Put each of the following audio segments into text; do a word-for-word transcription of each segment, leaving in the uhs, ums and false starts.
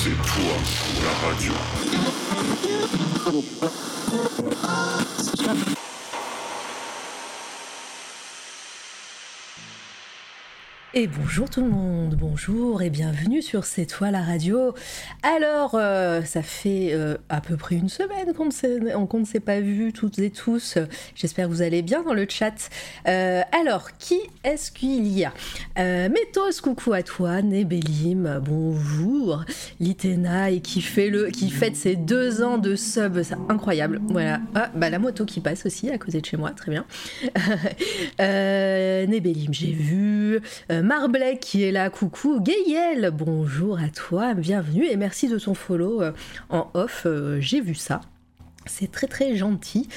C'est toi, la radio. Et bonjour tout le monde, bonjour et bienvenue sur C'est toi la radio. Alors, euh, ça fait euh, à peu près une semaine qu'on ne s'est, qu'on ne s'est pas vu toutes et tous. J'espère que vous allez bien dans le chat. Euh, alors, qui est-ce qu'il y a euh, Métos, coucou à toi. Nébelim, bonjour. Litena, et qui, fait le, qui fête ses deux ans de sub, c'est incroyable. Voilà. Ah, bah la moto qui passe aussi à côté de chez moi, très bien. euh, Nébelim, j'ai vu... Euh, Marblek qui est là, coucou. Gaël, bonjour à toi, bienvenue et merci de ton follow euh, en off, euh, j'ai vu ça. C'est très très gentil.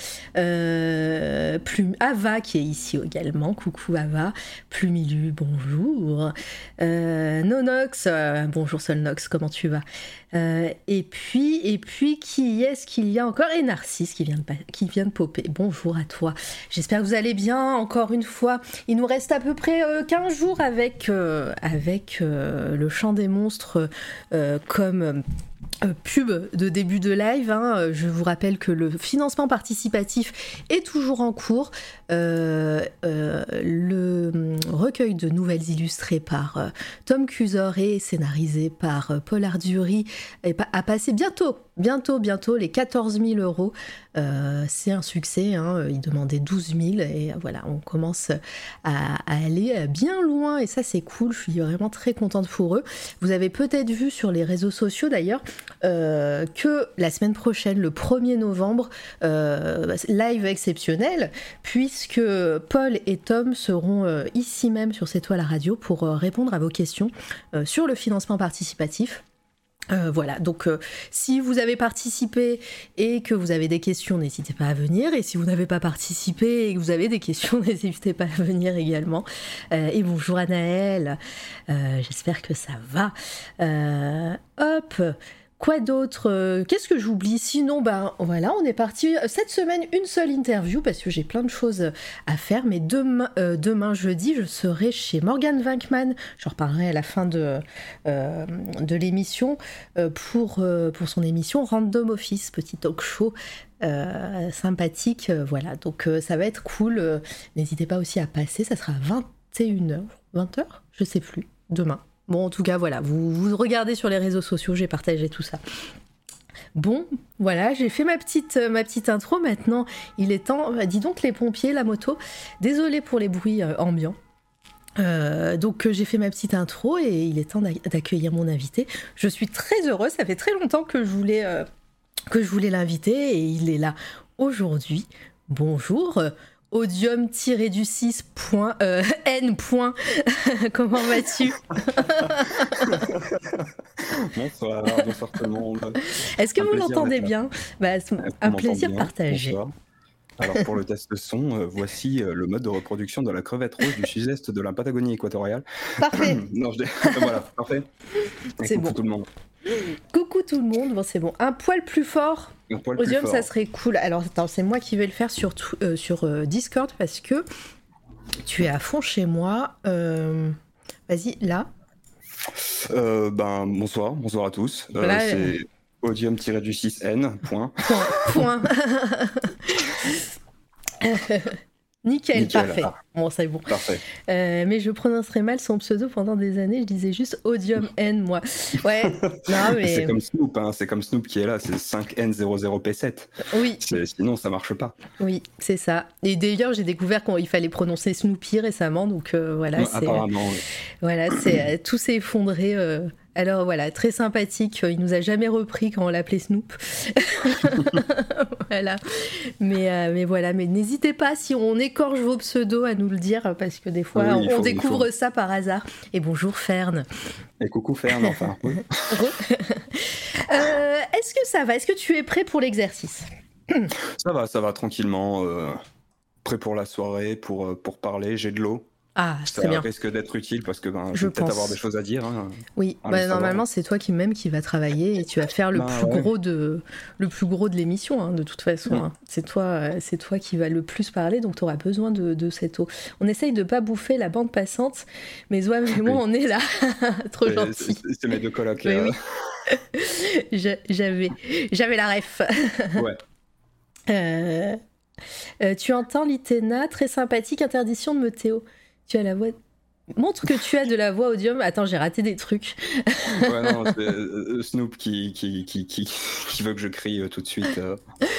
Euh, Plume Ava qui est ici également. Coucou Ava. Plumilu, bonjour. Euh, Nonox, euh, bonjour Solnox, comment tu vas? euh, Et puis, et puis qui est-ce qu'il y a encore? Et Narcisse qui vient de, qui vient de popper. Bonjour à toi. J'espère que vous allez bien. Encore une fois, il nous reste à peu près euh, quinze jours avec, euh, avec euh, le chant des monstres euh, comme... Euh, Euh, pub de début de live, hein. Je vous rappelle que le financement participatif est toujours en cours. Euh, euh, le recueil de nouvelles illustrées par euh, Tom Cusor et scénarisé par euh, Paul Ardury a passé bientôt, bientôt, bientôt les quatorze mille euros. Euh, c'est un succès, hein. Il demandait douze mille et voilà, on commence à, à aller bien loin et ça c'est cool, je suis vraiment très contente pour eux. Vous avez peut-être vu sur les réseaux sociaux d'ailleurs euh, que la semaine prochaine, le premier novembre, euh, live exceptionnel, puisque Paul et Tom seront euh, ici même sur C'est toi la radio pour euh, répondre à vos questions euh, sur le financement participatif. Euh, voilà, donc euh, si vous avez participé et que vous avez des questions, n'hésitez pas à venir. Et si vous n'avez pas participé et que vous avez des questions, n'hésitez pas à venir également. Euh, et bonjour Anaëlle, euh, j'espère que ça va. Euh, hop, quoi d'autre? euh, Qu'est-ce que j'oublie? Sinon, ben voilà, on est parti. Cette semaine, une seule interview parce que j'ai plein de choses à faire. Mais demain, euh, demain jeudi, je serai chez Morgan Winkman. J'en reparlerai à la fin de, euh, de l'émission euh, pour, euh, pour son émission Random Office, petit talk show. Euh, sympathique, euh, voilà, donc euh, ça va être cool. Euh, n'hésitez pas aussi à passer, ça sera à vingt et une heures, vingt heures, je sais plus, demain. Bon, en tout cas, voilà, vous, vous regardez sur les réseaux sociaux, j'ai partagé tout ça. Bon, voilà, j'ai fait ma petite, ma petite intro. Maintenant, il est temps... Dis donc les pompiers, la moto. Désolée pour les bruits euh, ambiants. Euh, donc euh, j'ai fait ma petite intro et il est temps d'accueillir mon invité. Je suis très heureuse, ça fait très longtemps que je voulais, euh, que je voulais l'inviter et il est là aujourd'hui. Bonjour euh, Odium-du-six euh, N. Comment vas-tu? Bonsoir, bonsoir tout le monde. Est-ce que Un vous plaisir l'entendez d'être là. bien? Bah, un plaisir bien. partagé. Bonsoir. Alors pour le test son, euh, voici euh, le mode de reproduction de la crevette rouge du sud-est de la Patagonie équatoriale. Parfait. Non, je dis... Voilà, parfait. Et C'est coucou bon. tout le monde. Coucou tout le monde, bon c'est bon. Un poil plus fort. Un poil plus Odium, fort. ça serait cool. Alors attends, c'est moi qui vais le faire sur, euh, sur euh, Discord parce que tu es à fond chez moi. Euh... Vas-y, là. Euh, ben, bonsoir, bonsoir à tous. Euh, Voilà, c'est euh... odium-six N, point. Point. point. Nickel, Nickel, parfait. ah. Bon, c'est bon. Parfait. Euh, mais je prononcerai mal son pseudo pendant des années. Je disais juste Odium N, moi. Ouais. Non, mais... C'est comme Snoop, hein. C'est comme Snoop qui est là. C'est cinq N zéro zéro P sept. Oui. C'est... Sinon, ça marche pas. Oui, c'est ça. Et d'ailleurs, j'ai découvert qu'il fallait prononcer Snoopy récemment. Donc euh, voilà, Ouais, c'est... apparemment, oui. Voilà, c'est... Euh, tout s'est effondré... Euh... Alors voilà, très sympathique, il nous a jamais repris quand on l'appelait Snoop. Voilà. Mais, euh, mais voilà, mais n'hésitez pas si on écorche vos pseudos à nous le dire, parce que des fois oui, on faut, découvre ça par hasard. Et bonjour Fern. Et coucou Fern, enfin. Oui. euh, est-ce que ça va? Est-ce que tu es prêt pour l'exercice? Ça va, ça va tranquillement. Euh, prêt pour la soirée, pour, pour parler, j'ai de l'eau. Ah, c'est Ça très bien. risque d'être utile parce que ben, je Je vais peut-être pense. avoir des choses à dire. Hein, Oui, en bah, le savoir. normalement c'est toi qui même qui va travailler et tu vas faire le Ben, plus ouais. gros de le plus gros de l'émission hein, de toute façon. Mm. hein. C'est toi, euh, c'est toi qui va le plus parler, donc tu auras besoin de, de cette eau. On essaye de pas bouffer la bande passante, mais Zouave et moi Oui. on est là, trop C'est- gentil. C'est c'est mes deux colocs. Mais euh, oui, J'a- j'avais, j'avais la ref. Ouais. Euh, euh, tu entends l'Itena, très sympathique, interdiction de Météo. Tu as la voix. Montre que tu as de la voix audium. Attends, j'ai raté des trucs. Ouais, non, c'est euh, Snoop qui, qui, qui, qui, qui veut que je crie euh, tout de suite. euh.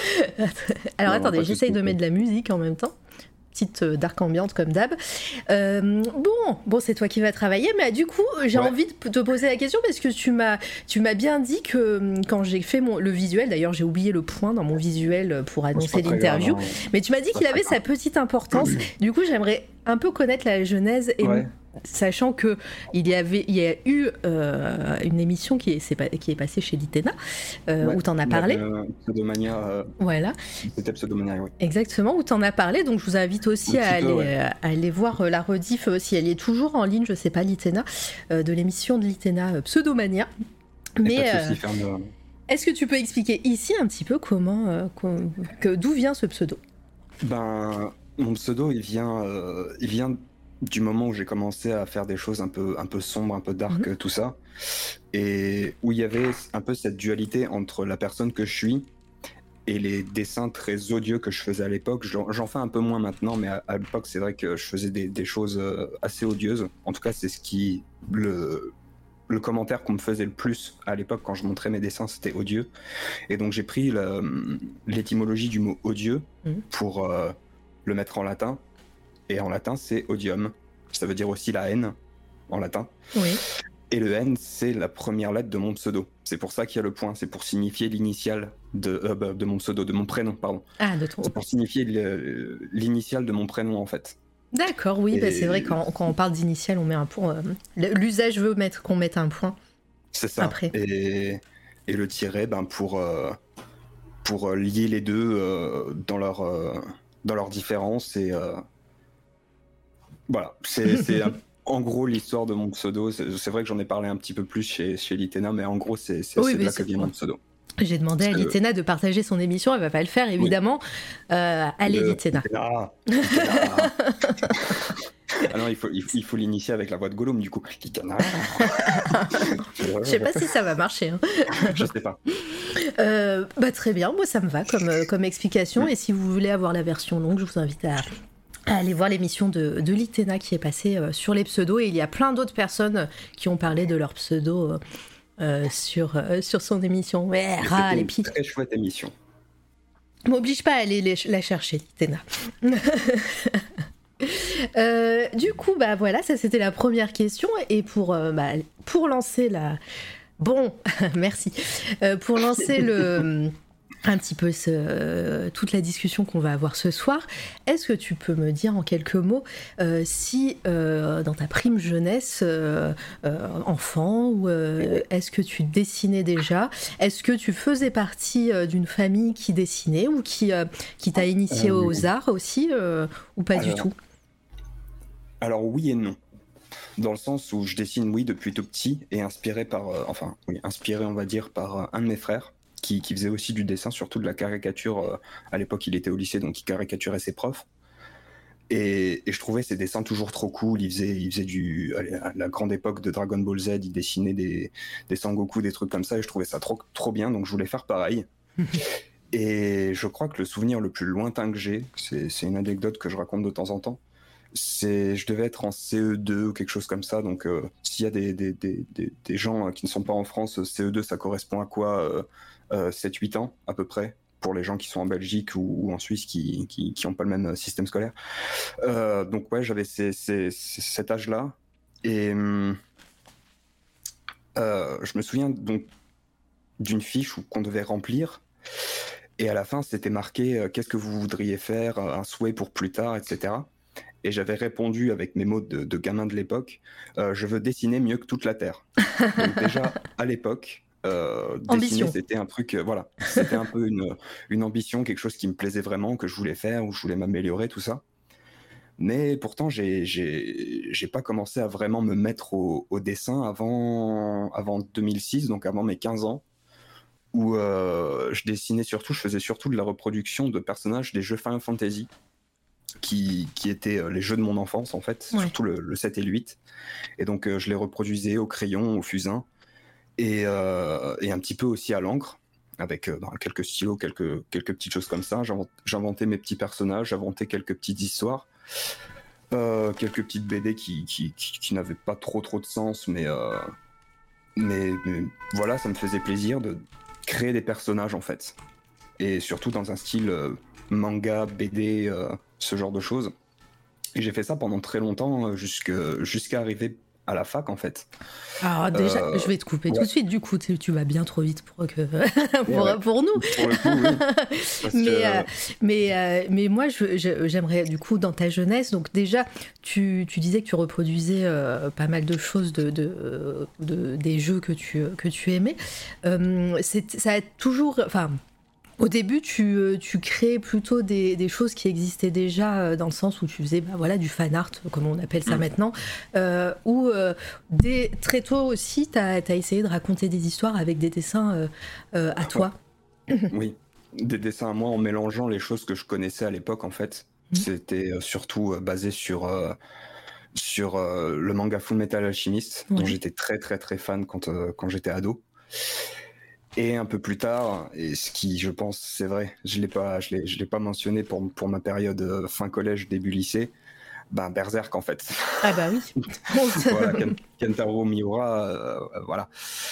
Alors Non, attendez, pas tout de j'essaye de suite, mettre de la musique en même temps. Petite euh, dark ambiante comme d'hab. Euh, bon, bon, c'est toi qui vas travailler, mais du coup, j'ai Ouais. envie de p- te poser la question parce que tu m'as, tu m'as bien dit que hum, quand j'ai fait mon, le visuel, d'ailleurs j'ai oublié le point dans mon visuel pour C'est annoncer pas très l'interview, grave, hein. mais tu m'as dit Pas qu'il très avait sa petite importance. Du coup, j'aimerais un peu connaître la genèse et Ouais. sachant que il y avait, il y a eu euh, une émission qui est, c'est pas- qui est passée chez l'Itena euh, Ouais. où t'en as Il y parlé. avait, euh, Pseudomania, euh, Voilà. c'était Pseudomania, oui. Exactement, où t'en as parlé, donc je vous invite aussi Un à petit aller, peu, ouais. euh, à aller voir euh, la rediff euh, si elle est toujours en ligne, je sais pas, l'Itena, euh, de l'émission de l'Itena euh, Pseudomania. Et Mais pas de euh, soucis, ferme, euh, est-ce que tu peux expliquer ici un petit peu comment, euh, com- que- d'où vient ce pseudo? Ben, mon pseudo, il vient, euh, il vient du moment où j'ai commencé à faire des choses un peu, un peu sombres, un peu dark, Mhm. tout ça, et où il y avait un peu cette dualité entre la personne que je suis et les dessins très odieux que je faisais à l'époque. J'en j'en fais un peu moins maintenant, mais à, à l'époque, c'est vrai que je faisais des, des choses euh, assez odieuses. En tout cas, c'est ce qui le le commentaire qu'on me faisait le plus à l'époque quand je montrais mes dessins, c'était odieux. Et donc j'ai pris le- l'étymologie du mot odieux Mhm. pour euh, le mettre en latin. Et en latin, c'est odium. Ça veut dire aussi la haine en latin. Oui. Et le N, c'est la première lettre de mon pseudo. C'est pour ça qu'il y a le point. C'est pour signifier l'initiale de, euh, bah, de mon pseudo, de mon prénom, pardon. Ah, de ton. C'est pour signifier le- l'initiale de mon prénom, en fait. D'accord, oui, Et- bah, c'est vrai, quand, quand on parle d'initial, on met un point. euh, L'usage veut mettre, qu'on mette un point. C'est ça. Après. Et, et le tiret, ben, pour, euh, pour euh, lier les deux euh, dans, leur, euh, dans leur différence. Et euh, voilà, c'est c'est un- en gros l'histoire de mon pseudo. C'est c'est vrai que j'en ai parlé un petit peu plus chez, chez l'Itena, mais en gros, c'est c'est- Oui, c'est de mais là c'est que vient bon. mon pseudo. J'ai demandé à C'est- l'Itena de partager son émission, elle va pas le faire, évidemment. Euh, allez, Le- l'Itena. L'Itena. L'Itena. Ah non, il faut il faut- il faut l'initier avec la voix de Gollum, du coup. L'Itena. Je sais pas si ça va marcher. hein. Je sais pas. Euh, bah, très bien, moi ça me va comme, euh, comme explication. Mm. Et si vous voulez avoir la version longue, je vous invite à, à aller voir l'émission de, de l'Itena qui est passée euh, sur les pseudos. Et il y a plein d'autres personnes qui ont parlé de leur pseudo euh, euh, sur, euh, sur son émission. Ouais, Mais ras, c'était les une pieds. très chouette émission. M'oblige pas à aller les- la chercher, l'Itena. Euh, du coup, bah voilà, ça c'était la première question. Et pour, euh, bah, pour lancer la. Bon, merci. Euh, pour lancer le. Un petit peu ce, euh, toute la discussion qu'on va avoir ce soir, est-ce que tu peux me dire en quelques mots euh, si euh, dans ta prime jeunesse, euh, euh, enfant, ou euh, est-ce que tu dessinais déjà? Est-ce que tu faisais partie euh, d'une famille qui dessinait ou qui, euh, qui t'a initié Euh, aux arts aussi euh, ou pas du alors, tout? Alors oui et non. Dans le sens où je dessine, oui, depuis tout petit, et inspiré par, euh, enfin, oui, inspiré, on va dire, par euh, un de mes frères, qui, qui faisait aussi du dessin, surtout de la caricature. euh, à l'époque, il était au lycée, donc il caricaturait ses profs. Et, et je trouvais ses dessins toujours trop cool. Il faisait, il faisait du, allez, à la grande époque de Dragon Ball Z, il dessinait des, des Sangoku, des trucs comme ça, et je trouvais ça trop, trop bien, donc je voulais faire pareil. Et je crois que le souvenir le plus lointain que j'ai, c'est c'est une anecdote que je raconte de temps en temps, c'est je devais être en C E deux ou quelque chose comme ça. Donc euh, s'il y a des, des, des, des, des gens euh, qui ne sont pas en France, C E deux ça correspond à quoi euh, euh, sept huit ans à peu près pour les gens qui sont en Belgique ou, ou en Suisse qui qui, qui ont pas le même système scolaire. Euh, donc ouais, j'avais ces, ces, ces- cet âge-là et hum, euh, je me souviens donc d'une fiche où- qu'on devait remplir. Et à la fin, c'était marqué euh, qu'est-ce que vous voudriez faire, euh, un souhait pour plus tard, et cetera. Et j'avais répondu avec mes mots de, de gamin de l'époque, euh, je veux dessiner mieux que toute la Terre. Donc déjà, à l'époque, euh, dessiner, Ambition. c'était un truc, euh, voilà, c'était un peu une, une ambition, quelque chose qui me plaisait vraiment, que je voulais faire, où je voulais m'améliorer, tout ça. Mais pourtant, j'ai, j'ai, j'ai pas commencé à vraiment me mettre au, au dessin avant, avant deux mille six, donc avant mes quinze ans, où euh, je dessinais surtout, je faisais surtout de la reproduction de personnages des jeux Final Fantasy, qui, qui étaient les jeux de mon enfance en fait, Ouais. surtout le, le sept et le huit. Et donc euh, je les reproduisais au crayon, au fusain, et, euh, et un petit peu aussi à l'encre, avec euh, ben, quelques stylos, quelques, quelques petites choses comme ça. J'invent, j'inventais mes petits personnages, j'inventais quelques petites histoires. Euh, quelques petites B D qui, qui, qui, qui n'avaient pas trop trop de sens, mais, euh, mais, mais voilà, ça me faisait plaisir de créer des personnages en fait. Et surtout dans un style euh, manga, B D, euh, ce genre de choses. Et j'ai fait ça pendant très longtemps, jusqu'à, jusqu'à arriver à la fac en fait. Alors déjà, Euh, je vais te couper ouais. tout de suite, du coup, tu, tu vas bien trop vite pour, que... pour, ouais. pour nous. Pour le coup, oui. Parce mais, que... euh, mais, euh, mais moi, je, je, j'aimerais, du coup, dans ta jeunesse, donc déjà, tu, tu disais que tu reproduisais euh, pas mal de choses de, de, de, des jeux que tu, que tu aimais. Euh, c'est, ça a toujours... Enfin, au début, tu, tu créais plutôt des, des choses qui existaient déjà, dans le sens où tu faisais bah, voilà, du fan art, comme on appelle ça mmh. maintenant, euh, où euh, dès, très tôt aussi, tu as essayé de raconter des histoires avec des dessins euh, euh, à toi. Oui, des dessins à moi en mélangeant les choses que je connaissais à l'époque, en fait. Mmh. C'était euh, surtout euh, basé sur, euh, sur euh, le manga Full Metal Alchemist, ouais. dont j'étais très très très fan quand, euh, quand j'étais ado. Et un peu plus tard, et ce qui, je pense, c'est vrai, je l'ai pas, je l'ai, je l'ai pas mentionné pour, pour ma période euh, fin collège, début lycée, ben Berserk en fait. Ah bah oui. Voilà, Ken, Kentaro Miura, euh, voilà.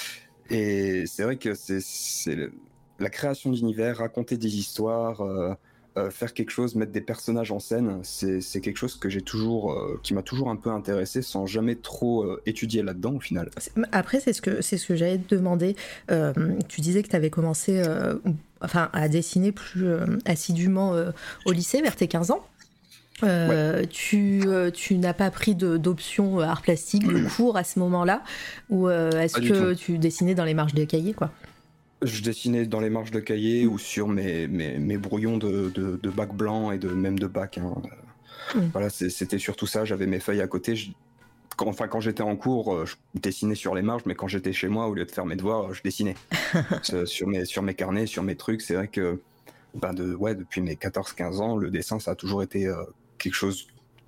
Et c'est vrai que c'est, c'est le, la création d'univers, raconter des histoires, euh, euh, faire quelque chose, mettre des personnages en scène, c'est, c'est quelque chose que j'ai toujours, euh, qui m'a toujours un peu intéressé, sans jamais trop euh, étudier là-dedans au final. Après, c'est ce que c'est ce que j'allais te demander. Euh, tu disais que tu avais commencé, euh, enfin, à dessiner plus euh, assidûment euh, au lycée, vers tes quinze ans. Euh, ouais. Tu, euh, tu n'as pas pris de, d'option art plastique, de cours à ce moment-là, ou euh, est-ce que tu dessinais dans les marges des cahiers, quoi? Je dessinais dans les marges de cahiers mmh. ou sur mes, mes, mes brouillons de, de, de bac blanc et de, même de bac. Hein. Mmh. Voilà, c'est, c'était surtout ça. J'avais mes feuilles à côté. Je, quand, enfin, quand j'étais en cours, je dessinais sur les marges, mais quand j'étais chez moi, au lieu de faire mes devoirs, je dessinais sur, mes, sur mes carnets, sur mes trucs. C'est vrai que ben de, ouais, depuis mes quatorze quinze ans, le dessin, ça a toujours été euh, quelque chose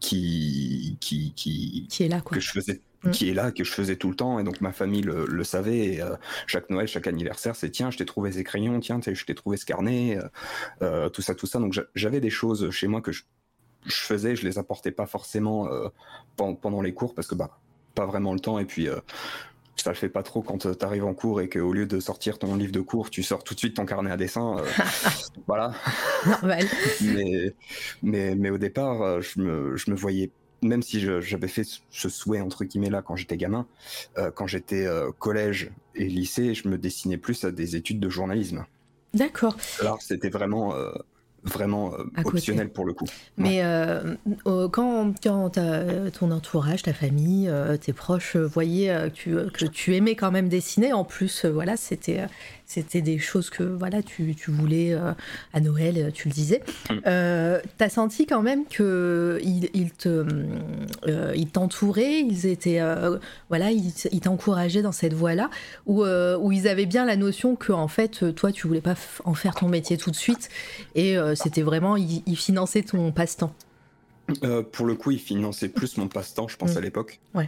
qui, qui, qui, qui est là, quoi. Que je faisais. qui est là, que je faisais tout le temps, et donc ma famille le, le savait, et euh, chaque Noël, chaque anniversaire, c'est tiens, je t'ai trouvé ces crayons, tiens, je t'ai trouvé ce carnet, euh, euh, tout ça, tout ça, donc j'avais des choses chez moi que je, je faisais, je les apportais pas forcément euh, pendant les cours, parce que bah, pas vraiment le temps, et puis euh, ça le fait pas trop quand t'arrives en cours, et qu'au lieu de sortir ton livre de cours, tu sors tout de suite ton carnet à dessin, euh, voilà. Normal. mais, mais, mais au départ, je me, je me voyais même si je, j'avais fait ce souhait entre guillemets là quand j'étais gamin, euh, quand j'étais euh, collège et lycée, je me destinais plus à des études de journalisme. D'accord. Alors c'était vraiment euh, vraiment euh, optionnel pour le coup. Mais ouais. euh, euh, quand, quand ton entourage, ta famille, euh, tes proches euh, voyaient euh, que, tu, que tu aimais quand même dessiner, en plus, euh, voilà, c'était euh, c'était des choses que voilà, tu, tu voulais euh, à Noël, tu le disais. Mm. Euh, t'as senti quand même qu'ils ils te, euh, ils t'entouraient, ils étaient, euh, voilà, ils, ils t'encourageaient dans cette voie-là, où, euh, où ils avaient bien la notion que en fait, toi, tu voulais pas f- en faire ton métier tout de suite, et euh, c'était vraiment, ils, ils finançaient ton passe-temps. Euh, pour le coup, ils finançaient plus mon passe-temps, je pense, mm. à l'époque. Ouais.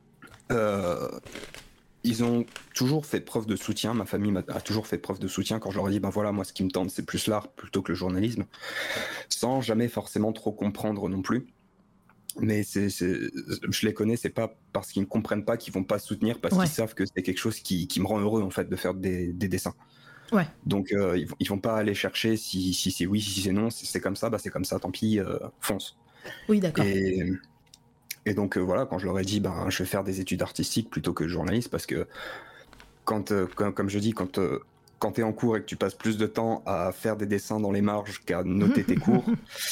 Euh... Ils ont toujours fait preuve de soutien, ma famille a toujours fait preuve de soutien quand je leur ai dit ben voilà, moi ce qui me tente c'est plus l'art plutôt que le journalisme, sans jamais forcément trop comprendre non plus. Mais c'est, c'est, je les connais, c'est pas parce qu'ils ne comprennent pas qu'ils vont pas soutenir, parce ouais. qu'ils savent que c'est quelque chose qui, qui me rend heureux en fait de faire des, des dessins. Ouais. Donc euh, ils, ils vont pas aller chercher si, si c'est oui, si c'est non, si c'est comme ça, bah c'est comme ça, tant pis, euh, fonce. Oui, d'accord. Et, Et donc euh, voilà, quand je leur ai dit, ben, je vais faire des études artistiques plutôt que journaliste, parce que quand, euh, quand comme je dis, quand, euh, quand t'es en cours et que tu passes plus de temps à faire des dessins dans les marges qu'à noter tes cours,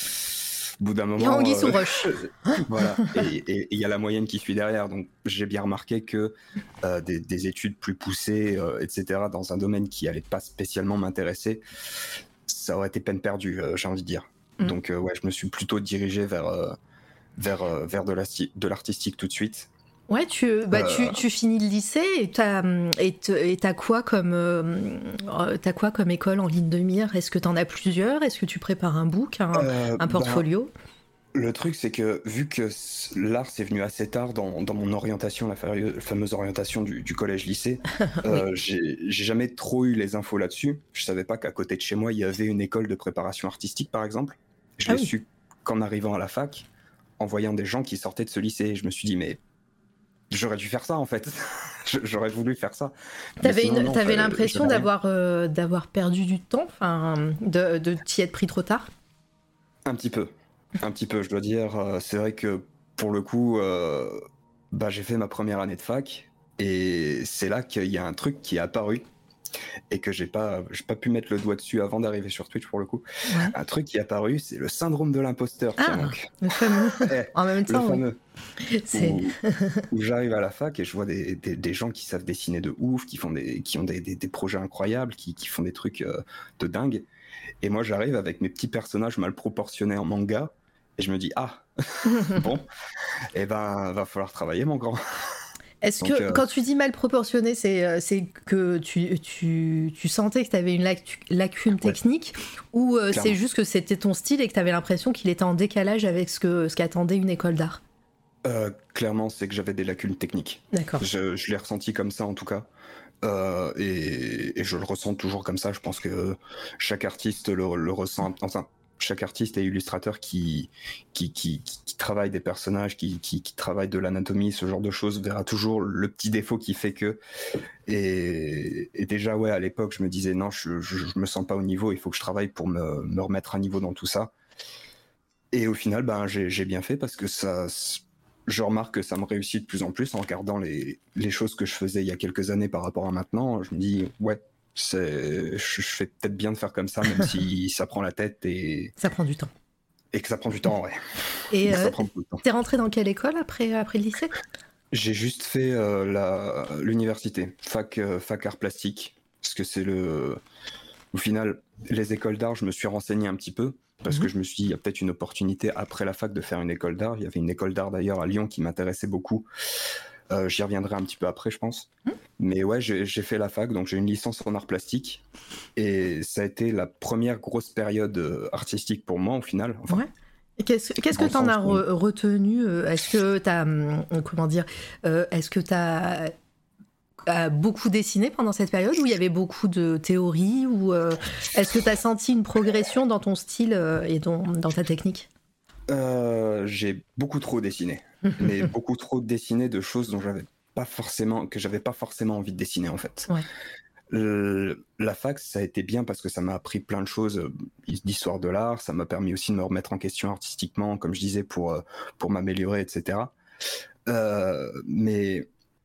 au bout d'un moment, il y a Anguille sous roche. Voilà, et il y a la moyenne qui suit derrière. Donc j'ai bien remarqué que euh, des, des études plus poussées, euh, et cetera, dans un domaine qui allait pas spécialement m'intéresser, ça aurait été peine perdue, euh, j'ai envie de dire. Mm. Donc euh, ouais, je me suis plutôt dirigé vers euh, vers, euh, vers de, l'asti- de l'artistique tout de suite. Ouais, tu, bah, Euh. tu, tu finis le lycée et t'as, et t- et t'as quoi comme, euh, t'as quoi comme école en ligne de mire? Est-ce que t'en as plusieurs? Est-ce que tu prépares un book, un, Euh, un ben, portfolio? le truc, c'est que vu que c- l'art c'est venu assez tard dans, dans mon orientation, la fa- fameuse orientation du, du collège-lycée, euh, j'ai j'ai jamais trop eu les infos là-dessus. Je savais pas qu'à côté de chez moi, il y avait une école de préparation artistique, par exemple. Je Ah l'ai oui. su qu'en arrivant à la fac, en voyant des gens qui sortaient de ce lycée. Je me suis dit, mais j'aurais dû faire ça en fait. J'aurais voulu faire ça. Mais T'avais, sinon, une, non, t'avais fallait- l'impression j'avais rien. d'avoir, euh, d'avoir perdu du temps, enfin, de, de t'y être pris trop tard? Un petit peu. Un petit peu, je dois dire. euh, C'est vrai que pour le coup, euh, bah, j'ai fait ma première année de fac et c'est là qu'il y a un truc qui est apparu et que j'ai pas, j'ai pas pu mettre le doigt dessus avant d'arriver sur Twitch pour le coup. Ouais. Un truc qui est apparu, c'est le syndrome de l'imposteur. Ah, Tiens donc. le fameux. Eh, En même le temps, oui. fameux. C'est... Où, où j'arrive à la fac et je vois des, des, des gens qui savent dessiner de ouf, qui, font des, qui ont des, des, des projets incroyables, qui, qui font des trucs euh, de dingue. Et moi, j'arrive avec mes petits personnages mal proportionnés en manga et je me dis, ah, bon, et ben, va falloir travailler, mon grand. Est-ce Donc, que euh, quand tu dis mal proportionné, c'est, euh, c'est que tu, tu, tu sentais que tu avais une lacu- lacune Ouais. technique ou euh, c'est Clairement. juste que c'était ton style et que tu avais l'impression qu'il était en décalage avec ce, que, ce qu'attendait une école d'art? Euh, clairement, c'est que j'avais des lacunes techniques. D'accord. Je, je l'ai ressenti comme ça, en tout cas. Euh, et, et je le ressens toujours comme ça. Je pense que chaque artiste le, le ressent. Enfin, chaque artiste et illustrateur qui, qui, qui, qui, qui travaille des personnages, qui, qui, qui travaille de l'anatomie, ce genre de choses, verra toujours le petit défaut qui fait que. Et, et déjà, ouais, à l'époque, je me disais non, je, je, je me sens pas au niveau, il faut que je travaille pour me, me remettre à niveau dans tout ça. Et au final, ben, j'ai, j'ai bien fait parce que ça. Je remarque que ça me réussit de plus en plus en regardant les, les choses que je faisais il y a quelques années par rapport à maintenant. Je me dis, ouais, c'est, je, je fais peut-être bien de faire comme ça, même si ça prend la tête et, Ça prend du temps. et que ça prend du temps, ouais. Et Et que euh, ça prend beaucoup de temps. t'es rentré dans quelle école après, après le lycée? J'ai juste fait euh, la, l'université, fac, euh, fac art plastique, parce que c'est le... Au final, les écoles d'art, je me suis renseigné un petit peu, parce Mhm. que je me suis dit, il y a peut-être une opportunité après la fac de faire une école d'art. Il y avait une école d'art d'ailleurs à Lyon qui m'intéressait beaucoup. Euh, j'y reviendrai un petit peu après, je pense. Mhm. Mais ouais, j'ai, j'ai fait la fac, donc j'ai une licence en art plastique. Et ça a été la première grosse période euh, artistique pour moi, au final. Enfin, Ouais. Et Qu'est-ce, qu'est-ce dans que le t'en sens as où- re- retenu? euh, Est-ce que t'as, hum, comment dire, euh, est-ce que t'as euh, beaucoup dessiné pendant cette période où il y avait beaucoup de théories ou euh, est-ce que t'as senti une progression dans ton style euh, et dans, dans ta technique? Euh, j'ai beaucoup trop dessiné, mais beaucoup trop dessiné de choses dont j'avais pas forcément, que j'avais pas forcément envie de dessiner en fait. Ouais. Le- la fac, ça a été bien parce que ça m'a appris plein de choses euh, d'histoire de l'art, ça m'a permis aussi de me remettre en question artistiquement, comme je disais, pour, euh, pour m'améliorer, et cetera. Euh, mais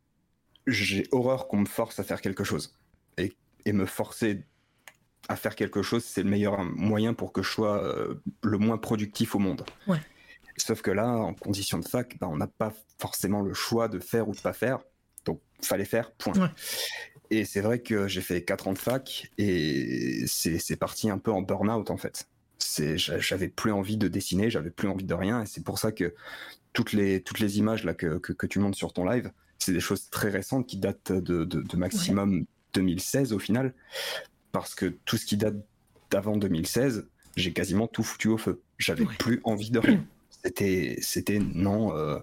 j'ai horreur qu'on me force à faire quelque chose. Et, et me forcer à faire quelque chose, c'est le meilleur moyen pour que je sois euh, le moins productif au monde. Ouais. Sauf que là, en condition de fac, bah, on n'a pas forcément le choix de faire ou de pas faire. Donc, fallait faire, point. Ouais. Et c'est vrai que j'ai fait quatre ans de fac et c'est, c'est parti un peu en burn-out en fait. C'est, j'avais plus envie de dessiner, j'avais plus envie de rien et c'est pour ça que toutes les, toutes les images là, que, que, que tu montres sur ton live, c'est des choses très récentes qui datent de, de, de maximum ouais. deux mille seize au final. Parce que tout ce qui date d'avant deux mille seize, j'ai quasiment tout foutu au feu. J'avais ouais. plus envie de rien. C'était, c'était non, euh,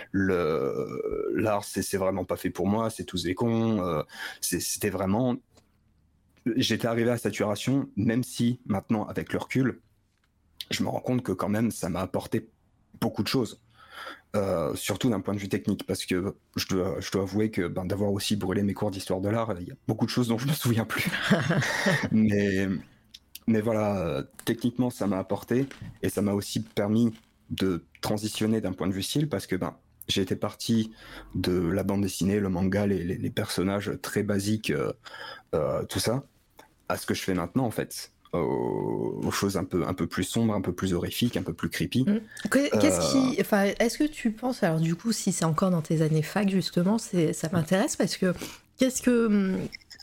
le, l'art, c'est, c'est vraiment pas fait pour moi, c'est tous des cons. Euh, c'est, c'était vraiment. J'étais arrivé à saturation, même si maintenant, avec le recul, je me rends compte que quand même, ça m'a apporté beaucoup de choses. Euh, surtout d'un point de vue technique, parce que je dois, je dois avouer que ben, d'avoir aussi brûlé mes cours d'histoire de l'art, il y a beaucoup de choses dont je me souviens plus. mais, mais voilà, euh, techniquement, ça m'a apporté, et ça m'a aussi permis de transitionner d'un point de vue style, parce que ben, j'ai été parti de la bande dessinée, le manga, les, les, les personnages très basiques, euh, euh, tout ça, à ce que je fais maintenant, en fait. Aux, aux choses un peu, un peu plus sombres, un peu plus horrifiques, un peu plus creepy. Qu'est-ce euh... qui, enfin, est-ce que tu penses, alors du coup, si c'est encore dans tes années fac, justement, c'est, ça m'intéresse parce que qu'est-ce que,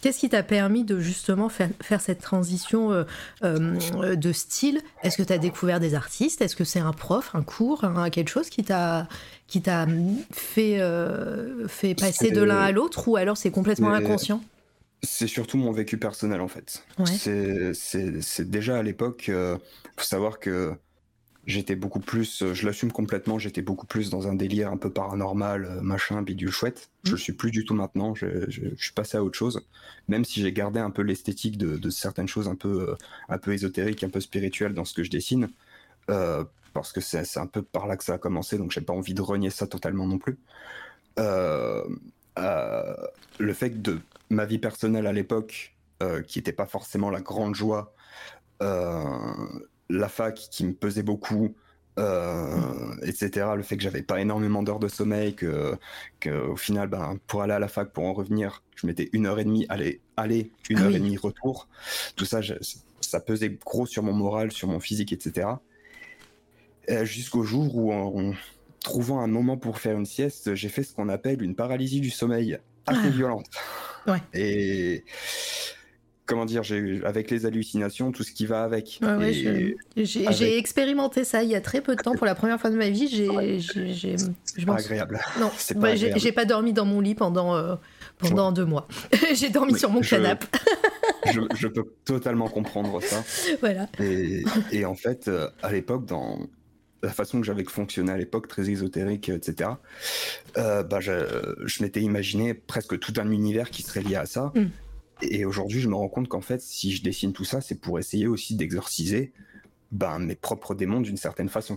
Qu'est-ce qui t'a permis de justement faire, faire cette transition euh, euh, de style? Est-ce que tu as découvert des artistes? Est-ce que c'est un prof, un cours, un, quelque chose qui t'a, qui t'a fait, euh, fait passer C'est- de l'un à l'autre, ou alors c'est complètement c'est- inconscient? C'est surtout mon vécu personnel en fait. Ouais. C'est, c'est, c'est déjà à l'époque, euh, faut savoir que j'étais beaucoup plus, euh, je l'assume complètement, j'étais beaucoup plus dans un délire un peu paranormal, euh, machin, bidule chouette. Je Mhm. le suis plus du tout maintenant, je, je, je suis passé à autre chose. Même si j'ai gardé un peu l'esthétique de, de certaines choses un peu, euh, un peu ésotériques, un peu spirituelles dans ce que je dessine, euh, parce que c'est, c'est un peu par là que ça a commencé, donc j'ai pas envie de renier ça totalement non plus. Euh, euh, le fait de ma vie personnelle à l'époque, euh, qui n'était pas forcément la grande joie, euh, la fac qui me pesait beaucoup, euh, et cetera. Le fait que j'avais pas énormément d'heures de sommeil, que, que au final, ben, pour aller à la fac, pour en revenir, je mettais une heure et demie, aller, aller une Ah heure oui. et demie retour. Tout ça, je- ça pesait gros sur mon moral, sur mon physique, et cetera. Euh, jusqu'au jour où, en, en trouvant un moment pour faire une sieste, j'ai fait ce qu'on appelle une paralysie du sommeil assez Ah. violente. Ouais. Et comment dire, j'ai, avec les hallucinations, tout ce qui va avec. Ouais, ouais, Et je- j'ai, avec- j'ai expérimenté ça il y a très peu de temps. Pour la première fois de ma vie, j'ai, j'ai, j'ai- c'est je pas m'en- agréable. Non, C'est bah, pas j'ai, agréable. j'ai pas dormi dans mon lit pendant, euh, pendant deux mois. J'ai dormi Oui, sur mon je- canapé. je, je peux totalement comprendre ça. Voilà. Et, et en fait, euh, à l'époque, dans la façon que j'avais fonctionné à l'époque, très ésotérique, et cetera, euh, bah, je, je m'étais imaginé presque tout un univers qui serait lié à ça. Mm. Et aujourd'hui, je me rends compte qu'en fait, si je dessine tout ça, c'est pour essayer aussi d'exorciser ben, mes propres démons d'une certaine façon.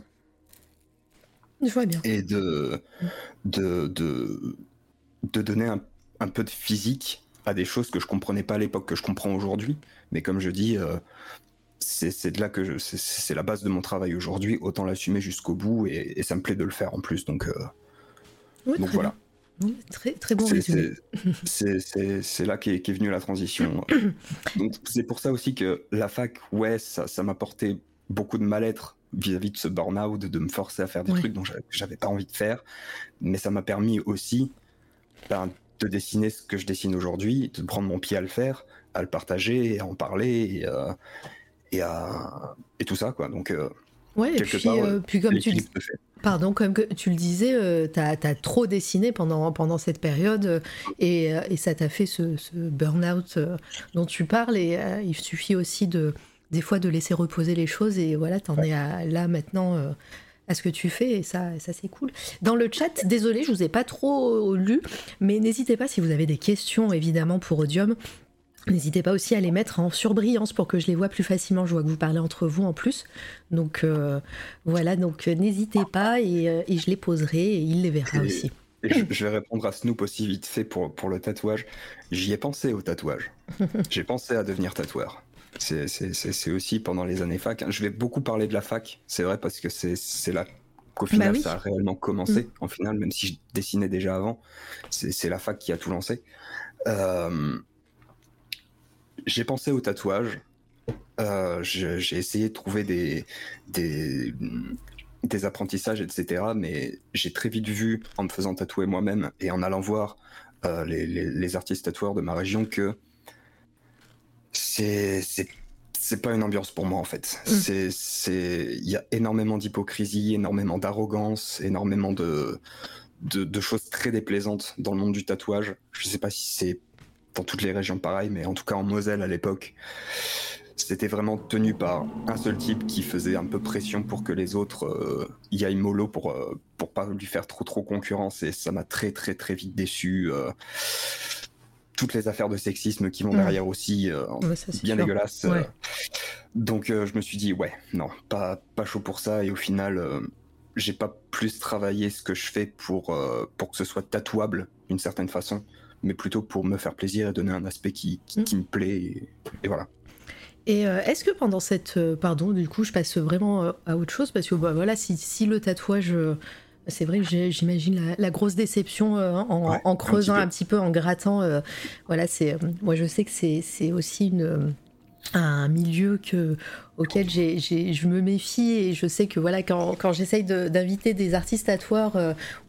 Je vois bien. Et de, de, de, de donner un, un peu de physique à des choses que je comprenais pas à l'époque, que je comprends aujourd'hui. Mais comme je dis, euh, c'est, c'est de là que je, c'est, c'est la base de mon travail aujourd'hui. Autant l'assumer jusqu'au bout, et, et ça me plaît de le faire en plus. Donc, euh, Ouais, donc très voilà. bien. Oui, Très, très bon C'est, résumé. c'est, c'est, c'est, c'est là qu'est, qu'est venue la transition. Donc c'est pour ça aussi que la fac, ouais, ça, ça m'a apporté beaucoup de mal-être vis-à-vis de ce burn-out, de me forcer à faire des Ouais. trucs dont j'avais, j'avais pas envie de faire. Mais ça m'a permis aussi ben, de dessiner ce que je dessine aujourd'hui, de prendre mon pied à le faire, à le partager, à en parler, et, euh, et, à, et tout ça, quoi. Donc, euh, Ouais, et quelque puis, part, euh, puis comme tu le l'équilibre se fait. Pardon, comme que tu le disais, euh, t'as, t'as trop dessiné pendant, pendant cette période euh, et, euh, et ça t'a fait ce, ce burn-out euh, dont tu parles, et euh, il suffit aussi de, des fois de laisser reposer les choses, et voilà, t'en Ouais. es à, là maintenant euh, à ce que tu fais, et ça, ça c'est cool. Dans le chat, désolé, je vous ai pas trop lu, mais n'hésitez pas si vous avez des questions évidemment pour Odium. N'hésitez pas aussi à les mettre en surbrillance pour que je les vois plus facilement. Je vois que vous parlez entre vous en plus. Donc euh, voilà, donc euh, n'hésitez pas, et, euh, et je les poserai et il les verra Et- aussi. Et je, je vais répondre à Snoop aussi vite fait pour, pour le tatouage. J'y ai pensé au tatouage. J'ai pensé à devenir tatoueur. C'est, c'est, c'est, c'est aussi pendant les années fac. Je vais beaucoup parler de la fac, c'est vrai, parce que c'est, c'est là qu'au final Bah oui. ça a réellement commencé. En final, même si je dessinais déjà avant, c'est, c'est la fac qui a tout lancé. Euh, j'ai pensé au tatouage. Euh, je- j'ai essayé de trouver des, des, des apprentissages, et cetera. Mais j'ai très vite vu, en me faisant tatouer moi-même et en allant voir euh, les, les, les artistes tatoueurs de ma région, que c'est, c'est, c'est pas une ambiance pour moi en fait. Mm. C'est, c'est, il y a énormément d'hypocrisie, énormément d'arrogance, énormément de, de, de choses très déplaisantes dans le monde du tatouage. Je sais pas si c'est dans toutes les régions pareil, mais en tout cas en Moselle à l'époque, c'était vraiment tenu par un seul type qui faisait un peu pression pour que les autres euh, y aillent mollo pour, euh, pour pas lui faire trop trop concurrence, et ça m'a très très très vite déçu. Euh, toutes les affaires de sexisme qui vont Mm. derrière aussi, euh, Ouais, ça, c'est bien sûr. dégueulasses. Ouais. euh. Donc euh, je me suis dit, ouais, non, pas, pas chaud pour ça, et au final, euh, j'ai pas plus travaillé ce que je fais pour, euh, pour que ce soit tatouable d'une certaine façon, mais plutôt pour me faire plaisir et donner un aspect qui, qui, Mm. qui me plaît, et, et voilà. Et euh, est-ce que pendant cette... euh, pardon, du coup, je passe vraiment euh, à autre chose, parce que bah, voilà, si, si le tatouage... euh, c'est vrai que j'ai- j'imagine la, la grosse déception euh, en, Ouais, en un creusant petit peu. un petit peu, en grattant. euh, voilà, c'est, euh, moi, je sais que c'est, c'est aussi une, euh, un milieu que, auquel j'ai, j'ai, je me méfie, et je sais que voilà, quand, quand j'essaye de- d'inviter des artistes tatoueurs, euh,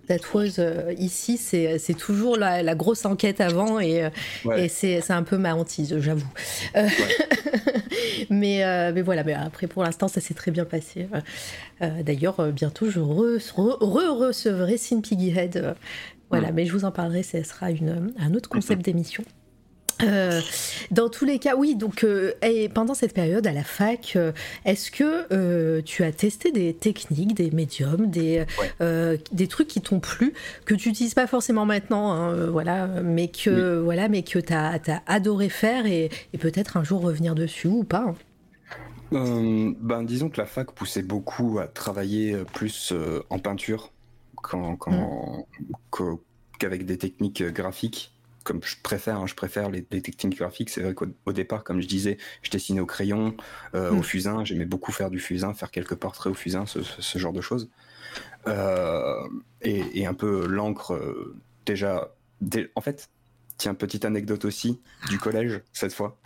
tatoueuse euh, ici, c'est, c'est toujours la, la grosse enquête avant et, ouais. et c'est, c'est un peu ma hantise, j'avoue. Euh, ouais. mais, euh, mais voilà, mais après pour l'instant ça s'est très bien passé. Euh, d'ailleurs, euh, bientôt je re, re, re recevrai Sin Piggyhead. Euh, voilà, mmh. mais je vous en parlerai, ce sera une, un autre concept mmh. d'émission. Euh, dans tous les cas, oui, donc euh, et pendant cette période à la fac, euh, est-ce que euh, tu as testé des techniques, des médiums, des, ouais. euh, des trucs qui t'ont plu, que tu n'utilises pas forcément maintenant, hein, euh, voilà, mais que, oui. voilà, mais que tu as adoré faire et, et peut-être un jour revenir dessus ou pas hein. euh, ben, Disons que la fac poussait beaucoup à travailler plus euh, en peinture quand, quand, mmh. qu'avec des techniques graphiques. Comme je préfère, hein, je préfère les, les techniques graphiques. C'est vrai qu'au au départ, comme je disais, je dessinais au crayon, euh, mmh. au fusain. J'aimais beaucoup faire du fusain, faire quelques portraits au fusain, ce, ce, ce genre de choses. Euh, et, et un peu l'encre, euh, déjà... Dé... En fait, tiens, petite anecdote aussi, du collège, cette fois.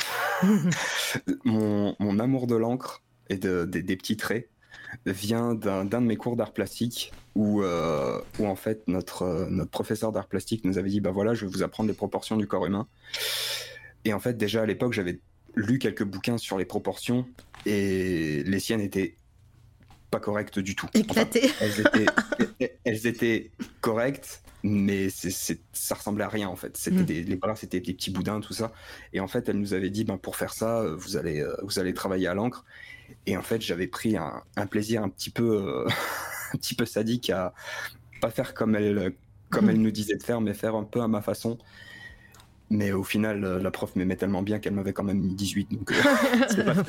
mon, mon amour de l'encre et de, de, des petits traits vient d'un, d'un de mes cours d'art plastique où, euh, où en fait notre, euh, notre professeur d'art plastique nous avait dit bah voilà je vais vous apprendre les proportions du corps humain et en fait déjà à l'époque j'avais lu quelques bouquins sur les proportions et les siennes étaient pas correctes du tout. Éclatées. Enfin, elles, étaient, elles étaient correctes mais c'est, c'est, ça ressemblait à rien en fait. C'était mmh. des, les bras c'était des petits boudins tout ça et en fait elle nous avait dit ben, pour faire ça vous allez, euh, vous allez travailler à l'encre. Et en fait, j'avais pris un, un plaisir un petit peu, euh, un petit peu sadique à pas faire comme elle, comme mmh. elle nous disait de faire, mais faire un peu à ma façon. Mais au final, la prof m'aimait tellement bien qu'elle m'avait quand même mis dix-huit. Donc, euh, c'est pas...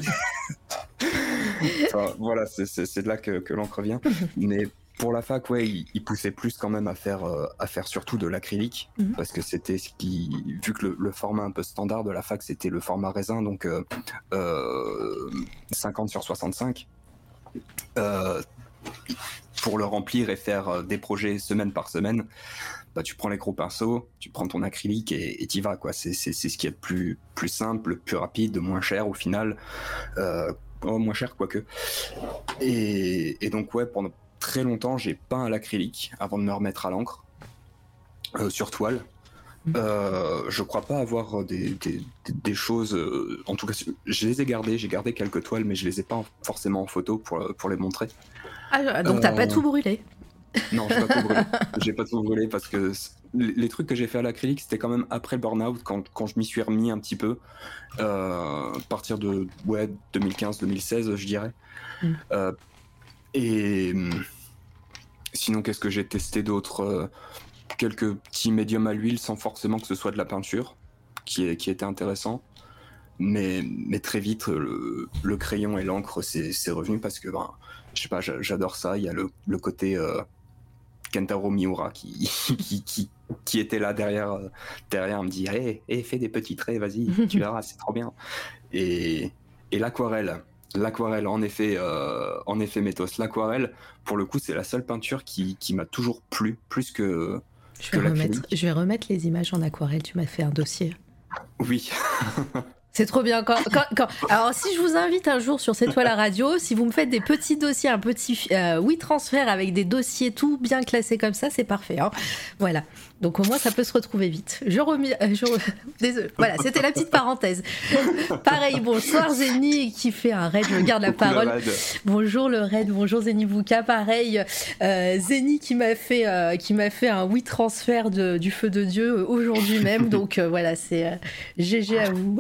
enfin, voilà, c'est, c'est, c'est de là que, que l'encre vient. Mais pour la fac, ouais, il, il poussait plus quand même à faire, euh, à faire surtout de l'acrylique, mmh. parce que c'était ce qui, vu que le, le format un peu standard de la fac, c'était le format raisin, donc euh, euh, cinquante sur soixante-cinq. Euh, pour le remplir et faire des projets semaine par semaine, bah, tu prends les gros pinceaux, tu prends ton acrylique et t'y vas, quoi. C'est, c'est, c'est ce qui est le plus, plus simple, le plus rapide, moins cher au final. Euh, oh, moins cher, quoique. Et, et donc, ouais, pendant très longtemps, j'ai peint à l'acrylique avant de me remettre à l'encre, euh, sur toile. Euh, je crois pas avoir des, des, des choses, euh, en tout cas, je les ai gardées, j'ai gardé quelques toiles, mais je les ai pas en, forcément en photo pour, pour les montrer. Ah, donc euh, t'as pas tout brûlé? Non, j'ai pas tout brûlé. J'ai pas tout brûlé parce que les, les trucs que j'ai fait à l'acrylique, c'était quand même après le burn-out, quand, quand je m'y suis remis un petit peu, euh, à partir de ouais, deux mille quinze deux mille seize, je dirais. Mm. Euh, et sinon, qu'est-ce que j'ai testé d'autre? euh, Quelques petits médiums à l'huile sans forcément que ce soit de la peinture, qui, est, qui était intéressant. Mais, mais très vite, le, le crayon et l'encre, c'est, c'est revenu parce que, ben, je sais pas, j'adore ça. Il y a le, le côté euh, Kentaro Miura qui, qui, qui, qui était là derrière, euh, derrière me dit hey, hey, fais des petits traits, vas-y, tu verras, c'est trop bien. Et, et l'aquarelle, l'aquarelle, en effet, euh, en effet, Métos, l'aquarelle, pour le coup, c'est la seule peinture qui, qui m'a toujours plu, plus que. Je vais, remettre, je vais remettre les images en aquarelle, tu m'as fait un dossier. Oui. C'est trop bien. Quand, quand, quand... Alors, si je vous invite un jour sur cette toile à radio, si vous me faites des petits dossiers, un petit euh, WeTransfer avec des dossiers tout bien classés comme ça, c'est parfait. Hein. Voilà. Donc, au moins, ça peut se retrouver vite. Je remis. Euh, je... Désolé. Voilà, c'était la petite parenthèse. Pareil, bonsoir Zeni qui fait un raid. Je garde la parole. Bonjour le raid. Bonjour Zeni Bouka. Pareil, euh, Zeni qui m'a fait, euh, qui m'a fait un WeTransfer de, du feu de Dieu euh, aujourd'hui même. Donc, euh, voilà, c'est euh, G G à vous.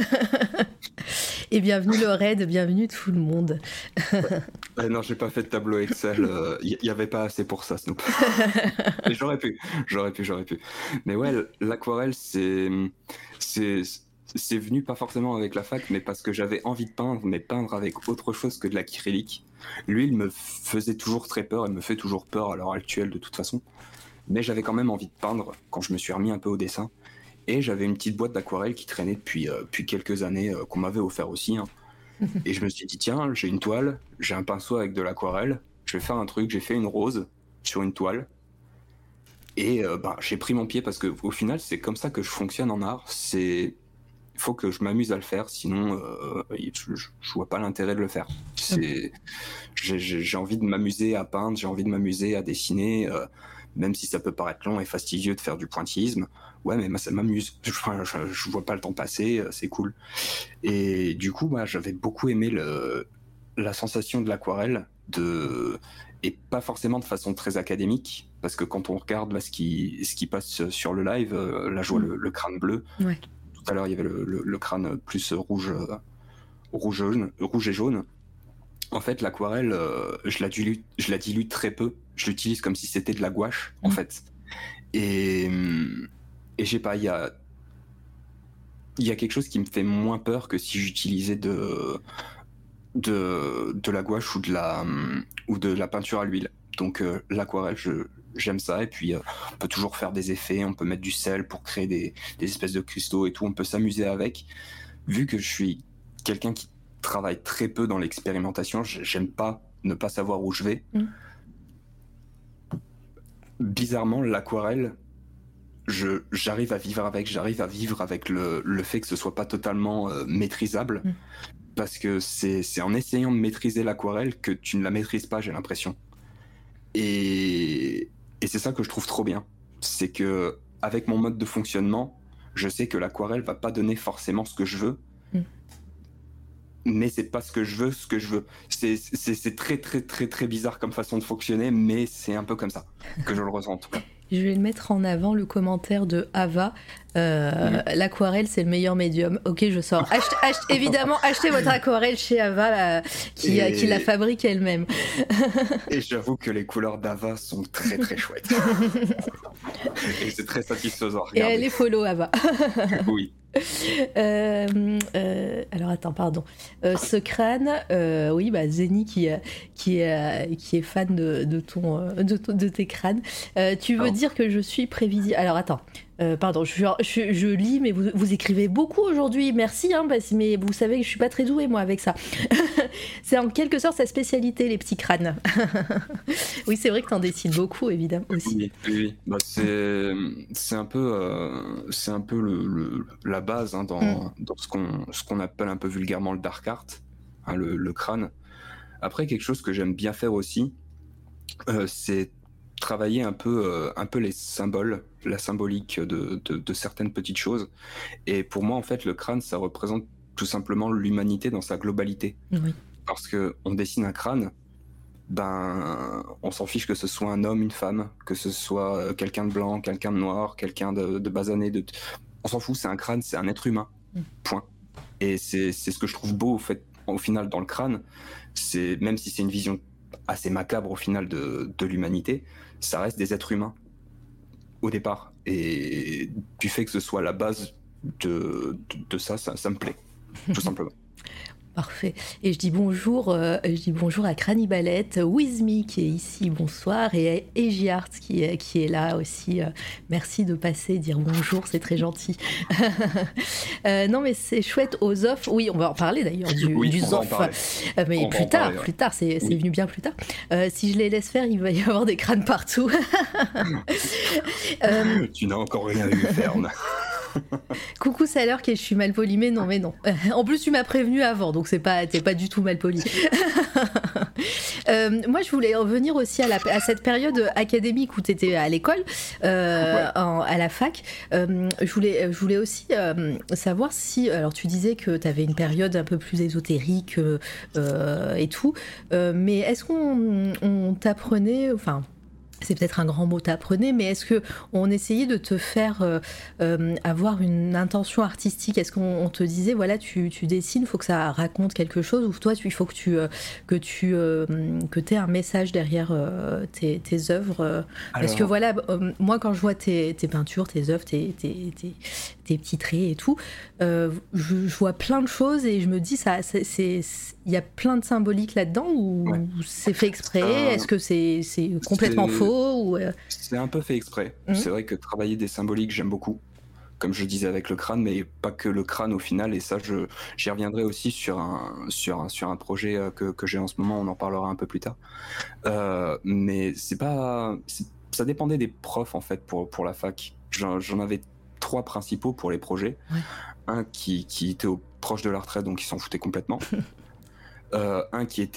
Et bienvenue le raid, bienvenue tout le monde. euh, non, j'ai pas fait de tableau Excel, il euh, y, y avait pas assez pour ça, Snoop. Et j'aurais pu, j'aurais pu, j'aurais pu. Mais ouais, l'aquarelle, c'est, c'est, c'est venu pas forcément avec la fac, mais parce que j'avais envie de peindre, mais peindre avec autre chose que de l'acrylique. L'huile me faisait toujours très peur, elle me fait toujours peur à l'heure actuelle de toute façon. Mais j'avais quand même envie de peindre quand je me suis remis un peu au dessin. Et j'avais une petite boîte d'aquarelle qui traînait depuis, euh, depuis quelques années, euh, qu'on m'avait offert aussi. Hein. Et je me suis dit, tiens, j'ai une toile, j'ai un pinceau avec de l'aquarelle, je vais faire un truc, j'ai fait une rose sur une toile. Et euh, bah, j'ai pris mon pied parce qu'au final, c'est comme ça que je fonctionne en art. Il faut que je m'amuse à le faire, sinon euh, je, je, je vois pas l'intérêt de le faire. C'est, j'ai, j'ai envie de m'amuser à peindre, j'ai envie de m'amuser à dessiner. Euh, même si ça peut paraître long et fastidieux de faire du pointillisme. Ouais, mais moi, ça m'amuse. Je, je, je vois pas le temps passer, c'est cool. Et du coup, moi, j'avais beaucoup aimé le, la sensation de l'aquarelle, de... et pas forcément de façon très académique, parce que quand on regarde là, ce, qui, ce qui passe sur le live, là, je vois mmh. le, le crâne bleu. Ouais. Tout à l'heure, il y avait le, le, le crâne plus rouge, rouge, jaune, rouge et jaune. En fait, l'aquarelle, euh, je, la dilue, je la dilue très peu. Je l'utilise comme si c'était de la gouache, mmh. en fait. Et, et je sais pas, il y a, y a quelque chose qui me fait moins peur que si j'utilisais de, de, de la gouache ou de la, ou de la peinture à l'huile. Donc euh, l'aquarelle, je, j'aime ça. Et puis, euh, on peut toujours faire des effets. On peut mettre du sel pour créer des, des espèces de cristaux et tout. On peut s'amuser avec. Vu que je suis quelqu'un qui travaille très peu dans l'expérimentation, j'aime pas ne pas savoir où je vais. Mmh. Bizarrement, l'aquarelle, je, j'arrive à vivre avec, j'arrive à vivre avec le, le fait que ce soit pas totalement euh, maîtrisable, mmh. parce que c'est, c'est en essayant de maîtriser l'aquarelle que tu ne la maîtrises pas, j'ai l'impression. Et, et c'est ça que je trouve trop bien, c'est que avec mon mode de fonctionnement, je sais que l'aquarelle va pas donner forcément ce que je veux, mmh. mais c'est pas ce que je veux, ce que je veux. C'est, c'est, c'est très très très très bizarre comme façon de fonctionner, mais c'est un peu comme ça que je le ressens en tout cas. Je vais le mettre en avant, le commentaire de Ava. Euh, mmh. L'aquarelle, c'est le meilleur médium. Ok, je sors. Achetez, achetez, évidemment, achetez votre aquarelle chez Ava, là, qui, et... qui la fabrique elle-même. Et j'avoue que les couleurs d'Ava sont très très chouettes. Et c'est très satisfaisant. Et elle est follow, Ava. Oui. Euh, euh, alors attends, pardon. Euh, ce crâne, euh, oui, bah Zeni qui, qui, est, qui est fan de, de, ton, de, de tes crânes. Euh, tu veux oh. dire que je suis prévisible. Alors attends. Euh, pardon, je, je, je lis, mais vous, vous écrivez beaucoup aujourd'hui, merci, hein, parce, mais vous savez que je suis pas très douée, moi, avec ça. C'est en quelque sorte sa spécialité, les petits crânes. Oui, c'est vrai que t'en dessines beaucoup, évidemment, aussi. Oui, oui. Bah, c'est, c'est un peu, euh, c'est un peu le, le, la base hein, dans, mm. dans ce, qu'on, ce qu'on appelle un peu vulgairement le dark art, hein, le, le crâne. Après, quelque chose que j'aime bien faire aussi, euh, c'est travailler un peu, euh, un peu les symboles, la symbolique de, de, de certaines petites choses. Et pour moi, en fait, le crâne, ça représente tout simplement l'humanité dans sa globalité. Oui. Parce que on dessine un crâne, ben, on s'en fiche que ce soit un homme, une femme, que ce soit quelqu'un de blanc, quelqu'un de noir, quelqu'un de, de basané, de... on s'en fout, c'est un crâne, c'est un être humain. Mm. Point. Et c'est, c'est ce que je trouve beau, au fait, au final, dans le crâne. C'est, même si c'est une vision assez macabre, au final, de, de l'humanité, ça reste des êtres humains au départ, et du fait que ce soit la base de, de, de ça, ça, ça me plaît, tout simplement. Parfait. Et je dis bonjour, euh, je dis bonjour à Cranibalette, Wizme qui est ici, bonsoir, et Egiart qui est, qui est là aussi. Euh, merci de passer, dire bonjour, c'est très gentil. euh, non mais c'est chouette, Ozof, oui, on va en parler d'ailleurs du, oui, du Zof, euh, mais on plus tard, parler, ouais. plus tard, c'est, c'est oui. venu bien plus tard. Euh, si je les laisse faire, il va y avoir des crânes partout. euh, tu n'as encore rien vu, Ferne. Coucou Saleur, que je suis mal polie, mais non, mais non. En plus, tu m'as prévenu avant, donc c'est pas, t'es pas du tout mal poli. euh, moi, je voulais revenir aussi à, la, à cette période académique où t'étais à l'école, euh, ouais. en, à la fac. Euh, je voulais, je voulais aussi euh, savoir si, alors tu disais que t'avais une période un peu plus ésotérique euh, et tout, euh, mais est-ce qu'on on t'apprenait, enfin. C'est peut-être un grand mot t'apprenais, mais est-ce qu'on essayait de te faire euh, euh, avoir une intention artistique ? Est-ce qu'on on te disait, voilà, tu, tu dessines, il faut que ça raconte quelque chose, ou toi, il faut que tu, euh, que tu euh, que aies un message derrière euh, tes, tes œuvres euh, Alors... Parce que voilà, euh, moi, quand je vois tes, tes peintures, tes œuvres, tes, tes, tes, tes petits traits et tout, euh, je, je vois plein de choses et je me dis, ça, c'est, c'est, il y a plein de symboliques là-dedans, ou ouais. c'est fait exprès ? euh, Est-ce que c'est, c'est complètement c'est... faux ? Ou euh... C'est un peu fait exprès. Mmh. C'est vrai que travailler des symboliques, j'aime beaucoup. Comme je disais avec le crâne, mais pas que le crâne au final. Et ça, je, j'y reviendrai aussi sur un, sur un, sur un projet que, que j'ai en ce moment. On en parlera un peu plus tard. Euh, mais c'est pas, c'est, ça dépendait des profs en fait pour, pour la fac. J'en, j'en avais trois principaux pour les projets. Ouais. Un qui, qui était au, proche de la retraite, donc il s'en foutait complètement. euh, un qui était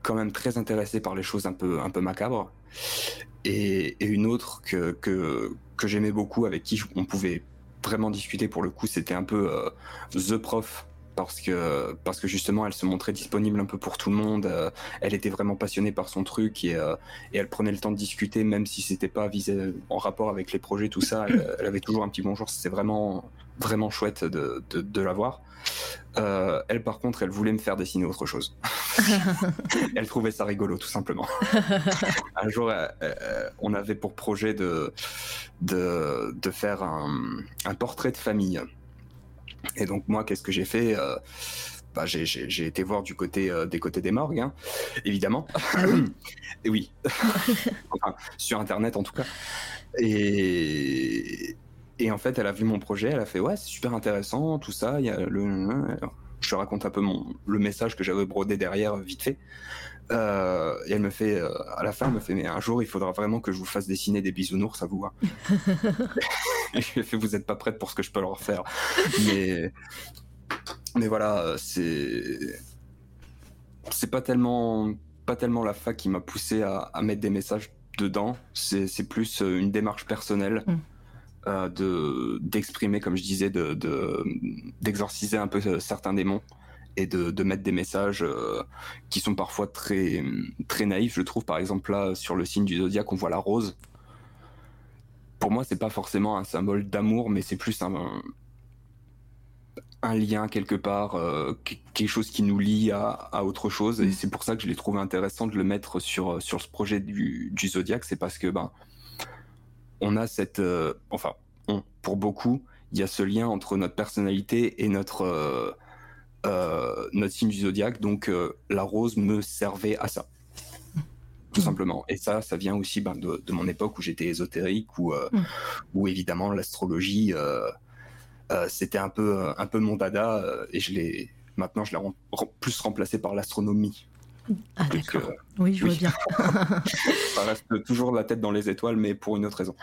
quand même très intéressé par les choses un peu, un peu macabres. Et, et une autre que, que, que j'aimais beaucoup, avec qui on pouvait vraiment discuter pour le coup, c'était un peu euh, The Prof. Parce que, parce que justement, elle se montrait disponible un peu pour tout le monde. Euh, elle était vraiment passionnée par son truc et, euh, et elle prenait le temps de discuter, même si c'était pas visé en rapport avec les projets, tout ça. Elle, elle avait toujours un petit bonjour. C'était vraiment, vraiment chouette de, de, de la voir. Euh, elle, par contre, elle voulait me faire dessiner autre chose. Elle trouvait ça rigolo, tout simplement. Un jour, euh, euh, on avait pour projet de, de, de faire un, un portrait de famille. Et donc moi, qu'est-ce que j'ai fait euh, bah, j'ai, j'ai, j'ai été voir du côté euh, des côtés des morgues, hein, évidemment. Ah oui. Et oui, enfin, sur Internet en tout cas. Et... et en fait, elle a vu mon projet, elle a fait ouais, c'est super intéressant, tout ça. Il y a le... Je te raconte un peu mon... le message que j'avais brodé derrière, vite fait. Euh, et elle me fait, euh, à la fin, elle me fait mais un jour, il faudra vraiment que je vous fasse dessiner des bisounours, ça vous va? Et je lui ai fait, vous n'êtes pas prête pour ce que je peux leur faire. Mais, mais voilà, c'est, c'est pas tellement, pas tellement la fac qui m'a poussé à, à mettre des messages dedans. C'est, c'est plus une démarche personnelle mm. euh, de, d'exprimer, comme je disais, de, de, d'exorciser un peu certains démons et de, de mettre des messages euh, qui sont parfois très, très naïfs. Je trouve, par exemple, là, sur le signe du zodiaque, on voit la rose. Pour moi, c'est pas forcément un symbole d'amour, mais c'est plus un, un lien quelque part, euh, quelque chose qui nous lie à, à autre chose. Et c'est pour ça que je l'ai trouvé intéressant de le mettre sur, sur ce projet du, du Zodiac. C'est parce que, ben, on a cette... Euh, enfin, on, pour beaucoup, il y a ce lien entre notre personnalité et notre, euh, euh, notre signe du Zodiac. Donc, euh, la rose me servait à ça. Tout mmh. simplement. Et ça, ça vient aussi ben, de, de mon époque où j'étais ésotérique, où, euh, mmh. où évidemment l'astrologie, euh, euh, c'était un peu, un peu mon dada, euh, et je l'ai, maintenant je l'ai rem- plus remplacé par l'astronomie. Ah Donc, d'accord, euh, oui je oui. vois bien. Ça reste toujours la tête dans les étoiles, mais pour une autre raison.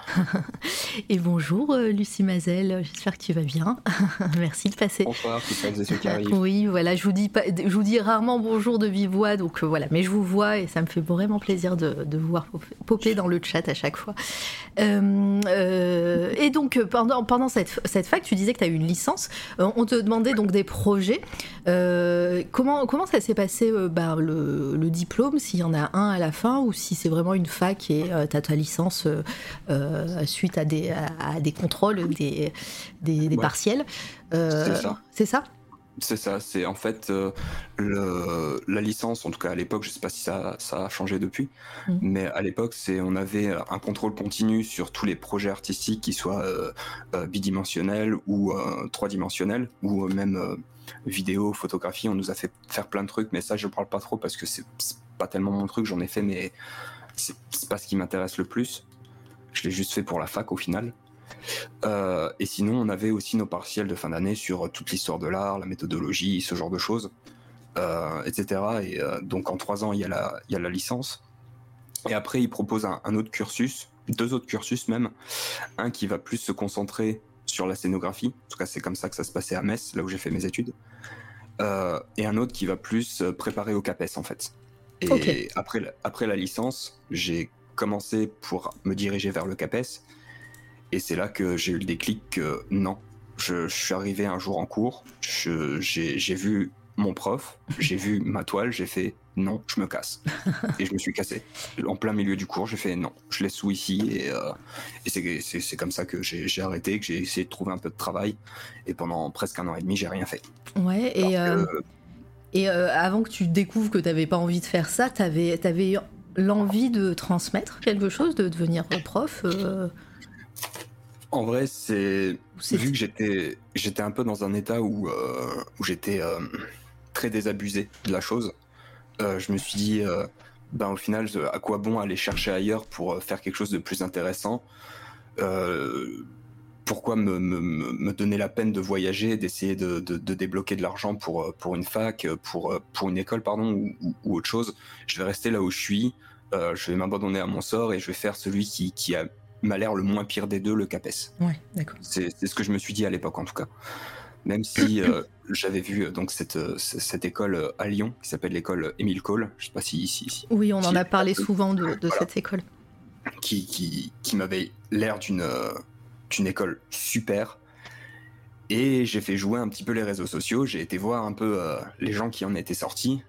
Et bonjour euh, Lucie Mazel, j'espère que tu vas bien. Merci de passer. Bonsoir, toutes celles et ceux qui arrivent. Oui, voilà, je vous dis pas, je vous dis rarement bonjour de vive voix, donc euh, voilà, mais je vous vois et ça me fait vraiment plaisir de, de vous voir popper dans le chat à chaque fois. Euh, euh, et donc pendant, pendant cette, cette fac, tu disais que tu as eu une licence, euh, on te demandait donc des projets. Euh, comment, comment ça s'est passé euh, bah, le, le diplôme, s'il y en a un à la fin, ou si c'est vraiment une fac et euh, tu as ta licence euh, euh, suite à des, à, à des contrôles, des, des, des ouais. partiels. Euh, c'est ça. C'est ça C'est ça, c'est en fait euh, le, la licence, en tout cas à l'époque, je sais pas si ça, ça a changé depuis, mmh. mais à l'époque, c'est, on avait un contrôle continu sur tous les projets artistiques, qu'ils soient euh, euh, bidimensionnels ou euh, trois-dimensionnels, ou euh, même euh, vidéo, photographie. On nous a fait faire plein de trucs, mais ça, je parle pas trop parce que c'est, c'est pas tellement mon truc, j'en ai fait, mais c'est, c'est pas ce qui m'intéresse le plus. Je l'ai juste fait pour la fac au final. Euh, et sinon, on avait aussi nos partiels de fin d'année sur toute l'histoire de l'art, la méthodologie, ce genre de choses, euh, et cetera. Et euh, donc en trois ans, il y a la, il y a la licence. Et après, ils proposent un, un autre cursus, deux autres cursus même, un qui va plus se concentrer sur la scénographie. En tout cas, c'est comme ça que ça se passait à Metz, là où j'ai fait mes études. Euh, et un autre qui va plus préparer au CAPES en fait. Et okay. après, la, après la licence, j'ai commencé pour me diriger vers le CAPES. Et c'est là que j'ai eu le déclic que non, je, je suis arrivé un jour en cours, je, j'ai, j'ai vu mon prof, j'ai vu ma toile, j'ai fait non, je me casse. Et je me suis cassé. En plein milieu du cours, j'ai fait non, je laisse tout ici. Et, euh, et c'est, c'est, c'est comme ça que j'ai, j'ai arrêté, que j'ai essayé de trouver un peu de travail. Et pendant presque un an et demi, j'ai rien fait. Ouais, et, euh, que... et euh, avant que tu découvres que tu n'avais pas envie de faire ça, tu avais l'envie de transmettre quelque chose, de devenir prof euh... En vrai, c'est... c'est vu que j'étais, j'étais un peu dans un état où, euh, où j'étais euh, très désabusé de la chose, euh, je me suis dit, euh, ben, au final, à quoi bon aller chercher ailleurs pour faire quelque chose de plus intéressant euh, Pourquoi me, me, me donner la peine de voyager, d'essayer de, de, de débloquer de l'argent pour, pour une fac, pour, pour une école, pardon, ou, ou, ou autre chose. Je vais rester là où je suis, euh, je vais m'abandonner à mon sort et je vais faire celui qui, qui a... m'a l'air le moins pire des deux, le CAPES. Ouais, d'accord. C'est, c'est ce que je me suis dit à l'époque, en tout cas. Même si euh, j'avais vu euh, donc cette, euh, c- cette école euh, à Lyon qui s'appelle l'école Émile Cole, je sais pas si, si, si- Oui, on en si- a parlé souvent de, de Voilà. cette école. qui, qui, qui m'avait l'air d'une euh, d'une école super. Et j'ai fait jouer un petit peu les réseaux sociaux, j'ai été voir un peu euh, les gens qui en étaient sortis.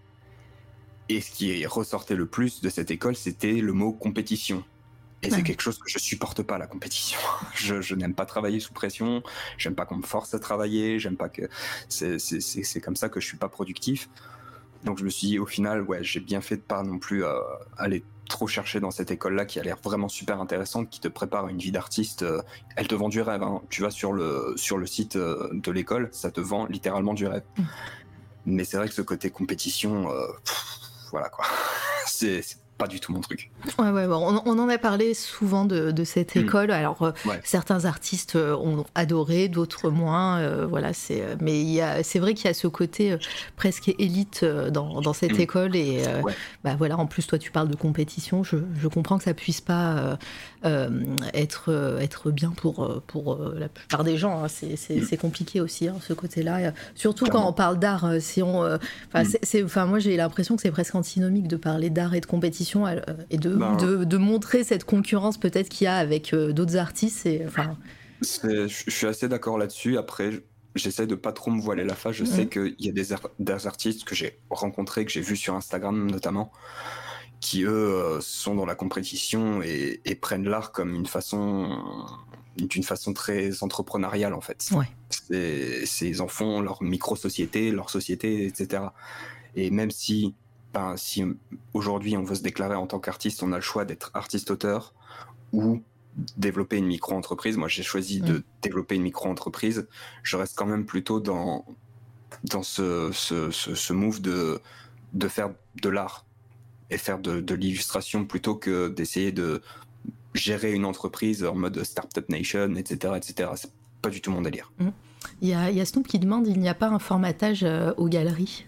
Et ce qui ressortait le plus de cette école, c'était le mot compétition. Et Ah c'est oui. quelque chose que je supporte pas, la compétition. Je, je n'aime pas travailler sous pression, j'aime pas qu'on me force à travailler, j'aime pas que... C'est, c'est, c'est, c'est comme ça que je suis pas productif. Donc je me suis dit, au final, ouais, j'ai bien fait de pas non plus euh, aller trop chercher dans cette école-là qui a l'air vraiment super intéressante, qui te prépare à une vie d'artiste. Euh, elle te vend du rêve, hein. Tu vas sur le, sur le site euh, de l'école, ça te vend littéralement du rêve. Mm. Mais c'est vrai que ce côté compétition, euh, pff, voilà quoi, c'est, c'est pas du tout mon truc. Ouais, ouais, bon, on, on en a parlé souvent de, de cette Mm. école. Alors, euh, Ouais. certains artistes euh, ont adoré, d'autres moins. euh, voilà, c'est. euh, Mais il y a, c'est vrai qu'il y a ce côté euh, presque élite euh, dans, dans cette Mm. école. Et euh, Ouais. bah voilà, en plus, toi, tu parles de compétition. Je, je comprends que ça puisse pas euh, euh, être euh, être bien pour euh, pour euh, la plupart des gens. Hein. C'est, c'est, Mm. c'est compliqué aussi, hein, ce côté-là. Euh, Surtout Clairement. quand on parle d'art. euh, Si on, euh, enfin, Mm. c'est, c'est- enfin, moi, j'ai l'impression que c'est presque antinomique de parler d'art et de compétition euh, et de Ben, de, de montrer cette concurrence peut-être qu'il y a avec euh, d'autres artistes. Et, enfin, c'est, je je suis assez d'accord là-dessus. Après, j'essaie de pas trop me voiler la face. Je sais Mhm. qu'il y a des, ar- des artistes que j'ai rencontrés, que j'ai vus sur Instagram notamment, qui eux euh, sont dans la compétition et, et prennent l'art comme une façon, d'une façon très entrepreneuriale en fait. Ouais. C'est, c'est- ils en font leur micro-société, leur société, et cetera. Et même si, ben, si aujourd'hui on veut se déclarer en tant qu'artiste, on a le choix d'être artiste-auteur ou développer une micro-entreprise. Moi, j'ai choisi de Mm. développer une micro-entreprise. Je reste quand même plutôt dans, dans ce, ce, ce, ce move de, de faire de l'art et faire de, de l'illustration plutôt que d'essayer de gérer une entreprise en mode Startup Nation, et cetera, et cetera. C'est pas du tout mon délire. Il y a, il y a Snoop qui demande il n'y a pas un formatage euh, aux galeries.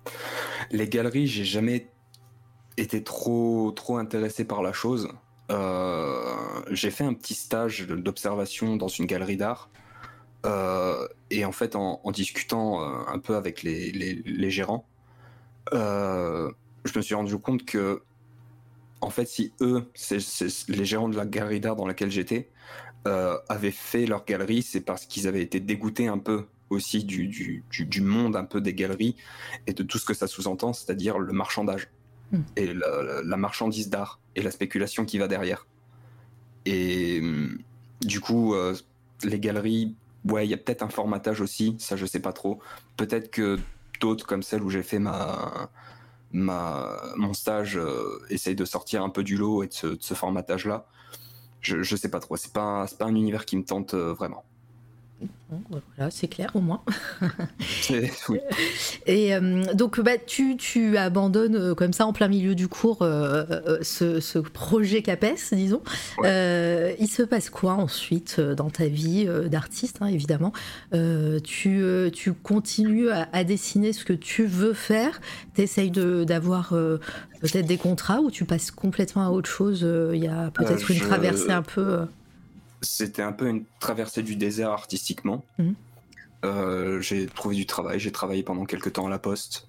Les galeries, j'ai jamais été trop, trop intéressé par la chose. Euh, j'ai fait un petit stage d'observation dans une galerie d'art. Euh, et en fait, en, en discutant euh, un peu avec les, les, les gérants, euh, je me suis rendu compte que, en fait, si eux, c'est, c'est les gérants de la galerie d'art dans laquelle j'étais, euh, avaient fait leur galerie, c'est parce qu'ils avaient été dégoûtés un peu aussi du, du, du, du monde un peu des galeries et de tout ce que ça sous-entend, c'est-à-dire le marchandage Mm. et la, la, la marchandise d'art et la spéculation qui va derrière. Et du coup, euh, les galeries, ouais, il y a peut-être un formatage aussi, ça je sais pas trop. Peut-être que d'autres comme celle où j'ai fait ma, ma, mon stage euh, essayent de sortir un peu du lot et de ce, de ce formatage-là. Je, je sais pas trop, c'est pas, c'est pas un univers qui me tente euh, vraiment. Bon, bah voilà, c'est clair au moins. C'est- oui. Et euh, donc, bah, tu, tu abandonnes euh, comme ça en plein milieu du cours euh, euh, ce, ce projet CAPES, disons. Ouais. Euh, il se passe quoi ensuite euh, dans ta vie euh, d'artiste, hein, évidemment euh, tu, euh, tu continues à, à dessiner ce que tu veux faire, tu essayes d'avoir euh, peut-être des contrats ou tu passes complètement à autre chose. euh, Il y a peut-être Euh, une je- traversée un peu. euh, C'était un peu une traversée du désert artistiquement. Mhm. Euh, j'ai trouvé du travail, j'ai travaillé pendant quelques temps à la Poste.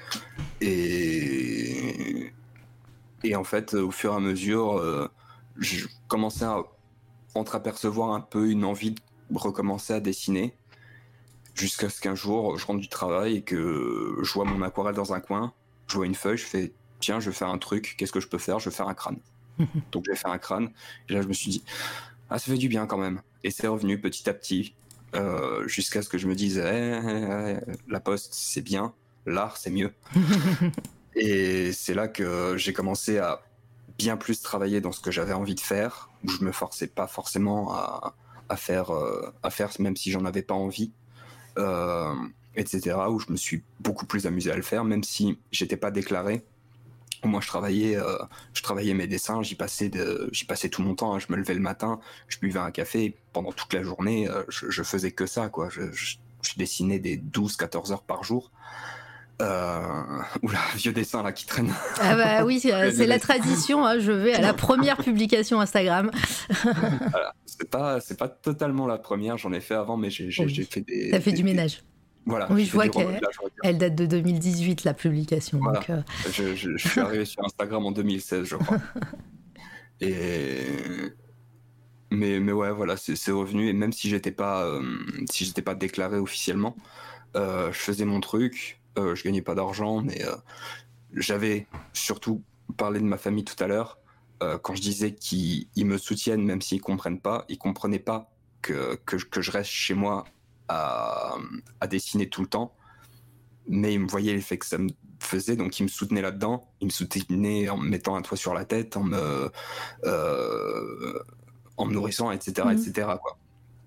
Et, et en fait, au fur et à mesure, euh, je commençais à entreapercevoir un peu une envie de recommencer à dessiner. Jusqu'à ce qu'un jour, je rentre du travail et que je vois mon aquarelle dans un coin, je vois une feuille, je fais tiens, je vais faire un truc, qu'est-ce que je peux faire? Je vais faire un crâne. Donc j'ai fait un crâne, et là je me suis dit ah, ça fait du bien quand même. Et c'est revenu petit à petit, euh, jusqu'à ce que je me dise eh, eh, eh, la Poste c'est bien, l'art c'est mieux. Et c'est là que j'ai commencé à bien plus travailler dans ce que j'avais envie de faire, où je me forçais pas forcément à, à faire, euh, à faire même si j'en avais pas envie, euh, et cetera. Où je me suis beaucoup plus amusé à le faire, même si j'étais pas déclaré. Moi, je travaillais, euh, je travaillais mes dessins, j'y passais, de, j'y passais tout mon temps. Hein. Je me levais le matin, je buvais un café, et pendant toute la journée, euh, je, je faisais que ça, quoi. Je, je, je dessinais des douze quatorze heures par jour. Euh... Oula, vieux dessin là qui traîne. Ah bah oui, c'est, c'est la tradition, hein, je vais à la première publication Instagram. Voilà. C'est pas, c'est pas totalement la première, j'en ai fait avant, mais j'ai, j'ai, Oui. j'ai fait des... T'as fait des, du des... ménage. Voilà, Oui, j'ai je fait vois du qu'elle remodelage, on va dire. elle date de deux mille dix-huit, la publication. Voilà. Donc, euh... je, je, je suis arrivé sur Instagram en deux mille seize, je crois. Et... Mais, mais ouais, voilà, c'est, c'est revenu. Et même si j'étais pas, euh, si j'étais pas déclaré officiellement, euh, je faisais mon truc, euh, je gagnais pas d'argent, mais euh, j'avais surtout parlé de ma famille tout à l'heure. Euh, quand je disais qu'ils ils me soutiennent, même s'ils comprennent pas, ils comprenaient pas que, que, que je reste chez moi à, à dessiner tout le temps. Mais ils me voyaient l'effet que ça me faisait, donc ils me soutenaient là-dedans. Ils me soutenaient en me mettant un toit sur la tête, en me, euh, en me nourrissant, et cetera, Mhm. et cetera, quoi.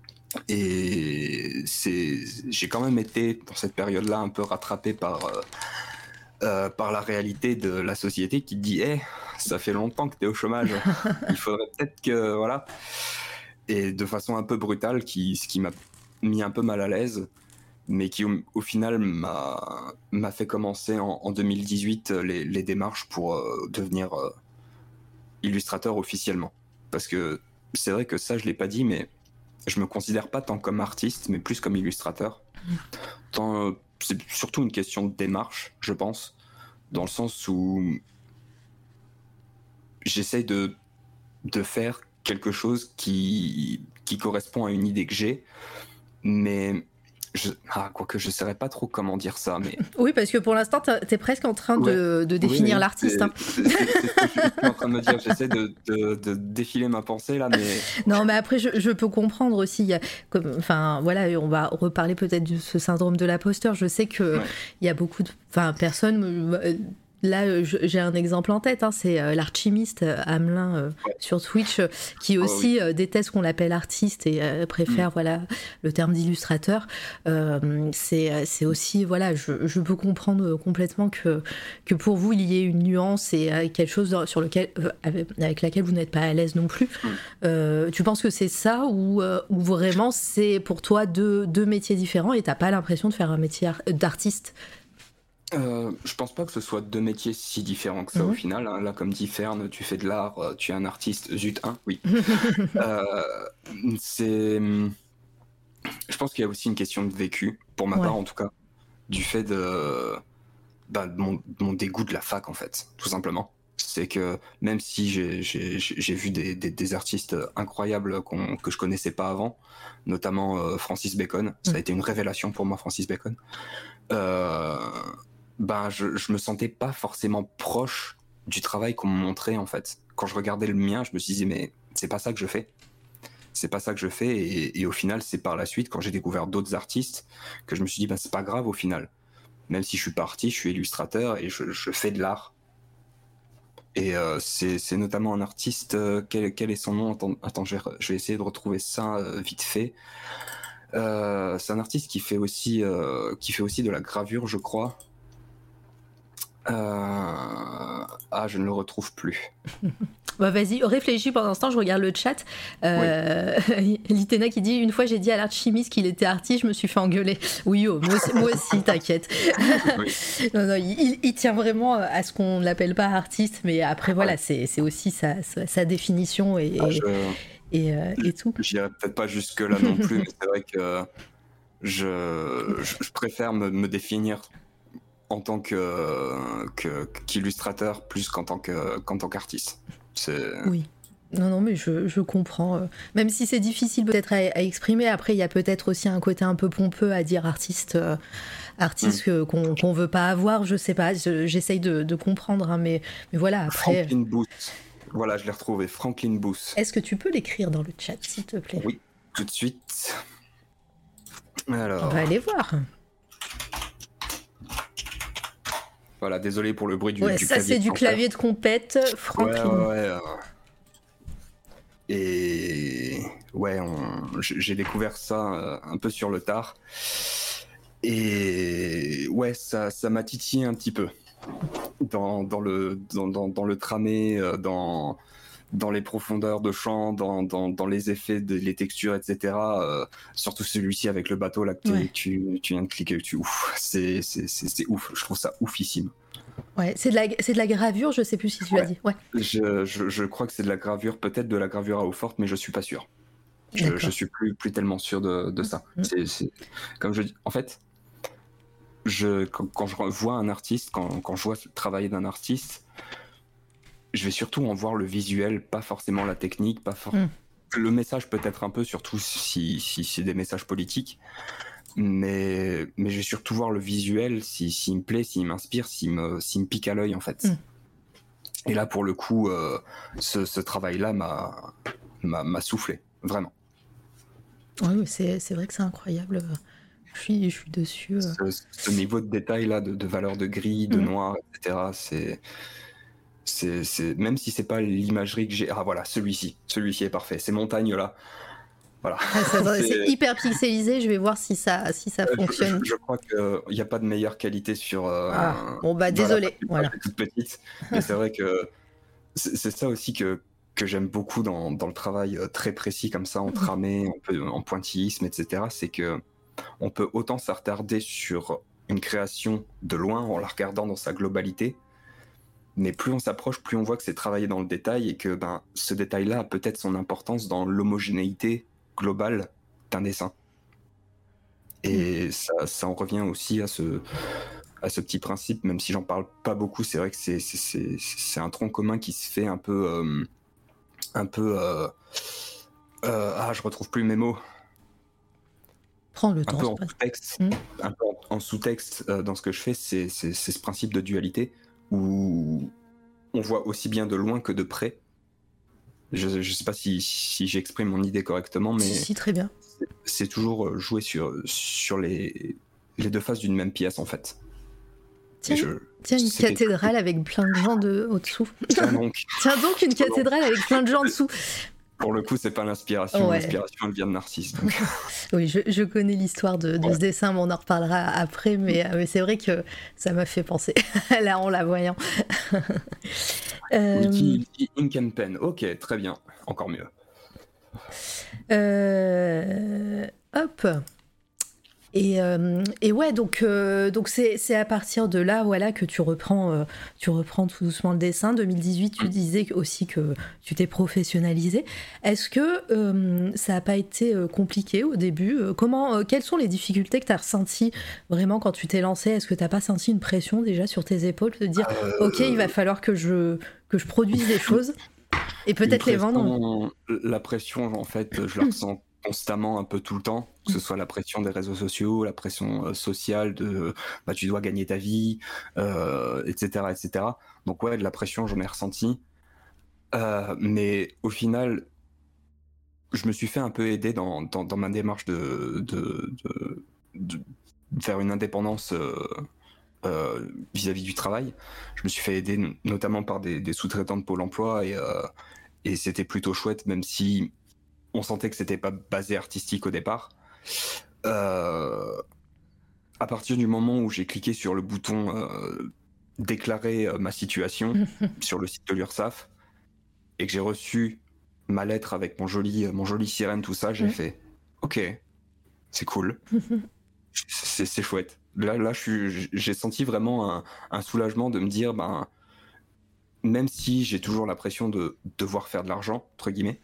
Et c'est, j'ai quand même été, dans cette période-là, un peu rattrapé par, euh, euh, par la réalité de la société qui te dit hey, « ça fait longtemps que t'es au chômage, il faudrait peut-être que... » Voilà. Et de façon un peu brutale, qui, ce qui m'a mis un peu mal à l'aise, mais qui au, au final m'a, m'a fait commencer en, en deux mille dix-huit les, les démarches pour euh, devenir euh, illustrateur officiellement. Parce que c'est vrai que ça, je l'ai pas dit, mais je me considère pas tant comme artiste, mais plus comme illustrateur. Tant, euh, c'est surtout une question de démarche, je pense, dans le sens où j'essaye de, de faire quelque chose qui, qui correspond à une idée que j'ai, mais je, ah, quoique je ne saurais pas trop comment dire ça, mais... Oui, parce que pour l'instant, tu es presque en train Ouais. de, de définir Oui, oui, l'artiste. c'est, Hein. c'est, c'est, c'est ce que je suis en train de me dire. J'essaie de, de, de défiler ma pensée là, mais... Non, mais après, je, je peux comprendre aussi. Il y a, comme, enfin, voilà, on va reparler peut-être de ce syndrome de l'imposteur. Je sais qu'il ouais. y a beaucoup de enfin, personnes... Euh, Là, j'ai un exemple en tête, hein, c'est euh, l'archimiste euh, Hamelin euh, ouais. sur Twitch, euh, qui aussi oh, oui. euh, déteste qu'on l'appelle artiste et euh, préfère mm. voilà, le terme d'illustrateur. Euh, c'est, c'est aussi, voilà, je, je peux comprendre complètement que, que pour vous, il y ait une nuance et euh, quelque chose sur lequel, euh, avec laquelle vous n'êtes pas à l'aise non plus. Mm. Euh, tu penses que c'est ça ou, euh, ou vraiment c'est pour toi deux, deux métiers différents et t'as pas l'impression de faire un métier d'artiste? Euh, je pense pas que ce soit deux métiers si différents que ça mmh. au final. Hein. Là, comme dit Fern, tu fais de l'art, tu es un artiste. Zut, hein, oui. euh, c'est... Je pense qu'il y a aussi une question de vécu, pour ma ouais. part en tout cas, du fait de, bah, de, mon, de mon dégoût de la fac en fait, tout simplement. C'est que même si j'ai, j'ai, j'ai vu des, des, des artistes incroyables qu'on, que je connaissais pas avant, notamment euh, Francis Bacon, mmh. ça a été une révélation pour moi, Francis Bacon. Euh, ben je, je me sentais pas forcément proche du travail qu'on me montrait en fait. Quand je regardais le mien, je me suis dit mais c'est pas ça que je fais. C'est pas ça que je fais et, et au final c'est par la suite quand j'ai découvert d'autres artistes que je me suis dit ben c'est pas grave au final. Même si je suis pas artiste, je suis illustrateur et je, je fais de l'art. Et euh, c'est, c'est notamment un artiste, euh, quel, quel est son nom? Attends, attends je, vais, je vais essayer de retrouver ça euh, vite fait. Euh, c'est un artiste qui fait aussi, euh, qui fait aussi de la gravure, je crois. Euh... Ah, je ne le retrouve plus. Bah vas-y, réfléchis pendant ce temps, je regarde le chat. Euh... Oui. Litena qui dit « Une fois, j'ai dit à l'archimiste qu'il était artiste, je me suis fait engueuler. » Oui, oh, moi aussi, moi aussi t'inquiète. Oui. Non, non, il, il tient vraiment à ce qu'on ne l'appelle pas artiste, mais après, voilà, ouais. c'est, c'est aussi sa, sa, sa définition et... Ah, je... Et, euh, et tout. J'irai peut-être pas jusque là non plus, mais c'est vrai que je, je préfère me, me définir en tant que, que, qu'illustrateur plus qu'en tant, que, qu'en tant qu'artiste. C'est... Oui. Non, non, mais je, je comprends. Même si c'est difficile peut-être à, à exprimer, après, il y a peut-être aussi un côté un peu pompeux à dire artiste, euh, artiste mmh. qu'on, qu'on veut pas avoir, je sais pas, je, j'essaye de, de comprendre, hein, mais, mais voilà, après... Franklin Booth. Voilà, je l'ai retrouvé, Franklin Booth. Est-ce que tu peux l'écrire dans le chat, s'il te plaît? Oui, tout de suite. Alors... On va aller voir. Voilà, désolé pour le bruit du, ouais, du ça, clavier. Ça, c'est du clavier de compète, Franklin. Ouais, ouais, ouais. Euh... Et... Ouais, on... j'ai découvert ça euh, un peu sur le tard. Et... Ouais, ça, ça m'a titillé un petit peu. Dans, dans, le, dans, dans, dans le tramé, dans, dans les profondeurs de champ, dans, dans, dans les effets, de, les textures, et cetera. Euh, surtout celui-ci avec le bateau là que Ouais. tu, tu viens de cliquer dessus. Ouf, c'est, c'est, c'est, c'est ouf. Je trouve ça oufissime. Ouais, c'est de la, c'est de la gravure, je sais plus si tu l'as Ouais. dit. Ouais. Je, je, je crois que c'est de la gravure, peut-être de la gravure à eau forte, mais je suis pas sûr. Je, D'accord. je suis plus, plus tellement sûr de, de ça. Mhm. C'est, c'est, comme je dis, en fait, je, quand, quand je vois un artiste, quand, quand je vois le travail d'un artiste, je vais surtout en voir le visuel, pas forcément la technique, pas for... Mm. le message peut-être un peu, surtout si, si c'est des messages politiques, mais, mais je vais surtout voir le visuel, si, s'il me plaît, s'il m'inspire, s'il me, s'il me pique à l'œil en fait. Mm. Et là pour le coup, euh, ce, ce travail-là m'a, m'a, m'a soufflé, vraiment. Ouais, mais c'est, c'est vrai que c'est incroyable. Je suis, je suis dessus. euh. Ce, ce niveau de détail là, de, de valeur de gris, de Mm. noir, et cetera, c'est... C'est, c'est, même si c'est pas l'imagerie que j'ai. Ah voilà, celui-ci. Celui-ci est parfait. Ces montagnes-là. Voilà. Ah, ça, c'est... C'est- c'est hyper pixelisé, je vais voir si ça, si ça Euh, je, fonctionne. je- je crois qu'il n'y a pas de meilleure qualité sur. euh, Ah, bon bah voilà, désolé. parce que Voilà. l'image est toute petite. Mais c'est vrai que c'est, c'est ça aussi que, que j'aime beaucoup dans, dans le travail euh, très précis comme ça, en tramé, un peu en pointillisme, et cetera. C'est que on peut autant s'attarder sur une création de loin en la regardant dans sa globalité. Mais plus on s'approche, plus on voit que c'est travaillé dans le détail et que ben, ce détail-là a peut-être son importance dans l'homogénéité globale d'un dessin. Et mmh. ça, ça en revient aussi à ce, à ce petit principe, même si j'en parle pas beaucoup, c'est vrai que c'est, c'est, c'est, c'est un tronc commun qui se fait un peu... Euh, un peu... Euh, euh, ah, je retrouve plus mes mots. Prends le un temps. peu en Pas... sous-texte, mmh. un peu en, en sous-texte euh, dans ce que je fais, c'est, c'est, c'est ce principe de dualité où on voit aussi bien de loin que de près. Je ne sais pas si, si j'exprime mon idée correctement, mais si, si, très bien. C'est, c'est toujours jouer sur, sur les, les deux faces d'une même pièce, en fait. Tiens, je, tiens une cathédrale avec plein de gens de... au-dessous. Tiens donc. Tiens donc une cathédrale avec plein de gens en dessous. Pour le coup, c'est pas l'inspiration. Ouais. L'inspiration, elle vient de Narcisse. Donc. Oui, je, je connais l'histoire de, de ouais. ce dessin, mais on en reparlera après. Mais, mais c'est vrai que ça m'a fait penser, là, en la voyant. euh... Wiki, Wiki, Ink and Pen. Ok, très bien. Encore mieux. Euh... Hop. Et, euh, et ouais, donc, euh, donc c'est, c'est à partir de là, voilà, que tu reprends, euh, tu reprends tout doucement le dessin. deux mille dix-huit, tu disais aussi que tu t'es professionnalisé. Est-ce que euh, ça n'a pas été compliqué au début ? Comment, euh, quelles sont les difficultés que tu as ressenties vraiment quand tu t'es lancé ? Est-ce que tu n'as pas senti une pression déjà sur tes épaules de dire, euh... ok, il va falloir que je, que je produise des choses et peut-être pression, les vendre ? La pression, en fait, je la ressens constamment, un peu tout le temps, que ce soit la pression des réseaux sociaux, la pression euh, sociale de bah, tu dois gagner ta vie, euh, et cetera, et cetera. Donc ouais, de la pression, j'en ai ressenti. Euh, mais au final, je me suis fait un peu aider dans, dans, dans ma démarche de, de, de, de faire une indépendance euh, euh, vis-à-vis du travail. Je me suis fait aider notamment par des, des sous-traitants de Pôle emploi et, euh, et c'était plutôt chouette, même si on sentait que c'était pas basé artistique au départ. Euh, à partir du moment où j'ai cliqué sur le bouton euh, déclarer euh, ma situation sur le site de l'URSSAF et que j'ai reçu ma lettre avec mon joli, mon joli sirène, tout ça, j'ai mmh. fait ok, c'est cool, c'est, c'est chouette. Là, là je suis, j'ai senti vraiment un, un soulagement de me dire, ben, même si j'ai toujours la pression de devoir faire de l'argent, entre guillemets,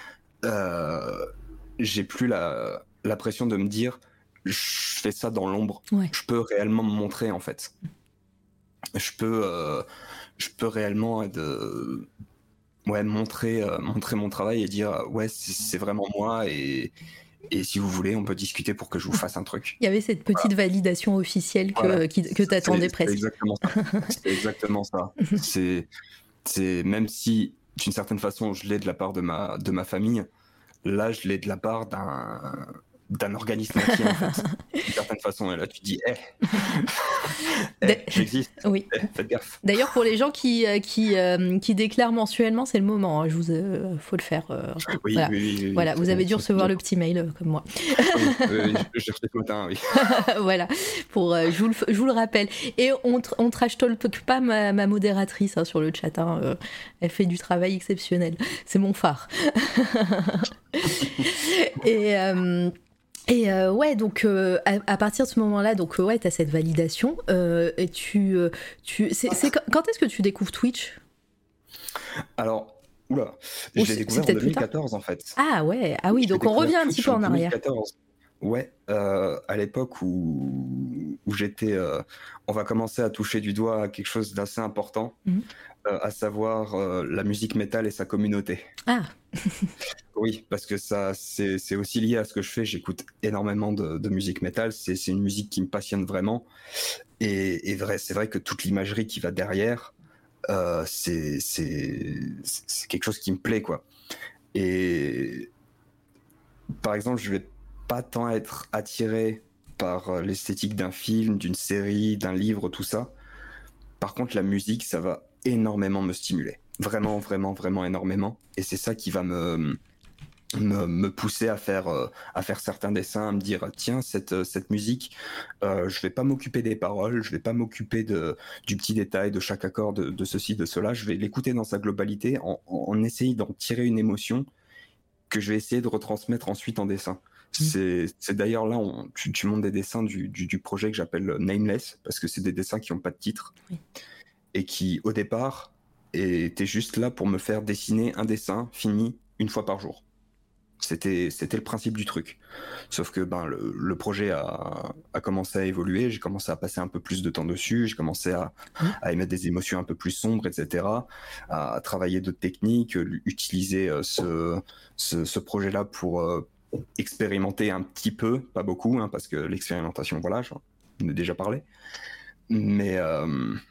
Euh, j'ai plus la, la pression de me dire je fais ça dans l'ombre. Ouais. Je peux réellement me montrer en fait. Je peux, euh, je peux réellement être, euh, ouais, montrer, euh, montrer mon travail et dire ouais c'est, c'est vraiment moi et, et si vous voulez on peut discuter pour que je vous fasse un truc. Il y avait cette petite voilà. validation officielle que, voilà. qui, que t'attendais c'est, presque. C'est exactement ça. C'est exactement ça. c'est, c'est même si d'une certaine façon je l'ai de la part de ma, de ma famille, là je l'ai de la part d'un, d'un organisme entier en fait, d'une certaine façon, et là tu dis eh. Eh, j'existe. Oui. Eh, faites gaffe. D'ailleurs, pour les gens qui, euh, qui, euh, qui déclarent mensuellement, c'est le moment. Hein. Je vous, euh, faut le faire. Euh, Oui, voilà. oui, oui, oui, Voilà, vous c'est avez bon, dû c'est recevoir bon. le petit mail euh, comme moi. Oui, euh, je- j'ai reçu ce matin, oui. Voilà, pour, euh, je, vous le, f- je vous le rappelle. Et on, tr- on trash talk pas ma, ma modératrice hein, sur le chat. Hein, euh, elle fait du travail exceptionnel. C'est mon phare. Et. Euh, Et euh, ouais, donc euh, à, à partir de ce moment-là, donc euh, ouais, t'as cette validation euh, et tu, euh, tu, c'est, c'est quand, quand est-ce que tu découvres Twitch? Alors, oula, Ou je l'ai c'est, c'est découvert en peut-être plus tard? deux mille quatorze en fait. Ah ouais, ah oui, Je l'ai donc on découvert revient un petit Twitch peu en en arrière. deux mille quatorze. Ouais, euh, à l'époque où, où j'étais, euh, on va commencer à toucher du doigt à quelque chose d'assez important, Mhm. euh, à savoir euh, la musique métal et sa communauté. Ah, Oui, parce que ça, c'est c'est aussi lié à ce que je fais. J'écoute énormément de, de musique métal. C'est c'est une musique qui me passionne vraiment. Et, et vrai, c'est vrai que toute l'imagerie qui va derrière, euh, c'est c'est c'est quelque chose qui me plaît, quoi. Et par exemple, je vais pas tant être attiré par euh, l'esthétique d'un film, d'une série, d'un livre, tout ça. Par contre, la musique, ça va énormément me stimuler. Vraiment, vraiment, vraiment énormément. Et c'est ça qui va me, me, me pousser à faire, euh, à faire certains dessins, à me dire, tiens, cette, euh, cette musique, euh, je vais pas m'occuper des paroles, je vais pas m'occuper de, du petit détail, de chaque accord, de, de ceci, de cela. Je vais l'écouter dans sa globalité en, en, en essayant d'en tirer une émotion que je vais essayer de retransmettre ensuite en dessin. C'est, c'est d'ailleurs là, on, tu, tu montes des dessins du, du, du projet que j'appelle Nameless, parce que c'est des dessins qui n'ont pas de titre, oui. et qui, au départ, étaient juste là pour me faire dessiner un dessin fini une fois par jour. C'était, c'était le principe du truc. Sauf que ben, le, le projet a, a commencé à évoluer, j'ai commencé à passer un peu plus de temps dessus, j'ai commencé à, Oui. à émettre des émotions un peu plus sombres, et cetera, à travailler d'autres techniques, utiliser euh, ce, ce, ce projet-là pour euh, expérimenter un petit peu, pas beaucoup, hein, parce que l'expérimentation, voilà, j'en ai déjà parlé. Mais, euh,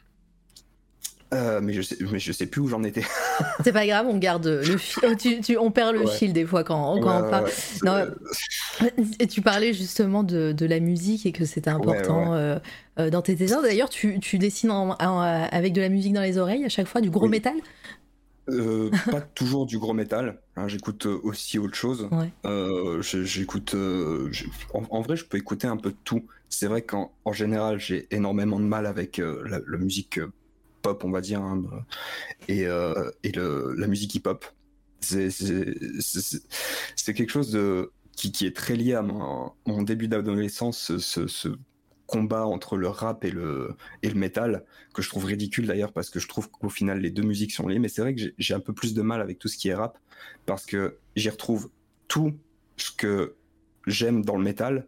euh, mais, je sais, mais je sais plus où j'en étais. c'est pas grave, on garde le fil. Oh, tu, tu, on perd le Ouais. fil des fois quand, quand Ouais, on parle. ouais, Non, c'est- et tu parlais justement de, de la musique et que c'était important ouais. euh, euh, dans tes dessins. D'ailleurs, tu, tu dessines en- en- avec de la musique dans les oreilles à chaque fois, du gros Oui. métal? Euh, pas toujours du gros métal, hein, j'écoute euh, aussi autre chose. Ouais. Euh, j'ai- j'écoute, euh, j'ai- en, en vrai, je peux écouter un peu de tout. C'est vrai qu'en en général, j'ai énormément de mal avec euh, la, la musique euh, pop, on va dire, hein, euh, et, euh, et le, la musique hip-hop. C'est c'est- c'est- c'est quelque chose de, qui, qui est très lié à mon, mon début d'adolescence, ce, ce- ce combat entre le rap et le, et le métal, que je trouve ridicule d'ailleurs, parce que je trouve qu'au final, les deux musiques sont liées. Mais c'est vrai que j'ai- j'ai un peu plus de mal avec tout ce qui est rap, parce que j'y retrouve tout ce que j'aime dans le métal,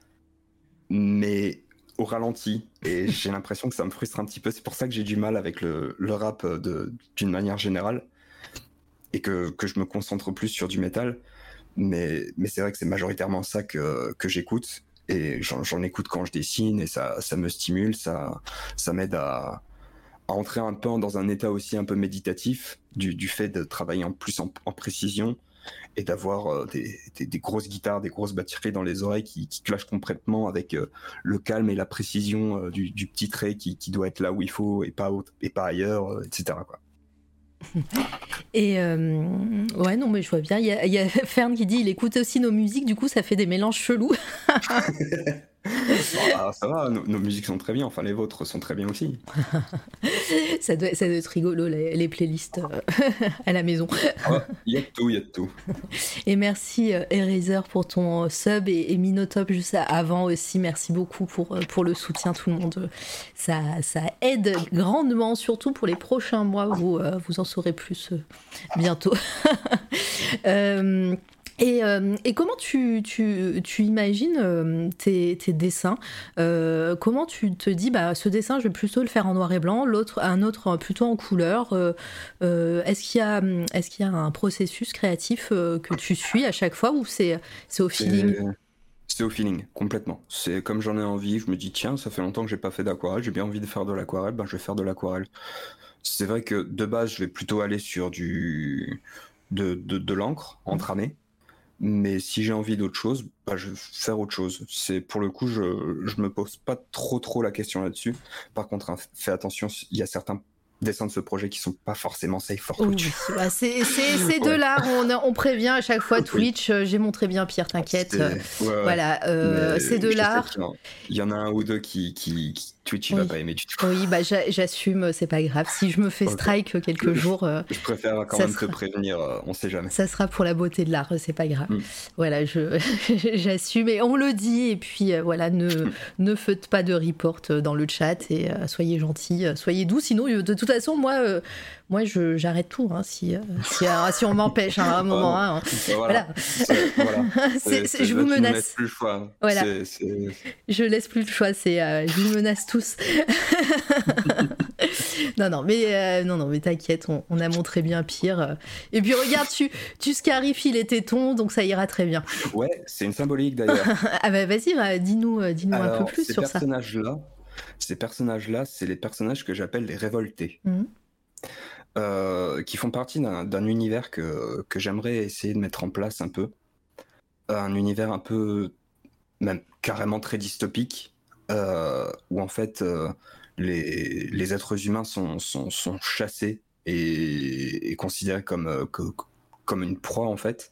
mais au ralenti. Et j'ai l'impression que ça me frustre un petit peu. C'est pour ça que j'ai du mal avec le, le rap de- d'une manière générale, et que, que je me concentre plus sur du métal. Mais, mais c'est vrai que c'est majoritairement ça que, que j'écoute. Et j'en, j'en écoute quand je dessine, et ça, ça me stimule, ça, ça m'aide à, à entrer un peu dans un état aussi un peu méditatif, du, du fait de travailler en plus en, en précision, et d'avoir euh, des, des, des grosses guitares, des grosses batteries dans les oreilles qui, qui clashent complètement avec euh, le calme et la précision euh, du, du petit trait qui, qui doit être là où il faut et pas, autre, et pas ailleurs, euh, et cetera, quoi. Et euh, ouais, non, mais je vois bien. Il y a, il y a Fern qui dit il écoute aussi nos musiques, du coup, ça fait des mélanges chelous. Ah, ça va, nos, nos musiques sont très bien, enfin les vôtres sont très bien aussi. ça, doit, ça doit être rigolo, les, les playlists euh, à la maison. Il y a de tout, il y a de tout. Et merci euh, Eraser pour ton sub et, et Minotop juste avant aussi. Merci beaucoup pour, euh, pour le soutien, tout le monde. Ça, ça aide grandement, surtout pour les prochains mois. Vous, euh, vous en saurez plus euh, bientôt. euh, Et, euh, et comment tu, tu, tu imagines euh, tes, tes dessins euh, Comment tu te dis, bah, ce dessin, je vais plutôt le faire en noir et blanc, l'autre, un autre plutôt en couleur euh, euh, Est-ce qu'il y a, est-ce qu'il y a un processus créatif euh, que tu suis à chaque fois, ou c'est, c'est au feeling? C'est, c'est au feeling, complètement. C'est comme j'en ai envie, je me dis, tiens, ça fait longtemps que j'ai pas fait d'aquarelle, j'ai bien envie de faire de l'aquarelle, ben je vais faire de l'aquarelle. C'est vrai que de base, je vais plutôt aller sur du de, de, de l'encre entramée. Mais si j'ai envie d'autre chose, bah, je vais faire autre chose. C'est, pour le coup, je je me pose pas trop trop la question là-dessus. Par contre, hein, fais attention, il y a certains dessins de ce projet qui sont pas forcément safe for Twitch. Oui, bah c'est, c'est, c'est de Ouais. l'art, on, on prévient à chaque fois Oui. Twitch, euh, j'ai montré bien pire, t'inquiète. C'est- euh, ouais, ouais. Voilà, euh, Mais c'est de je sais l'art. qu'il y en a- Il y en a un ou deux qui, qui, qui Twitch il Oui. va pas aimer du tout. Oui, bah j'a- j'assume, c'est pas grave. Si je me fais Ok. strike quelques Je- jours, euh, Je préfère quand Ça même sera- te prévenir, euh, on sait jamais. ça sera pour la beauté de l'art, c'est pas grave. Mm. Voilà, je, j'assume et on le dit. Et puis euh, voilà, ne, ne faites pas de report euh, dans le chat et euh, soyez gentils, euh, soyez doux. Sinon, euh, de toute façon, moi, euh, moi je, j'arrête tout hein, si, euh, si, euh, si on m'empêche hein, à un moment. Hein. Voilà. C'est- voilà. C'est- C'est- c'est- c'est- je là, vous tu me menace. laisses plus le choix. Voilà. C'est- c'est- Je laisse plus le choix, c'est euh, je vous menace tous. non non mais euh, non non mais t'inquiète, on, on a montré bien pire. Et puis regarde, tu tu scarifies les tétons, donc ça ira très bien. Ouais, c'est une symbolique d'ailleurs. Ah bah vas-y, bah, dis-nous euh, dis-nous un peu Alors, plus ces sur ça. personnages-là, ces personnages-là, c'est les personnages que j'appelle les révoltés, Mhm. euh, qui font partie d'un d'un univers que, que j'aimerais essayer de mettre en place un peu. Un univers un peu, même carrément très dystopique, euh, où en fait euh, les, les êtres humains sont, sont, sont chassés et, et considérés comme, euh, que- comme une proie en fait.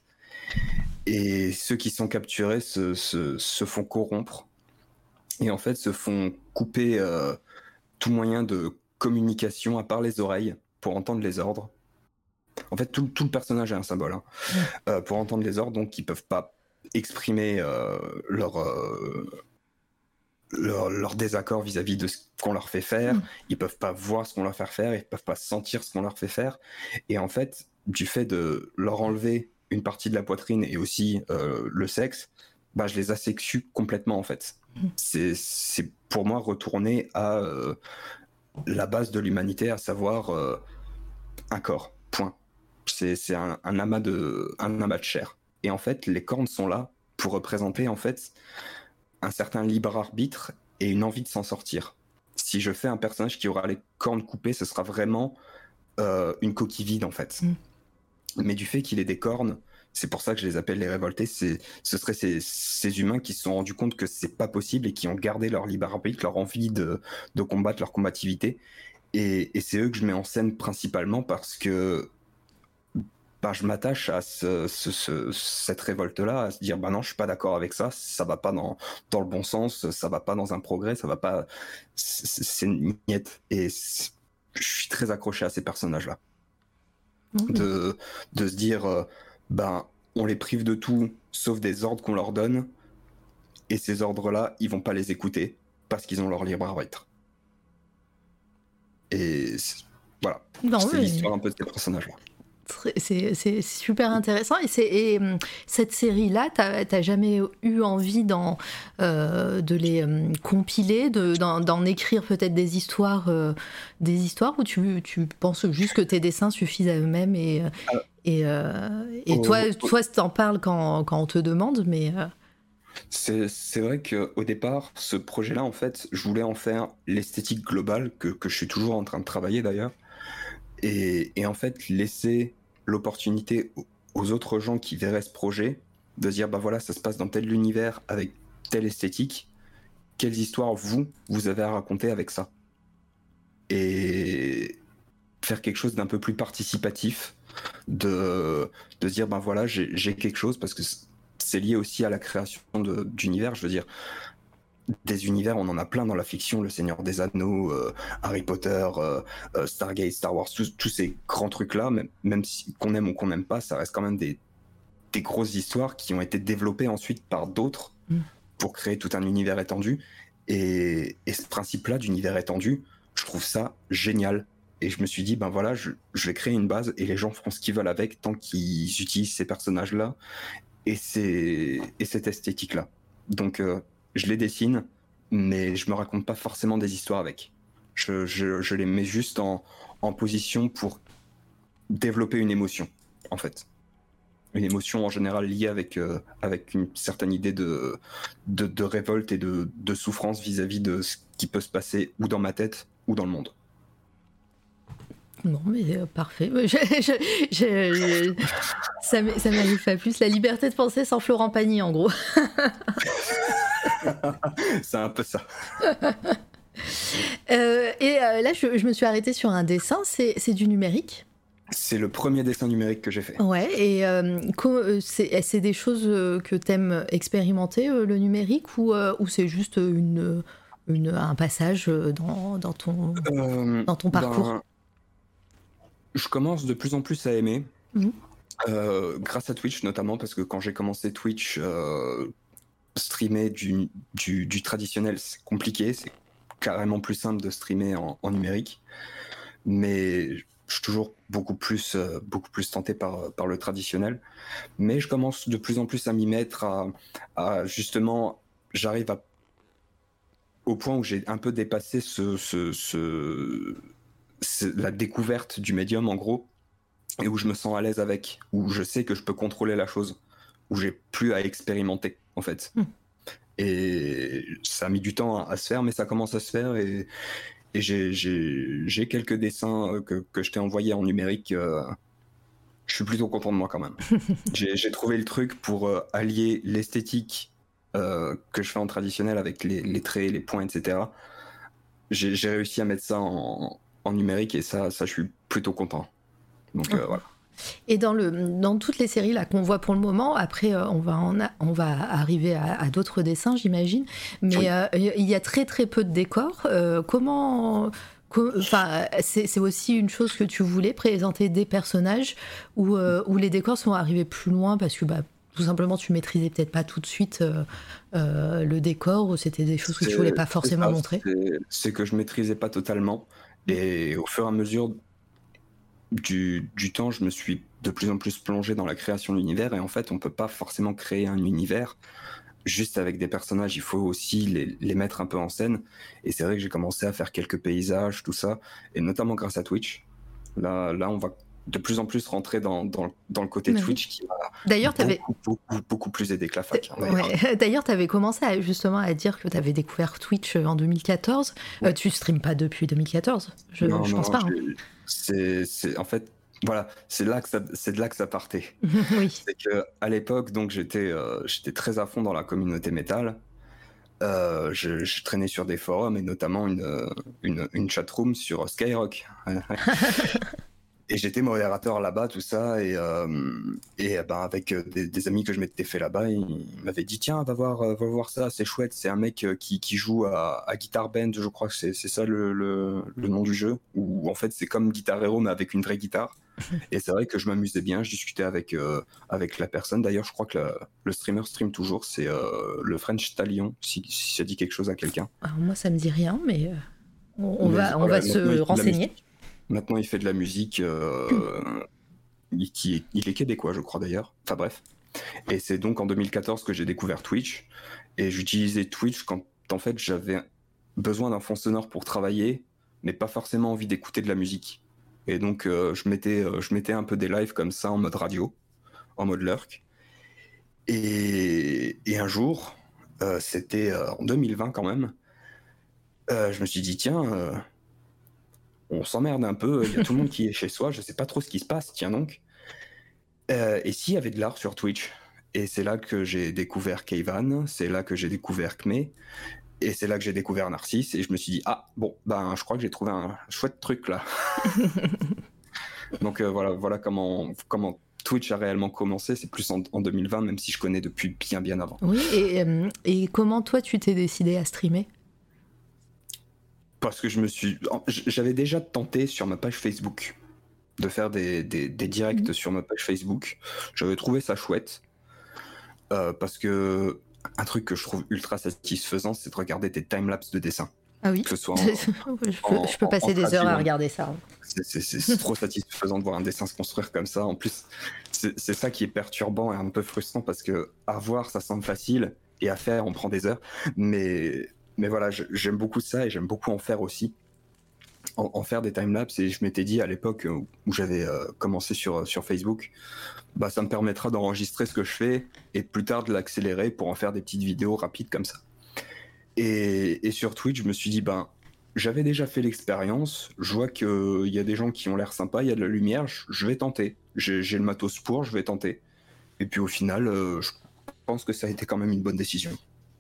Et ceux qui sont capturés se, se, se font corrompre et en fait se font couper euh, tout moyen de communication à part les oreilles pour entendre les ordres. En fait, tout, tout le personnage est un symbole hein, euh, pour entendre les ordres, donc ils peuvent pas exprimer euh, leur, euh, leur leur désaccord vis-à-vis de ce qu'on leur fait faire. Mm. Ils peuvent pas voir ce qu'on leur fait faire, ils peuvent pas sentir ce qu'on leur fait faire. Et en fait, du fait de leur enlever une partie de la poitrine et aussi euh, le sexe, bah, je les asexue complètement en fait. Mm. C'est, c'est pour moi retourner à euh, la base de l'humanité, à savoir euh, un corps, point. C'est, c'est un, un amas de, un amas de chair. Et en fait, les cornes sont là pour représenter en fait un certain libre arbitre et une envie de s'en sortir. Si je fais un personnage qui aura les cornes coupées, ce sera vraiment euh, une coquille vide en fait. Mm. Mais du fait qu'il ait des cornes, c'est pour ça que je les appelle les révoltés. C'est, ce seraient ces, ces humains qui se sont rendus compte que c'est pas possible et qui ont gardé leur libre arbitre, leur envie de, de combattre, leur combativité. Et, et c'est eux que je mets en scène principalement parce que bah, je m'attache à ce, ce, ce, cette révolte-là, à se dire bah non, je suis pas d'accord avec ça, ça va pas dans, dans le bon sens, ça va pas dans un progrès, ça va pas, c'est, c'est une niette. Et c'est, je suis très accroché à ces personnages-là. Mm. De, de se dire euh, ben on les prive de tout sauf des ordres qu'on leur donne, et ces ordres-là, ils vont pas les écouter parce qu'ils ont leur libre arbitre. Et c'est- voilà, Non, c'est mais- l'histoire un peu de ces personnages-là. Très- C'est, c'est super intéressant. Et, c'est, et hum, cette série-là, t'as, t'as jamais eu envie d'en, euh, de les hum, compiler, de, d'en, d'en écrire peut-être des histoires, euh, des histoires où tu, tu penses juste que tes dessins suffisent à eux-mêmes et, Ah. et, euh, et Oh, toi, oh. toi, t'en parles quand, quand on te demande, mais euh, C'est, c'est vrai qu'au départ, ce projet-là, en fait, je voulais en faire l'esthétique globale, que, que je suis toujours en train de travailler d'ailleurs, et, et en fait, laisser l'opportunité aux, aux autres gens qui verraient ce projet de se dire, bah voilà, ça se passe dans tel univers avec telle esthétique, quelles histoires vous, vous avez à raconter avec ça. Et faire quelque chose d'un peu plus participatif, de, de se dire, ben voilà, j'ai, j'ai quelque chose, parce que c'est lié aussi à la création de, d'univers, je veux dire, des univers, on en a plein dans la fiction, Le Seigneur des Anneaux, euh, Harry Potter, euh, euh, Stargate, Star Wars, tous, tous ces grands trucs-là, même, même si, qu'on aime ou qu'on n'aime pas, ça reste quand même des, des grosses histoires qui ont été développées ensuite par d'autres Mm. pour créer tout un univers étendu. Et, et ce principe-là d'univers étendu, je trouve ça génial. Et je me suis dit, ben voilà, je, je vais créer une base et les gens feront ce qu'ils veulent avec tant qu'ils utilisent ces personnages-là et, ces, et cette esthétique-là. Donc, euh, je les dessine, mais je me raconte pas forcément des histoires avec. Je, je, je les mets juste en, en position pour développer une émotion, en fait. Une émotion en général liée avec, euh, avec une certaine idée de, de, de révolte et de, de souffrance vis-à-vis de ce qui peut se passer ou dans ma tête ou dans le monde. Non, mais euh, parfait. Je, je, je, je, ça ne m'arrive pas plus. La liberté de penser sans Florent Pagny, en gros. C'est un peu ça. euh, et euh, là, je, je me suis arrêtée sur un dessin. C'est, c'est du numérique. C'est le premier dessin numérique que j'ai fait. Ouais, et euh, c'est, c'est des choses que tu aimes expérimenter, euh, le numérique, ou, euh, ou c'est juste une, une, un passage dans, dans, ton, euh, dans ton parcours? Ben, je commence de plus en plus à aimer, mmh. euh, grâce à Twitch notamment, parce que quand j'ai commencé Twitch, euh, streamer du, du, du traditionnel, c'est compliqué, c'est carrément plus simple de streamer en, en numérique, mais je suis toujours beaucoup plus, euh, beaucoup plus tenté par, par le traditionnel, mais je commence de plus en plus à m'y mettre, à, à justement, j'arrive à, au point où j'ai un peu dépassé ce... ce, ce c'est la découverte du médium en gros, et où je me sens à l'aise avec, où je sais que je peux contrôler la chose, où j'ai plus à expérimenter en fait. Mmh. Et ça a mis du temps à, à se faire, mais ça commence à se faire, et, et j'ai, j'ai, j'ai quelques dessins que, que je t'ai envoyés en numérique. Euh, je suis plutôt content de moi quand même. j'ai, j'ai trouvé le truc pour euh, allier l'esthétique euh, que je fais en traditionnel avec les, les traits, les points, et cetera. J'ai, j'ai réussi à mettre ça en en numérique, et ça, ça je suis plutôt content. Donc euh, voilà. Et dans, le, dans toutes les séries là, qu'on voit pour le moment, après euh, on, va en a, on va arriver à, à d'autres dessins, j'imagine, mais oui. euh, il y a très très peu de décors. Euh, comment... Enfin, c'est, c'est aussi une chose que tu voulais, présenter des personnages où, euh, où les décors sont arrivés plus loin parce que bah, tout simplement tu maîtrisais peut-être pas tout de suite euh, euh, le décor, ou c'était des choses que c'est, tu voulais pas forcément c'est ça, montrer? c'est, c'est que je maîtrisais pas totalement. Et au fur et à mesure du, du temps, je me suis de plus en plus plongé dans la création de l'univers. Et en fait, on peut pas forcément créer un univers juste avec des personnages. Il faut aussi les, les mettre un peu en scène. Et c'est vrai que j'ai commencé à faire quelques paysages, tout ça. Et notamment grâce à Twitch. Là, là on va de plus en plus rentrer dans, dans, dans le côté Mais Twitch oui. qui va d'ailleurs, beaucoup, beaucoup, beaucoup plus aider que la fac. Hein, d'ailleurs, ouais. d'ailleurs tu avais commencé à, justement à dire que tu avais découvert Twitch en deux mille quatorze. Ouais. Euh, tu ne streames pas depuis deux mille quatorze, je, non, je non, pense pas. Hein. C'est, c'est, en fait, voilà, c'est, là que ça, c'est de là que ça partait. Oui. C'est qu'à l'époque, donc, j'étais, euh, j'étais très à fond dans la communauté métal. Euh, je, je traînais sur des forums, et notamment une, une, une chatroom sur Skyrock. Et j'étais modérateur là-bas, tout ça, et, euh, et ben avec des, des amis que je m'étais fait là-bas, ils m'avaient dit tiens, va voir, va voir ça, c'est chouette, c'est un mec qui, qui joue à, à Guitar Band, je crois que c'est, c'est ça le, le, le nom du jeu, où en fait c'est comme Guitar Hero mais avec une vraie guitare. Et c'est vrai que je m'amusais bien, je discutais avec, euh, avec la personne. D'ailleurs, je crois que la, le streamer stream toujours, c'est euh, le French Talion, si, si ça dit quelque chose à quelqu'un. Alors moi, ça me dit rien, mais on, on mais va, on voilà, va se renseigner. Maintenant, il fait de la musique. Euh, il, qui, il est québécois, je crois d'ailleurs. Enfin bref. Et c'est donc en deux mille quatorze que j'ai découvert Twitch. Et j'utilisais Twitch quand, en fait, j'avais besoin d'un fond sonore pour travailler, mais pas forcément envie d'écouter de la musique. Et donc, euh, je, mettais, euh, je mettais un peu des lives comme ça en mode radio, en mode lurk. Et, et un jour, euh, c'était euh, en deux mille vingt quand même, euh, je me suis dit, tiens... Euh, on s'emmerde un peu, il y a tout le monde qui est chez soi, je sais pas trop ce qui se passe, tiens donc. Euh, et s'il y avait de l'art sur Twitch? Et c'est là que j'ai découvert Kayvan, c'est là que j'ai découvert Kmé, et c'est là que j'ai découvert Narcisse, et je me suis dit, ah, bon, ben, je crois que j'ai trouvé un chouette truc là. Donc euh, voilà, voilà comment, comment Twitch a réellement commencé, c'est plus en, en deux mille vingt, même si je connais depuis bien bien avant. Oui, et, euh, et comment toi tu t'es décidé à streamer? Parce que je me suis, j'avais déjà tenté sur ma page Facebook de faire des, des, des directs mmh. sur ma page Facebook. J'avais trouvé ça chouette euh, parce que un truc que je trouve ultra satisfaisant, c'est de regarder des timelapses de dessins. Ah oui. Que ce soit en, je, peux, en, je peux passer en, en des heures à regarder ça. C'est, c'est, c'est, c'est trop satisfaisant de voir un dessin se construire comme ça. En plus, c'est, c'est ça qui est perturbant et un peu frustrant parce que à voir, ça semble facile et à faire, on prend des heures. Mais Mais voilà, j'aime beaucoup ça et j'aime beaucoup en faire aussi, en, en faire des timelapses. Et je m'étais dit à l'époque où j'avais euh, commencé sur, sur Facebook, bah, ça me permettra d'enregistrer ce que je fais et plus tard de l'accélérer pour en faire des petites vidéos rapides comme ça. Et, et sur Twitch, je me suis dit, ben, j'avais déjà fait l'expérience, je vois qu'il y a des gens qui ont l'air sympas, il y a de la lumière, je, je vais tenter. J'ai, j'ai le matos pour, je vais tenter. Et puis au final, euh, je pense que ça a été quand même une bonne décision.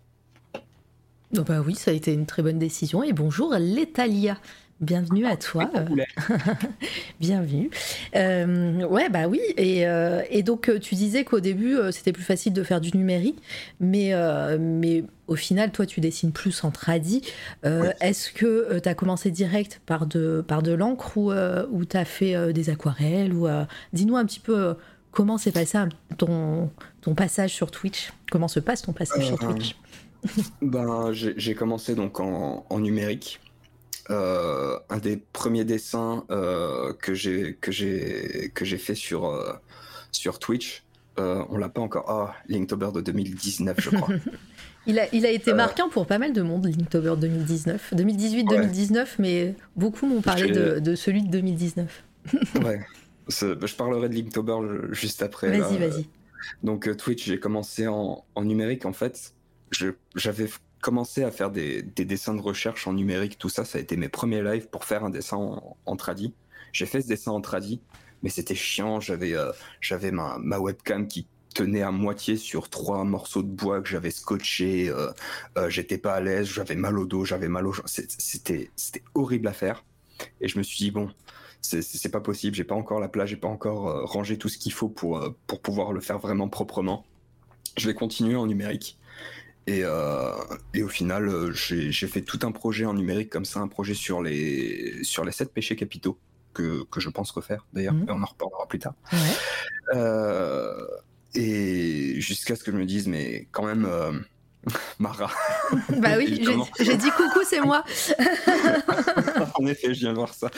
Oh bah oui, ça a été une très bonne décision. Et bonjour Letalia, bienvenue à toi. Bienvenue. Euh, ouais, bah oui. Et, euh, et donc, tu disais qu'au début, euh, c'était plus facile de faire du numérique, mais, euh, mais au final, toi, tu dessines plus en tradi. Euh, oui. Est-ce que euh, tu as commencé direct par de, par de l'encre ou euh, ou tu as fait euh, des aquarelles ou, euh, dis-nous un petit peu euh, comment s'est passé ton, ton passage sur Twitch. Comment se passe ton passage euh, sur Twitch? Ben, j'ai, j'ai commencé donc en, en numérique. Euh, un des premiers dessins euh, que j'ai que j'ai que j'ai fait sur euh, sur Twitch, euh, on l'a pas encore. Ah, Linktober de deux mille dix-neuf, je crois. il a il a été euh... marquant pour pas mal de monde, Linktober deux mille dix-neuf, deux mille dix-huit, ouais. deux mille dix-neuf, mais beaucoup m'ont parlé de, de celui de deux mille dix-neuf. Ouais, c'est, je parlerai de Linktober juste après. Vas-y, là. vas-y. Donc euh, Twitch, j'ai commencé en, en numérique en fait. Je, j'avais commencé à faire des, des dessins de recherche en numérique, tout ça, ça a été mes premiers lives pour faire un dessin en, en tradi. J'ai fait ce dessin en tradi, mais c'était chiant, j'avais, euh, j'avais ma, ma webcam qui tenait à moitié sur trois morceaux de bois que j'avais scotché, euh, euh, j'étais pas à l'aise, j'avais mal au dos, j'avais mal au... C'était, c'était horrible à faire, et je me suis dit, bon, c'est, c'est pas possible, j'ai pas encore la place, j'ai pas encore euh, rangé tout ce qu'il faut pour, euh, pour pouvoir le faire vraiment proprement. Je vais continuer en numérique. Et, euh, et au final, euh, j'ai, j'ai fait tout un projet en numérique comme ça, un projet sur les, sur les sept péchés capitaux, que, que je pense refaire d'ailleurs, mmh. et on en reparlera plus tard. Ouais. Euh, et jusqu'à ce que je me dise, mais quand même, euh, Mara. Bah oui, j'ai, j'ai dit coucou, c'est moi. En effet, je viens de voir ça.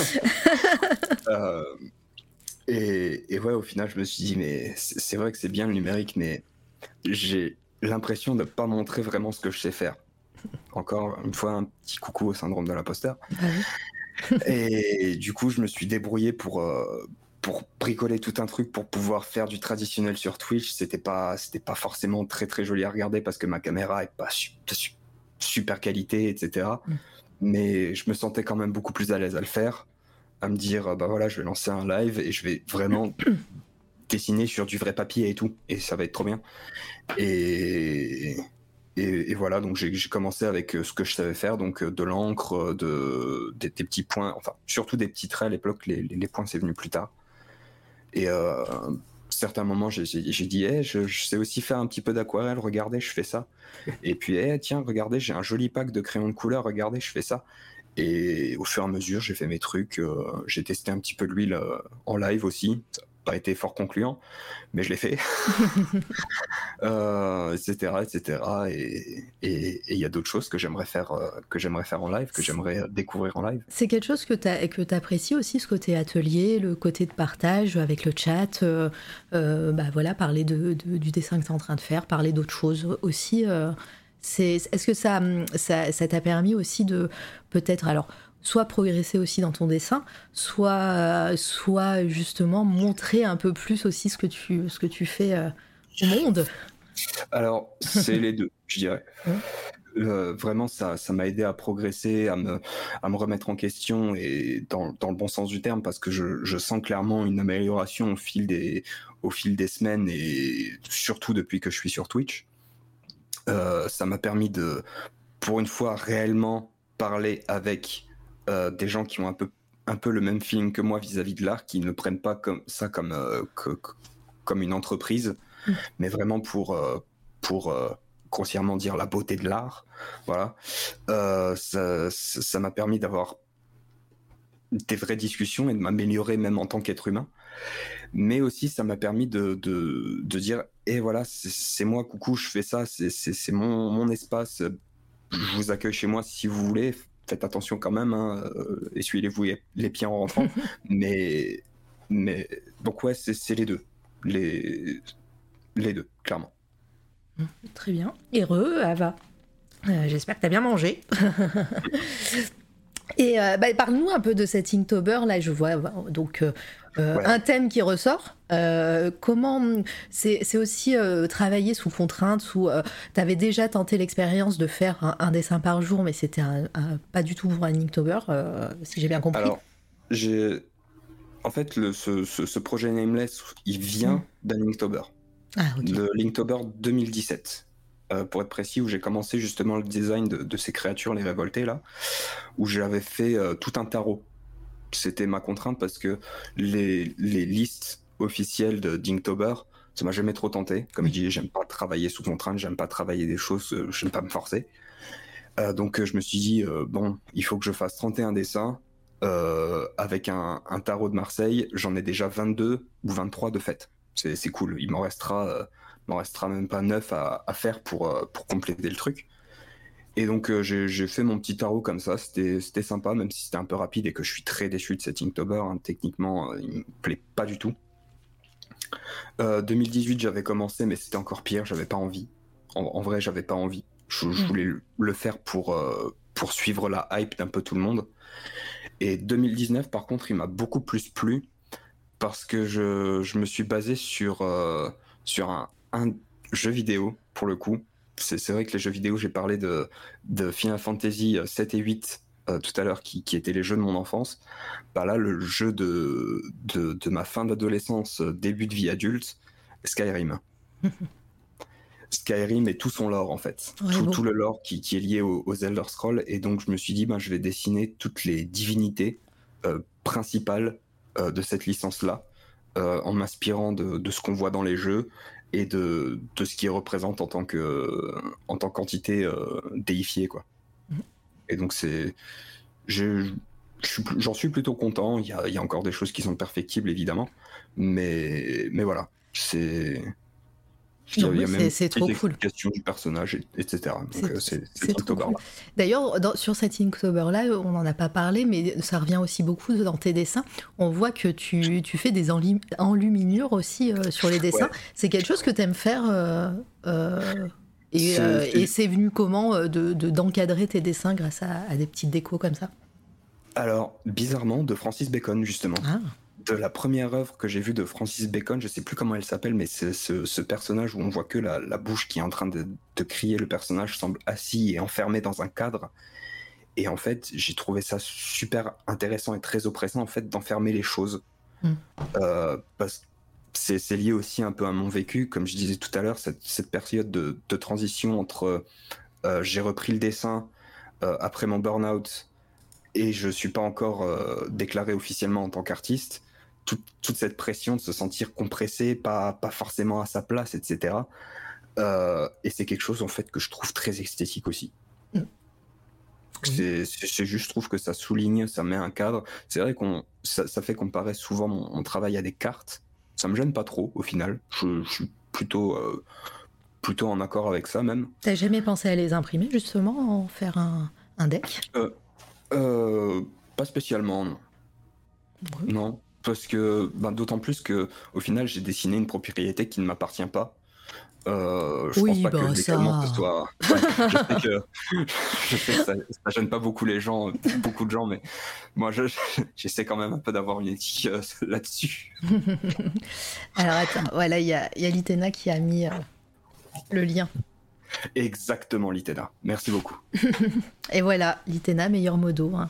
euh, et, et ouais, au final, je me suis dit, mais c'est, c'est vrai que c'est bien le numérique, mais j'ai l'impression de ne pas montrer vraiment ce que je sais faire. Encore une fois, un petit coucou au syndrome de l'imposteur. Ah oui. Et du coup, je me suis débrouillé pour, euh, pour bricoler tout un truc pour pouvoir faire du traditionnel sur Twitch. C'était pas, c'était pas forcément très très joli à regarder parce que ma caméra est pas su- su- super qualité, et cetera. Mm. Mais je me sentais quand même beaucoup plus à l'aise à le faire, à me dire, bah voilà, je vais lancer un live et je vais vraiment dessiner sur du vrai papier et tout, et ça va être trop bien. Et, et, et voilà, donc j'ai, j'ai commencé avec ce que je savais faire, donc de l'encre, de, des, des petits points, enfin surtout des petits traits à l'époque, les, les, les points c'est venu plus tard. Et euh, à certains moments j'ai, j'ai, j'ai dit, hey, je, je sais aussi faire un petit peu d'aquarelle, regardez, je fais ça. Et puis, hey, tiens, regardez, j'ai un joli pack de crayons de couleur, regardez, je fais ça. Et au fur et à mesure, j'ai fait mes trucs, euh, j'ai testé un petit peu de l'huile euh, en live aussi. Pas été fort concluant, mais je l'ai fait, euh, et cetera, et cetera. Et il y a d'autres choses que j'aimerais faire, euh, que j'aimerais faire en live, que j'aimerais découvrir en live. C'est quelque chose que tu que t'apprécies aussi, ce côté atelier, le côté de partage avec le chat, euh, euh, bah voilà, parler de, de, du dessin que tu es en train de faire, parler d'autres choses aussi. Euh, c'est, est-ce que ça, ça, ça t'a permis aussi de peut-être, alors, soit progresser aussi dans ton dessin, soit, soit justement montrer un peu plus aussi ce que tu, ce que tu fais euh, au monde? Alors, c'est les deux, je dirais. Ouais. Euh, vraiment, ça, ça m'a aidé à progresser, à me, à me remettre en question, et dans, dans le bon sens du terme, parce que je, je sens clairement une amélioration au fil des, au fil des semaines, et surtout depuis que je suis sur Twitch. Euh, ça m'a permis de, pour une fois, réellement parler avec Euh, des gens qui ont un peu, un peu le même feeling que moi vis-à-vis de l'art, qui ne prennent pas comme ça comme, euh, que, que, comme une entreprise, mmh. mais vraiment pour, euh, pour euh, grossièrement dire la beauté de l'art. Voilà. Euh, ça, ça m'a permis d'avoir des vraies discussions et de m'améliorer même en tant qu'être humain. Mais aussi, ça m'a permis de, de, de dire, et eh, voilà, c'est, c'est moi, coucou, je fais ça, c'est, c'est, c'est mon, mon espace, je vous accueille chez moi si vous voulez. Faites attention quand même, hein, euh, essuyez-vous les pieds en rentrant. mais, mais donc ouais, c'est, c'est les deux, les, les deux, clairement. Très bien. Heureux, Ava. Euh, j'espère que t'as bien mangé. Et euh, bah, parle-nous un peu de cet Inktober là. Je vois donc euh, euh, Ouais. un thème qui ressort. Euh, comment c'est, c'est aussi euh, travailler sous contrainte, sous. Euh, t'avais déjà tenté l'expérience de faire un, un dessin par jour, mais c'était un, un- pas du tout pour un Inktober, euh, si j'ai bien compris. Alors, j'ai. En fait, le, ce, ce, ce projet Nameless, il Mm. vient d'un Inktober, Ah, ok. de l'Inktober deux mille dix-sept, euh, pour être précis, où j'ai commencé justement le design de, de ces créatures, les révoltés, là, où j'avais fait euh, tout un tarot. C'était ma contrainte parce que les, les listes officielles de d'Inktober, ça m'a jamais trop tenté. Comme Oui. je dis, j'aime pas travailler sous contrainte, j'aime pas travailler des choses, euh, j'aime pas me forcer. Euh, donc euh, je me suis dit, euh, bon, il faut que je fasse trente et un dessins. Euh, avec un, un tarot de Marseille, j'en ai déjà vingt-deux ou vingt-trois de fait. C'est, c'est cool, il m'en restera, euh, m'en restera même pas neuf à, à faire pour, euh, pour compléter le truc. Et donc euh, j'ai, j'ai fait mon petit tarot comme ça, c'était, c'était sympa, même si c'était un peu rapide et que je suis très déçu de cet Inktober, hein. Techniquement, euh, il me plaît pas du tout. Euh, deux mille dix-huit, j'avais commencé, mais c'était encore pire, j'avais pas envie. En, en vrai, j'avais pas envie. Je, je Mm. voulais le, le faire pour, euh, pour suivre la hype d'un peu tout le monde. Et deux mille dix-neuf, par contre, il m'a beaucoup plus plu parce que je, je me suis basé sur, euh, sur un, un jeu vidéo, pour le coup. C'est, c'est vrai que les jeux vidéo, j'ai parlé de, de Final Fantasy sept et huit euh, tout à l'heure, qui, qui étaient les jeux de mon enfance. Bah là, le jeu de, de, de ma fin d'adolescence, euh, début de vie adulte, Skyrim. Skyrim et tout son lore, en fait. Ouais, Tout, bon. tout le lore qui, qui est lié aux, aux Elder Scrolls. Et donc, je me suis dit, ben, je vais dessiner toutes les divinités euh, principales euh, de cette licence-là, euh, en m'inspirant de, de ce qu'on voit dans les jeux et de, de ce qui représente en tant que en tant qu'entité euh, déifiée, quoi. Mhm. Et donc, c'est... j'ai- je suis pl- J'en suis plutôt content. Il y a, il y a encore des choses qui sont perfectibles, évidemment. Mais, mais voilà, c'est... Il y Non, a, il y mais a c'est, même c'est une trop petite cool. explication du personnage, et- etc. Donc C'est, euh, c'est c'est c'est trop Inktober cool. là. D'ailleurs, dans- sur cet Inktober-là, on n'en a pas parlé, mais ça revient aussi beaucoup dans tes dessins. On voit que tu, tu fais des enli- enluminures aussi euh, sur les dessins. Ouais, C'est quelque chose que tu aimes faire euh, euh, et, c'est euh, et c'est- c'est venu comment euh, de, de- d'encadrer tes dessins grâce à, à des petites décos comme ça? alors bizarrement de Francis Bacon justement. Ah, De la première œuvre que j'ai vue de Francis Bacon, je sais plus comment elle s'appelle, mais c'est ce, ce personnage où on voit que la, la bouche qui est en train de, de crier, le personnage semble assis et enfermé dans un cadre. Et en fait, j'ai trouvé ça super intéressant et très oppressant en fait d'enfermer les choses. mm. Euh, parce que c'est c'est lié aussi un peu à mon vécu, comme je disais tout à l'heure, cette, cette période de, de transition entre euh, j'ai repris le dessin euh, après mon burn-out et je suis pas encore euh, déclaré officiellement en tant qu'artiste. Tout, toute cette pression de se sentir compressé, pas, pas forcément à sa place, et cetera. Euh, et c'est quelque chose en fait que je trouve très esthétique aussi. Mm. Oui. C'est, c'est, c'est juste, je trouve que ça souligne, ça met un cadre. C'est vrai qu'on, ça, ça fait comparer souvent mon, mon travail à des cartes. Ça me gêne pas trop au final. Je, je suis plutôt, euh, plutôt en accord avec ça même. T'as jamais pensé à les imprimer justement, en faire un, un deck? Euh, euh, Pas spécialement, non. Oui. Non, parce que ben, d'autant plus que au final j'ai dessiné une propriété qui ne m'appartient pas. Euh, je pense Oui, pas que bah légalement ce ça. soit. Ouais, je sais que, je sais que ça, ça gêne pas beaucoup les gens, beaucoup de gens, mais moi je, j'essaie quand même un peu d'avoir une éthique euh, là-dessus. Alors attends, voilà, il y a, il y a Litena qui a mis euh, le lien. Exactement, Litena. Merci beaucoup. Et voilà, Litena, meilleur modo. Hein.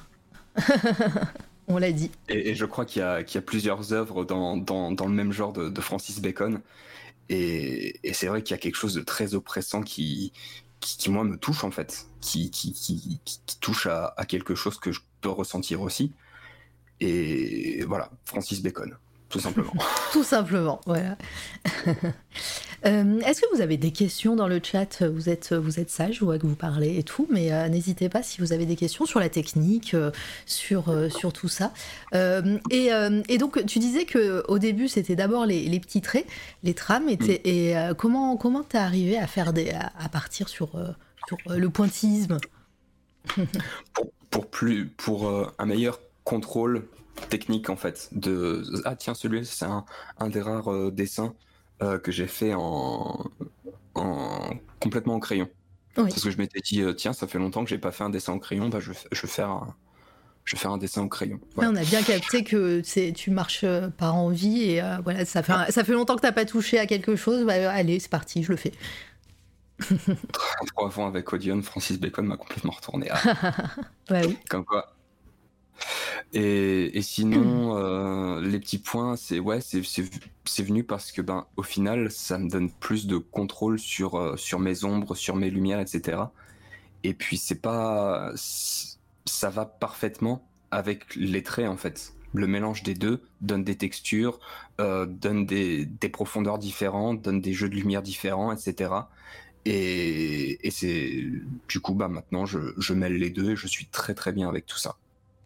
On l'a dit. Et, et je crois qu'il y a, qu'il y a plusieurs œuvres dans, dans, dans le même genre de, de Francis Bacon. Et, et c'est vrai qu'il y a quelque chose de très oppressant qui, qui, qui, moi, me touche, en fait. Qui, qui, qui, qui, qui touche à, à quelque chose que je peux ressentir aussi. Et voilà, Francis Bacon, tout simplement. Tout simplement, voilà. Euh, est-ce que vous avez des questions dans le chat? Vous êtes, vous êtes sage, je vois que vous parlez et tout, mais euh, n'hésitez pas si vous avez des questions sur la technique, euh, sur, euh, sur tout ça. Euh, et, euh, et donc, tu disais qu'au début, c'était d'abord les, les petits traits, les trames, et, t'es- et euh, comment comment t'es arrivé à, faire des, à, à partir sur, euh, sur euh, le pointillisme? pour, pour, plus, pour euh, un meilleur contrôle technique, en fait. De... Ah, tiens, celui-là, c'est un, un des rares euh, dessins euh, que j'ai fait en, en complètement en crayon. Oui. Parce que je m'étais dit, euh, tiens, ça fait longtemps que j'ai pas fait un dessin en crayon, bah, je, vais, je vais faire un, je vais faire un dessin au crayon. Voilà. Voilà. On a bien capté que tu marches par envie et euh, voilà, ça fait, un, ça fait longtemps que tu n'as pas touché à quelque chose. Bah, allez, c'est parti, je le fais. Trois fois avec Odeon, Francis Bacon m'a complètement retourné. Ah. Ouais, oui. Comme quoi. Et, et sinon, euh, les petits points, c'est ouais, c'est, c'est, c'est venu parce que ben, au final, ça me donne plus de contrôle sur, euh, sur mes ombres, sur mes lumières, et cetera. Et puis c'est pas, c'est, ça va parfaitement avec les traits en fait. Le mélange des deux donne des textures, euh, donne des, des profondeurs différentes, donne des jeux de lumière différents, et cetera. Et, et c'est du coup, bah maintenant, je, je mêle les deux et je suis très très bien avec tout ça.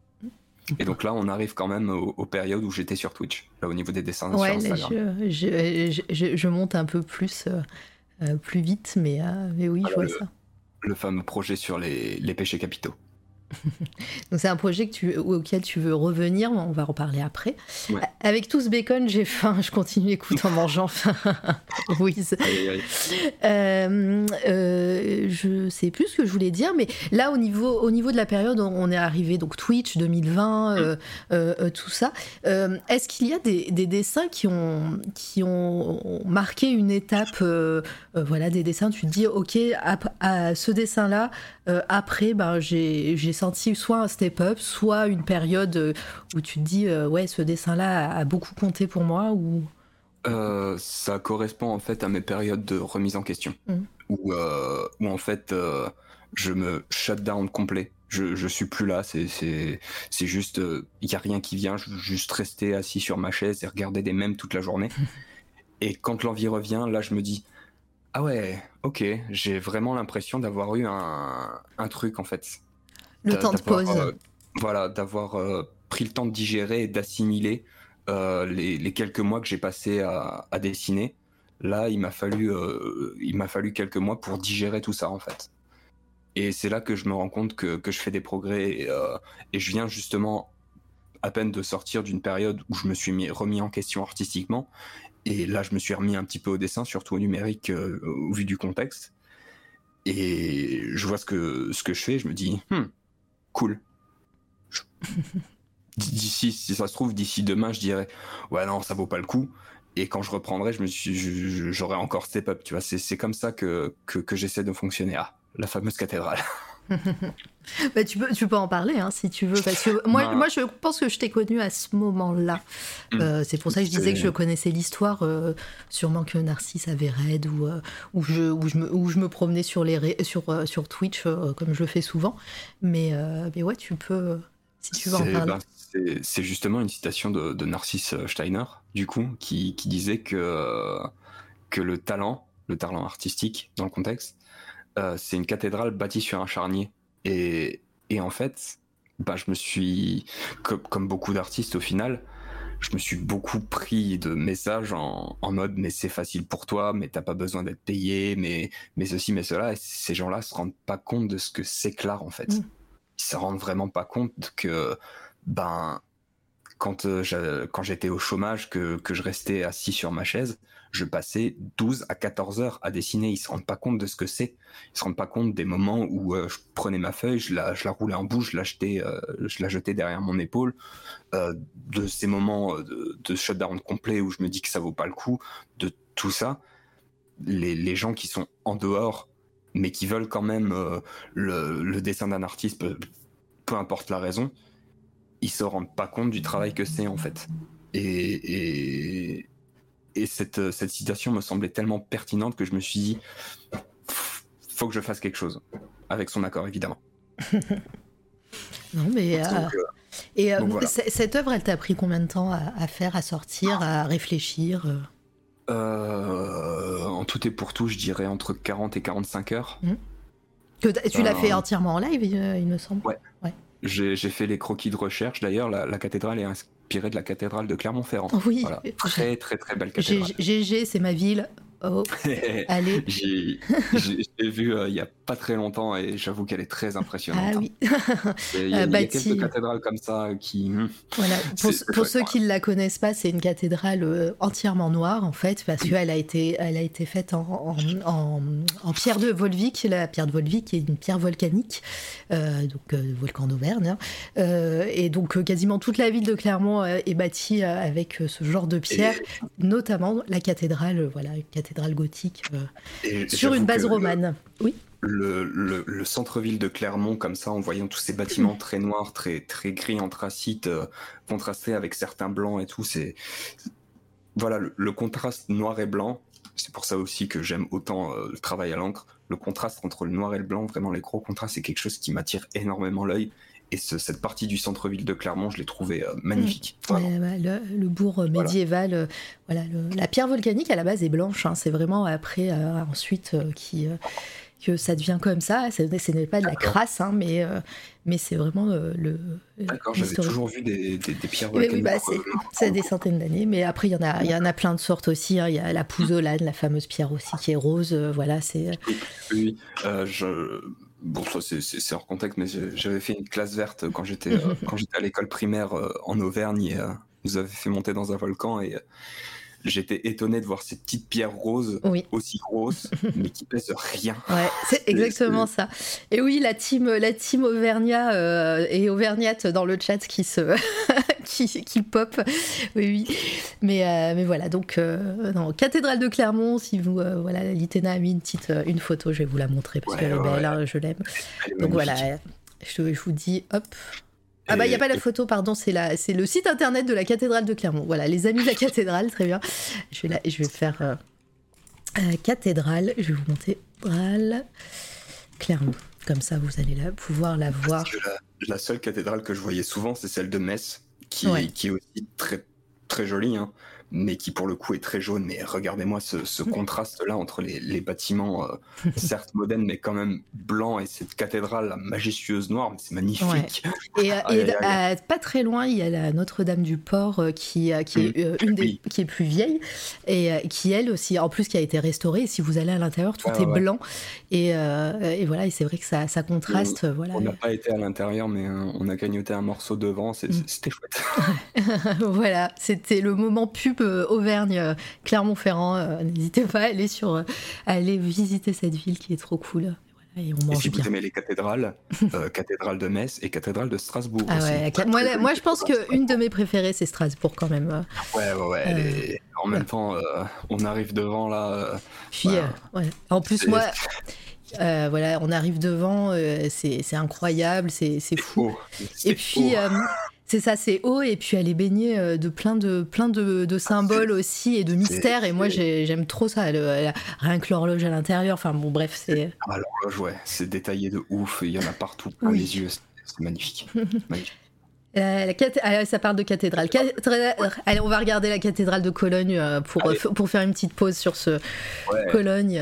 Et donc là, on arrive quand même aux, aux périodes où j'étais sur Twitch, là au niveau des dessins ouais, sur Instagram. Je, je, je, je monte un peu plus, euh, plus vite, mais, euh, mais oui, alors je vois le, ça. Le fameux projet sur les, les péchés capitaux. Donc c'est un projet que tu, auquel tu veux revenir, on va en reparler après. Ouais. Avec tout ce bacon, j'ai faim, je continue l'écoute en mangeant. Oui. Aïe, aïe. Euh, euh, je sais plus ce que je voulais dire, mais là au niveau, au niveau de la période, on est arrivé, donc Twitch deux mille vingt, euh, euh, euh, tout ça. Euh, est-ce qu'il y a des, des dessins qui ont, qui ont marqué une étape, euh, euh, voilà, des dessins, tu te dis, ok, à, à ce dessin-là, euh, après, ben, j'ai, j'ai senti soit un step-up, soit une période où tu te dis, euh, ouais, ce dessin-là a, a beaucoup compté pour moi, ou... Euh, ça correspond en fait à mes périodes de remise en question, mmh. où, euh, où en fait euh, je me shut down complet. Je, je suis plus là, c'est, c'est, c'est juste, il euh, n'y a rien qui vient, je veux juste rester assis sur ma chaise et regarder des mèmes toute la journée. Et quand l'envie revient, là je me dis, ah ouais, ok, j'ai vraiment l'impression d'avoir eu un, un truc en fait. Le D'a, temps de d'avoir, pause. Euh, voilà, d'avoir euh, pris le temps de digérer et d'assimiler euh, les, les quelques mois que j'ai passé à, à dessiner. Là, il m'a fallu, euh, il m'a fallu quelques mois pour digérer tout ça en fait. Et c'est là que je me rends compte que, que je fais des progrès et, euh, et je viens justement à peine de sortir d'une période où je me suis mis, remis en question artistiquement. Et là, je me suis remis un petit peu au dessin, surtout au numérique, euh, au vu du contexte. Et je vois ce que, ce que je fais, je me dis, hmm, cool. Je... D'ici, si ça se trouve, d'ici demain, je dirais, ouais, non, ça vaut pas le coup. Et quand je reprendrai, je me suis, je, j'aurai encore step up, tu vois. C'est, c'est comme ça que, que, que j'essaie de fonctionner. Ah, la fameuse cathédrale. Bah, tu, peux, tu peux en parler hein, si tu veux. Parce que moi, bah... moi, je pense que je t'ai connu à ce moment-là. Mmh. Euh, c'est pour ça que je disais que je connaissais l'histoire. Euh, sûrement que Narcisse avait raid ou euh, où, je, où, je me, où je me promenais sur, les ra- sur, euh, sur Twitch, euh, comme je le fais souvent. Mais, euh, mais ouais, tu peux, si tu veux c'est, en parler. Bah, c'est, c'est justement une citation de, de Narcisse Steiner, du coup, qui, qui disait que, que le talent, le talent artistique, dans le contexte, Euh, c'est une cathédrale bâtie sur un charnier. Et, et en fait, bah, je me suis, comme, comme beaucoup d'artistes au final, je me suis beaucoup pris de messages en, en mode mais c'est facile pour toi, mais t'as pas besoin d'être payé, mais, mais ceci, mais cela. Et ces gens-là se rendent pas compte de ce que c'est que l'art en fait. Mmh. Ils se rendent vraiment pas compte que ben, quand, euh, quand j'étais au chômage, que, que je restais assis sur ma chaise, je passais douze à quatorze heures à dessiner. Ils se rendent pas compte de ce que c'est. Ils se rendent pas compte des moments où euh, je prenais ma feuille, je la, je la roulais en bout, je la jetais, euh, je la jetais derrière mon épaule. Euh, de ces moments de, de shutdown complet où je me dis que ça vaut pas le coup, de tout ça. Les, les gens qui sont en dehors, mais qui veulent quand même euh, le, le dessin d'un artiste, peu, peu importe la raison, ils se rendent pas compte du travail que c'est en fait. Et, et, et cette, cette citation me semblait tellement pertinente que je me suis dit, faut que je fasse quelque chose. Avec son accord, évidemment. Non, mais... Donc, euh... euh, et euh, voilà. c- cette œuvre, elle t'a pris combien de temps à, à faire, à sortir, à réfléchir euh... Euh, en tout et pour tout, je dirais entre quarante et quarante-cinq heures. Mmh. Que tu l'as euh... fait entièrement en live, il, il me semble. Ouais. ouais. J'ai, j'ai fait les croquis de recherche. D'ailleurs, la, la cathédrale est inspirée de la cathédrale de Clermont-Ferrand. Oui. Voilà. Très, très, très belle cathédrale. G G, c'est ma ville. Oh. Allez. j'ai, j'ai, j'ai vu il euh, y a pas très longtemps et j'avoue qu'elle est très impressionnante. Ah oui. Il y a, Euh, il y a bâti- quelques cathédrales comme ça qui... hmm, Voilà. Pour, c'est- c'est pour chouette, ceux ouais. qui ne la connaissent pas, c'est une cathédrale euh, entièrement noire en fait, parce qu'elle a été, elle a été faite en, en, en- en pierre de Volvic. La pierre de Volvic est une pierre volcanique, euh, donc euh, volcan d'Auvergne. hein. Euh, et donc euh, quasiment toute la ville de Clermont euh, est bâtie euh, avec euh, ce genre de pierre, notamment la cathédrale, euh, voilà, une cathédrale gothique euh, Et sur j'avoue une base que le- romane. Oui. Le, le, le centre-ville de Clermont, comme ça, en voyant tous ces bâtiments très noirs, très, très gris anthracite, euh, contrastés avec certains blancs et tout, c'est... Voilà, le, le contraste noir et blanc, c'est pour ça aussi que j'aime autant euh, le travail à l'encre. Le contraste entre le noir et le blanc, vraiment les gros contrastes, c'est quelque chose qui m'attire énormément l'œil. Et ce- cette partie du centre-ville de Clermont, je l'ai trouvé euh, magnifique. Vraiment. Ouais, ouais, le, le bourg euh, Voilà. médiéval, euh, voilà, le- la pierre volcanique à la base est blanche, hein, c'est vraiment après, euh, ensuite, euh, qui, euh, que ça devient comme ça. Ce n'est ce n'est pas de la D'accord. crasse, hein, mais, euh, mais c'est vraiment euh, le. D'accord, j'avais l'historique. toujours vu des, des, des pierres Oui, volcaniques. oui, bah, c'est, euh, ça a des centaines d'années, mais après il y en a, il y en a plein de sortes aussi. hein. Il y a la pouzzolane, la fameuse pierre aussi qui est rose. euh, voilà, c'est. Oui, oui, euh, je... Bon, ça c'est- c'est c'est hors contexte, mais j'ai- j'avais fait une classe verte quand j'étais euh, quand j'étais à l'école primaire euh, en Auvergne et euh, nous avait fait monter dans un volcan et euh, j'étais étonné de voir ces petites pierres roses Oui. aussi grosses, mais qui pèsent rien. Ouais, c'est exactement ça. Et oui, la team, la team Auvergnat euh, et Auvergnate dans le chat qui se, qui, qui pop. Oui, oui. Mais, euh, mais voilà. Donc, euh, non, cathédrale de Clermont. Si vous, euh, voilà, Litena a mis une petite, euh, une photo. Je vais vous la montrer parce Ouais, qu'elle est ouais, belle. ouais. hein, je l'aime. Elle est Donc magnifique. voilà. Je, je vous dis, hop. Ah bah il n'y a Et- pas la et- photo, pardon, c'est, la, c'est le site internet de la cathédrale de Clermont. Voilà, les amis de la cathédrale, très bien. Je vais, la, je vais faire euh, euh, cathédrale, je vais vous montrer cathédrale Clermont. Comme ça, vous allez la, pouvoir la voir. Parce que la, la seule cathédrale que je voyais souvent, c'est celle de Metz, qui, Ouais. est, qui est aussi très, très jolie, hein, mais qui pour le coup est très jaune. Mais regardez-moi ce, ce contraste-là entre les, les bâtiments, euh, certes modernes, mais quand même blancs, et cette cathédrale la majestueuse noire, mais c'est magnifique. Et, euh, Aïe, et aïe, aïe. euh, pas très loin, il y a la Notre-Dame-du-Port euh, qui, euh, qui est euh, une des Oui. qui est plus vieille et euh, qui elle aussi, en plus qui a été restaurée. Et si vous allez à l'intérieur, tout Ouais, est ouais. blanc et, euh, et voilà. Et c'est vrai que ça, ça contraste. euh, Voilà. On n'a pas été à l'intérieur, mais euh, on a grignoté un morceau devant, c'est- Mm. c'était chouette. Voilà, c'était le moment pub euh, Auvergne, euh, Clermont-Ferrand. euh, N'hésitez pas à aller sur, euh, à aller visiter cette ville qui est trop cool. Voilà, et on Et mange si bien. vous aimez les cathédrales, euh, cathédrale de Metz et cathédrale de Strasbourg Ah aussi. ouais, Très, moi, très la- jolie moi je pense cathédrale. qu'une de mes préférées c'est Strasbourg quand même. euh. Ouais, ouais, ouais. elle Euh, est- En même temps, euh, on arrive devant là. euh, Puis, Ouais. euh, ouais. En plus, C'est- moi, euh, voilà, on arrive devant, euh, c'est c'est incroyable, c'est c'est fou. haut. C'est Et puis, haut. euh, c'est ça, c'est haut, et puis elle est baignée euh, de plein de, plein de, de symboles aussi et de mystères, et moi c'est- j'ai- j'aime trop ça, le- la- rien que l'horloge à l'intérieur, enfin bon, bref, c'est. Ah, l'horloge, ouais, c'est détaillé de ouf. Il y en a partout, plein Oui. les yeux. C'est c'est magnifique. magnifique. Euh, la cath- ah, ça parle de cathédrale. Cathédrale- Allez, on va regarder la cathédrale de Cologne euh, pour, Allez. euh, pour faire une petite pause sur ce Ouais. Cologne,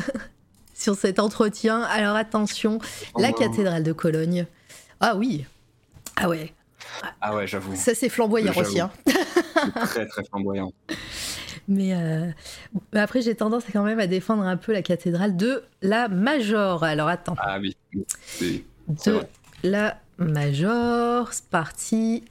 sur cet entretien. Alors attention, la Oh. cathédrale de Cologne. Ah oui. Ah ouais, Ah ouais, j'avoue. ça c'est flamboyant J'avoue. aussi. Hein. C'est très très flamboyant. Mais, euh, mais après, j'ai tendance quand même à défendre un peu la cathédrale de la Major. Alors attends, Ah oui. C'est c'est de vrai. la Major, c'est parti.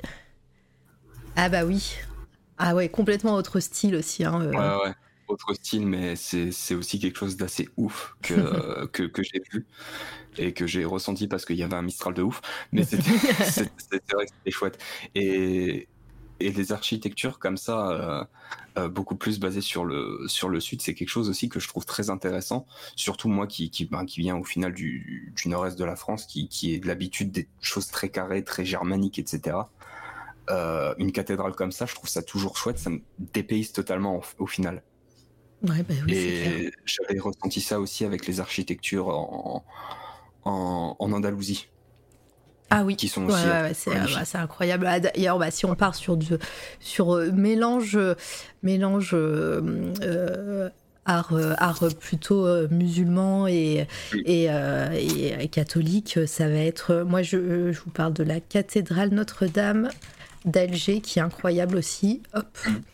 Ah bah oui. Ah ouais, complètement autre style aussi. Hein, euh. Ouais, ouais. Autre style, mais c'est c'est aussi quelque chose d'assez ouf que, que, que j'ai vu et que j'ai ressenti parce qu'il y avait un Mistral de ouf. Mais c'était c'est c'est vrai que c'était chouette. Et, et les architectures comme ça, euh, euh, beaucoup plus basées sur le, sur le sud, c'est quelque chose aussi que je trouve très intéressant. Surtout moi qui, qui, ben, qui viens au final du, du nord-est de la France, qui, qui est de l'habitude des choses très carrées, très germaniques, et cetera. Euh, une cathédrale comme ça, je trouve ça toujours chouette, ça me dépayse totalement au, au final. Ouais, bah oui, c'est clair. Et j'avais ressenti ça aussi avec les architectures en, en, en Andalousie, Ah oui, qui sont ouais, aussi ouais, ouais, c'est, magnifiques. bah, c'est incroyable. Ah, D'ailleurs, bah, si on part sur, du, sur euh, mélange, euh, mélange euh, euh, art, euh, art plutôt euh, musulman et, Oui. et, euh, et, et catholique, ça va être. Moi, je, je vous parle de la cathédrale Notre-Dame d'Alger, qui est incroyable aussi. Hop.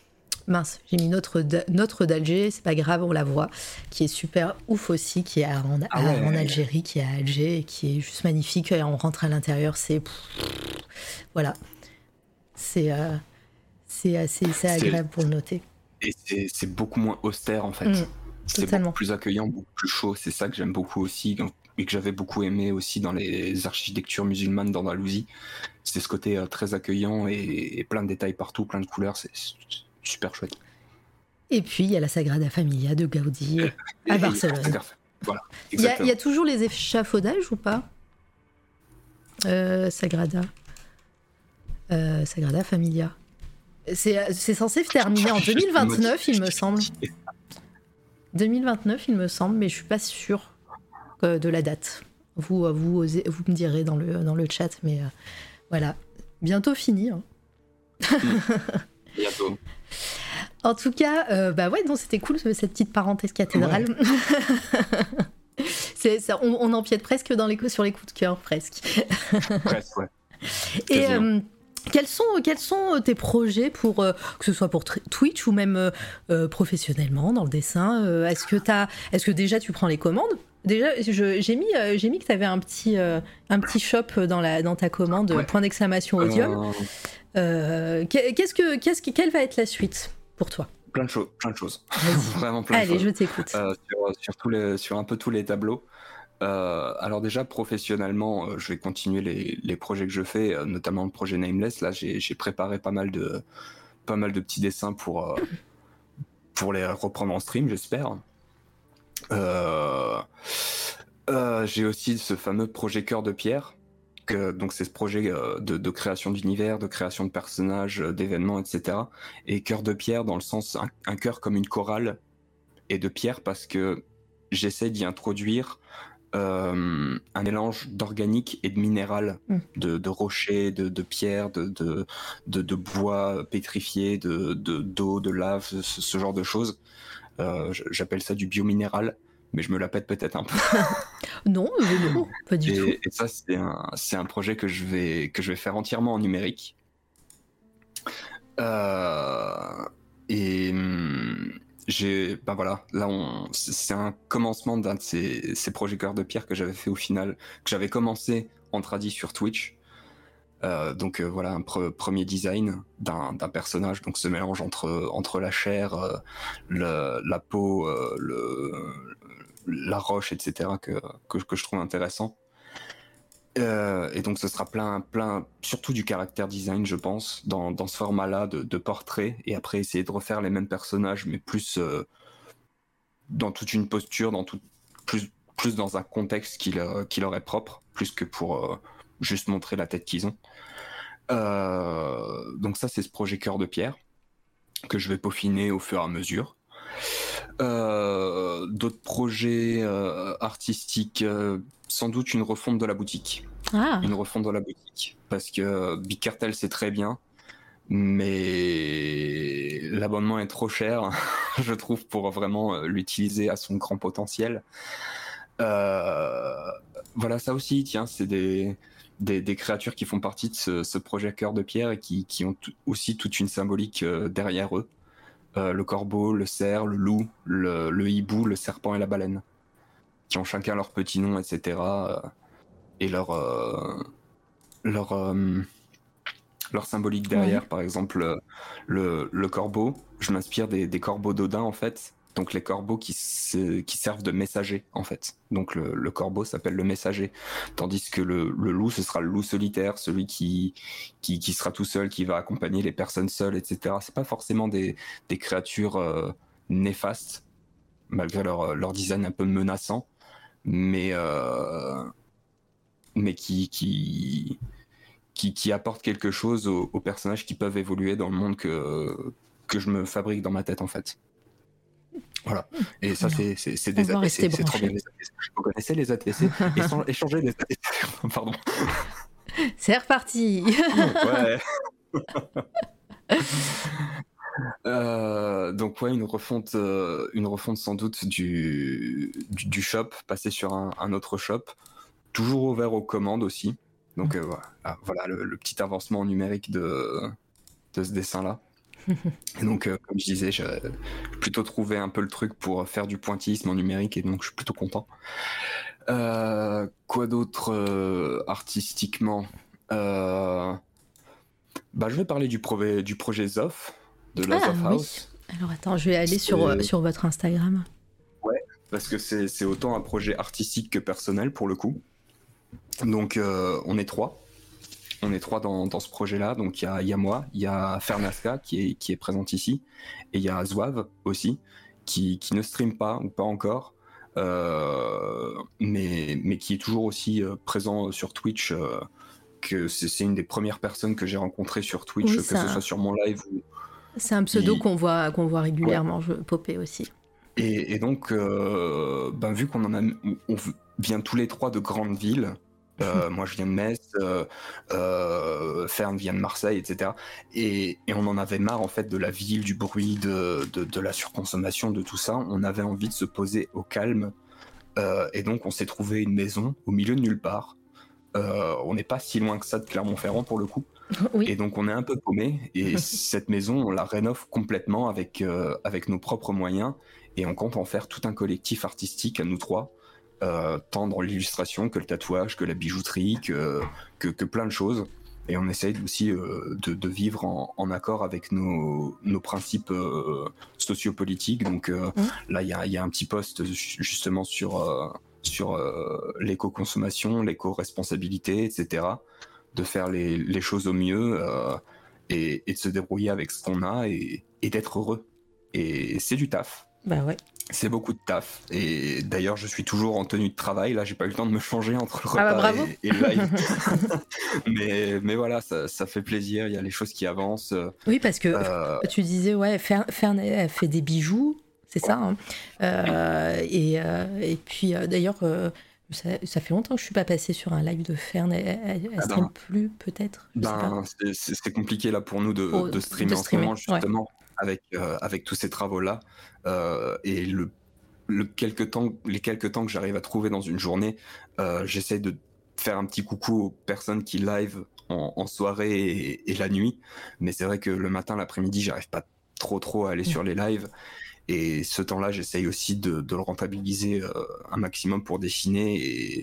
mince, j'ai mis notre, notre d'Alger, c'est pas grave, on la voit, qui est super ouf aussi, qui est en, Ah ouais. en Algérie, qui est à Alger, et qui est juste magnifique. On rentre à l'intérieur, c'est... Voilà. C'est, euh, c'est, assez, c'est C'est- agréable pour le noter. Et c'est, c'est beaucoup moins austère en fait. Mm, C'est totalement. beaucoup plus accueillant, beaucoup plus chaud. C'est ça que j'aime beaucoup aussi donc, et que j'avais beaucoup aimé aussi dans les architectures musulmanes d'Andalousie. C'est ce côté euh, très accueillant et, et plein de détails partout, plein de couleurs. C'est c'est super chouette. Et puis, il y a la Sagrada Familia de Gaudi Et- à et- Barcelone. tout à fait. Voilà, Il y, a, exactement. il y a toujours les échafaudages ou pas euh, Sagrada. Euh, Sagrada Familia. C'est, c'est censé se terminer en deux mille vingt-neuf, il me semble. deux mille vingt-neuf, il me semble, mais je suis pas sûre euh, de la date. Vous, euh, vous, osez- vous me direz dans le, dans le chat, mais euh, voilà. Bientôt fini. Hein. Bientôt. En tout cas, euh, bah ouais, non, c'était cool cette petite parenthèse cathédrale. c'est, ça, on, on empiète presque dans les, sur les coups de cœur, presque. Presque, ouais. Et Quasiment. euh, quels sont, quels sont tes projets pour euh, que ce soit pour tr- Twitch ou même euh, euh, professionnellement dans le dessin euh, Est-ce que t'as, est-ce que déjà tu prends les commandes Déjà, je- j'ai mis, euh, j'ai mis que tu avais un petit, euh, un petit shop dans la, dans ta commande, Ouais. point d'exclamation Audium. Euh, Euh, qu'est- qu'est-ce que, qu'est-ce que, quelle va être la suite pour toi plein de choses, plein de choses. Vas-y. Vraiment plein de Allez, choses. je t'écoute. Euh, sur, sur, tous les, sur un peu tous les tableaux. Euh, alors déjà professionnellement, euh, je vais continuer les, les projets que je fais, euh, notamment le projet Nameless. Là, j'ai, j'ai préparé pas mal de pas mal de petits dessins pour euh, pour les reprendre en stream, j'espère. Euh, euh, j'ai aussi ce fameux projet Cœur de Pierre. Que, donc c'est ce projet euh, de, de création d'univers, de création de personnages, euh, d'événements, et cetera. Et Cœur de Pierre dans le sens un, un cœur comme une chorale et de pierre parce que j'essaie d'y introduire euh, un mélange d'organique et de minéral, Mm. de, de rochers, de, de pierres, de, de, de, de bois pétrifié, de, de, d'eau, de lave, ce, ce genre de choses. Euh, j'appelle ça du biominéral, mais je me la pète peut-être un peu. Non, euh, non, pas du tout. Et, et ça, c'est un, c'est un projet que je vais, que je vais faire entièrement en numérique. Euh, et hum, j'ai, ben voilà, là, on, c'est c'est un commencement d'un de ces, ces projets Cœur de Pierre que j'avais fait au final, que j'avais commencé en tradi sur Twitch. Euh, donc euh, voilà, un pre- premier design d'un, d'un personnage, donc ce mélange entre, entre la chair, euh, le, la peau, euh, le, la roche, et cetera, que, que, que je trouve intéressant. Euh, et donc ce sera plein, plein, surtout du caractère design, je pense, dans, dans ce format-là de, de portrait, et après essayer de refaire les mêmes personnages, mais plus euh, dans toute une posture, dans tout, plus, plus dans un contexte qui leur, qui leur est propre, plus que pour euh, juste montrer la tête qu'ils ont. Euh, donc ça, c'est ce projet Cœur de Pierre, que je vais peaufiner au fur et à mesure. Euh, d'autres projets euh, artistiques, euh, sans doute une refonte de la boutique. Ah, Une refonte de la boutique. Parce que Big Cartel, c'est très bien, mais l'abonnement est trop cher, je trouve, pour vraiment l'utiliser à son grand potentiel. Euh, voilà, ça aussi, tiens, c'est des, des, des créatures qui font partie de ce, ce projet Cœur de Pierre et qui, qui ont tout, aussi toute une symbolique euh, derrière eux. Euh, le corbeau, le cerf, le loup, le, le hibou, le serpent et la baleine, qui ont chacun leur petit nom, et cetera. Euh, et leur, euh, leur, euh, leur symbolique derrière. Ouais. Par exemple, le, le corbeau, je m'inspire des, des corbeaux d'Odin, en fait. Donc les corbeaux qui, se, qui servent de messagers, en fait. Donc le, le corbeau s'appelle le messager. Tandis que le, le loup, ce sera le loup solitaire, celui qui, qui, qui sera tout seul, qui va accompagner les personnes seules, et cetera. C'est pas forcément des, des créatures euh, néfastes, malgré leur, leur design un peu menaçant, mais, euh, mais qui, qui, qui, qui apportent quelque chose aux, aux personnages qui peuvent évoluer dans le monde que, que je me fabrique dans ma tête, en fait. Voilà. Et ça, c'est, c'est, c'est des On va A T C. rester C'est trop bien, branché. les A T C. Vous connaissez les A T C? Échan- Échanger les A T C. Pardon. C'est reparti. Ouais. Euh, donc ouais, une refonte, euh, une refonte sans doute du, du, du shop, passer sur un, un autre shop, toujours ouvert aux commandes aussi. Donc euh, voilà, voilà le, le petit avancement numérique de, de ce dessin-là. Et donc, euh, comme je disais, j'ai plutôt trouvé un peu le truc pour faire du pointillisme en numérique, et donc je suis plutôt content. Euh, quoi d'autre euh, artistiquement euh, bah, je vais parler du, projet, du projet Zoff, de Last Ah of oui. House. Alors attends, je vais aller C'est- sur, sur votre Instagram. Ouais, parce que c'est c'est autant un projet artistique que personnel pour le coup. Donc, euh, on est trois. On est trois dans, dans ce projet-là. Donc, il y a, y a moi, il y a Fernaska qui est, qui est présente ici, et il y a Zouave aussi, qui, qui ne stream pas ou pas encore, euh, mais, mais qui est toujours aussi euh, présent sur Twitch. Euh, que c'est c'est une des premières personnes que j'ai rencontrées sur Twitch, Oui, que ça- ce soit sur mon live ou. C'est un pseudo Il- qu'on voit, qu'on voit régulièrement, je popper aussi. Et, et donc, euh, ben, vu qu'on en a, on vient tous les trois de grandes villes. Euh, moi, je viens de Metz, euh, euh, Fern vient de Marseille, et cetera. Et, et on en avait marre en fait de la ville, du bruit, de, de, de la surconsommation, de tout ça. On avait envie de se poser au calme. Euh, et donc, on s'est trouvé une maison au milieu de nulle part. Euh, on n'est pas si loin que ça de Clermont-Ferrand pour le coup. Oui. Et donc on est un peu paumé, et cette maison on la rénove complètement avec, euh, avec nos propres moyens, et on compte en faire tout un collectif artistique à nous trois, euh, tant dans l'illustration que le tatouage, que la bijouterie, que, que, que plein de choses. Et on essaye aussi euh, de, de vivre en, en accord avec nos, nos principes euh, sociopolitiques. Donc euh, Mmh. là il y a, y a un petit post justement sur, euh, sur euh, l'éco-consommation, l'éco-responsabilité, et cetera, de faire les, les choses au mieux euh, et, et de se débrouiller avec ce qu'on a, et, et d'être heureux. Et c'est du taf. Bah ouais. C'est beaucoup de taf. Et d'ailleurs, je suis toujours en tenue de travail. Là, j'ai pas eu le temps de me changer entre le repas Ah bah bravo. et, et le live. mais, mais voilà, ça, ça fait plaisir. Il y a les choses qui avancent. Oui, parce que Euh, tu disais, ouais, Fer- Fern elle fait des bijoux, c'est ça, hein. Euh, et, euh, et puis euh, d'ailleurs, euh, ça, ça fait longtemps que je suis pas passée sur un live de Fern. Elle, elle, elle Ah stream ben, plus, peut-être, je sais pas. ben, c'est- c'est c'est compliqué là pour nous de, Oh, de streamer de en ce streamer, moment, ouais. justement, avec, euh, avec tous ces travaux-là. Euh, et le, le quelque temps, les quelques temps que j'arrive à trouver dans une journée, euh, j'essaie de faire un petit coucou aux personnes qui live en, en soirée et, et la nuit. Mais c'est vrai que le matin, l'après-midi, j'arrive pas trop trop à aller sur les lives. Et ce temps-là, j'essaye aussi de, de le rentabiliser euh, un maximum pour dessiner et,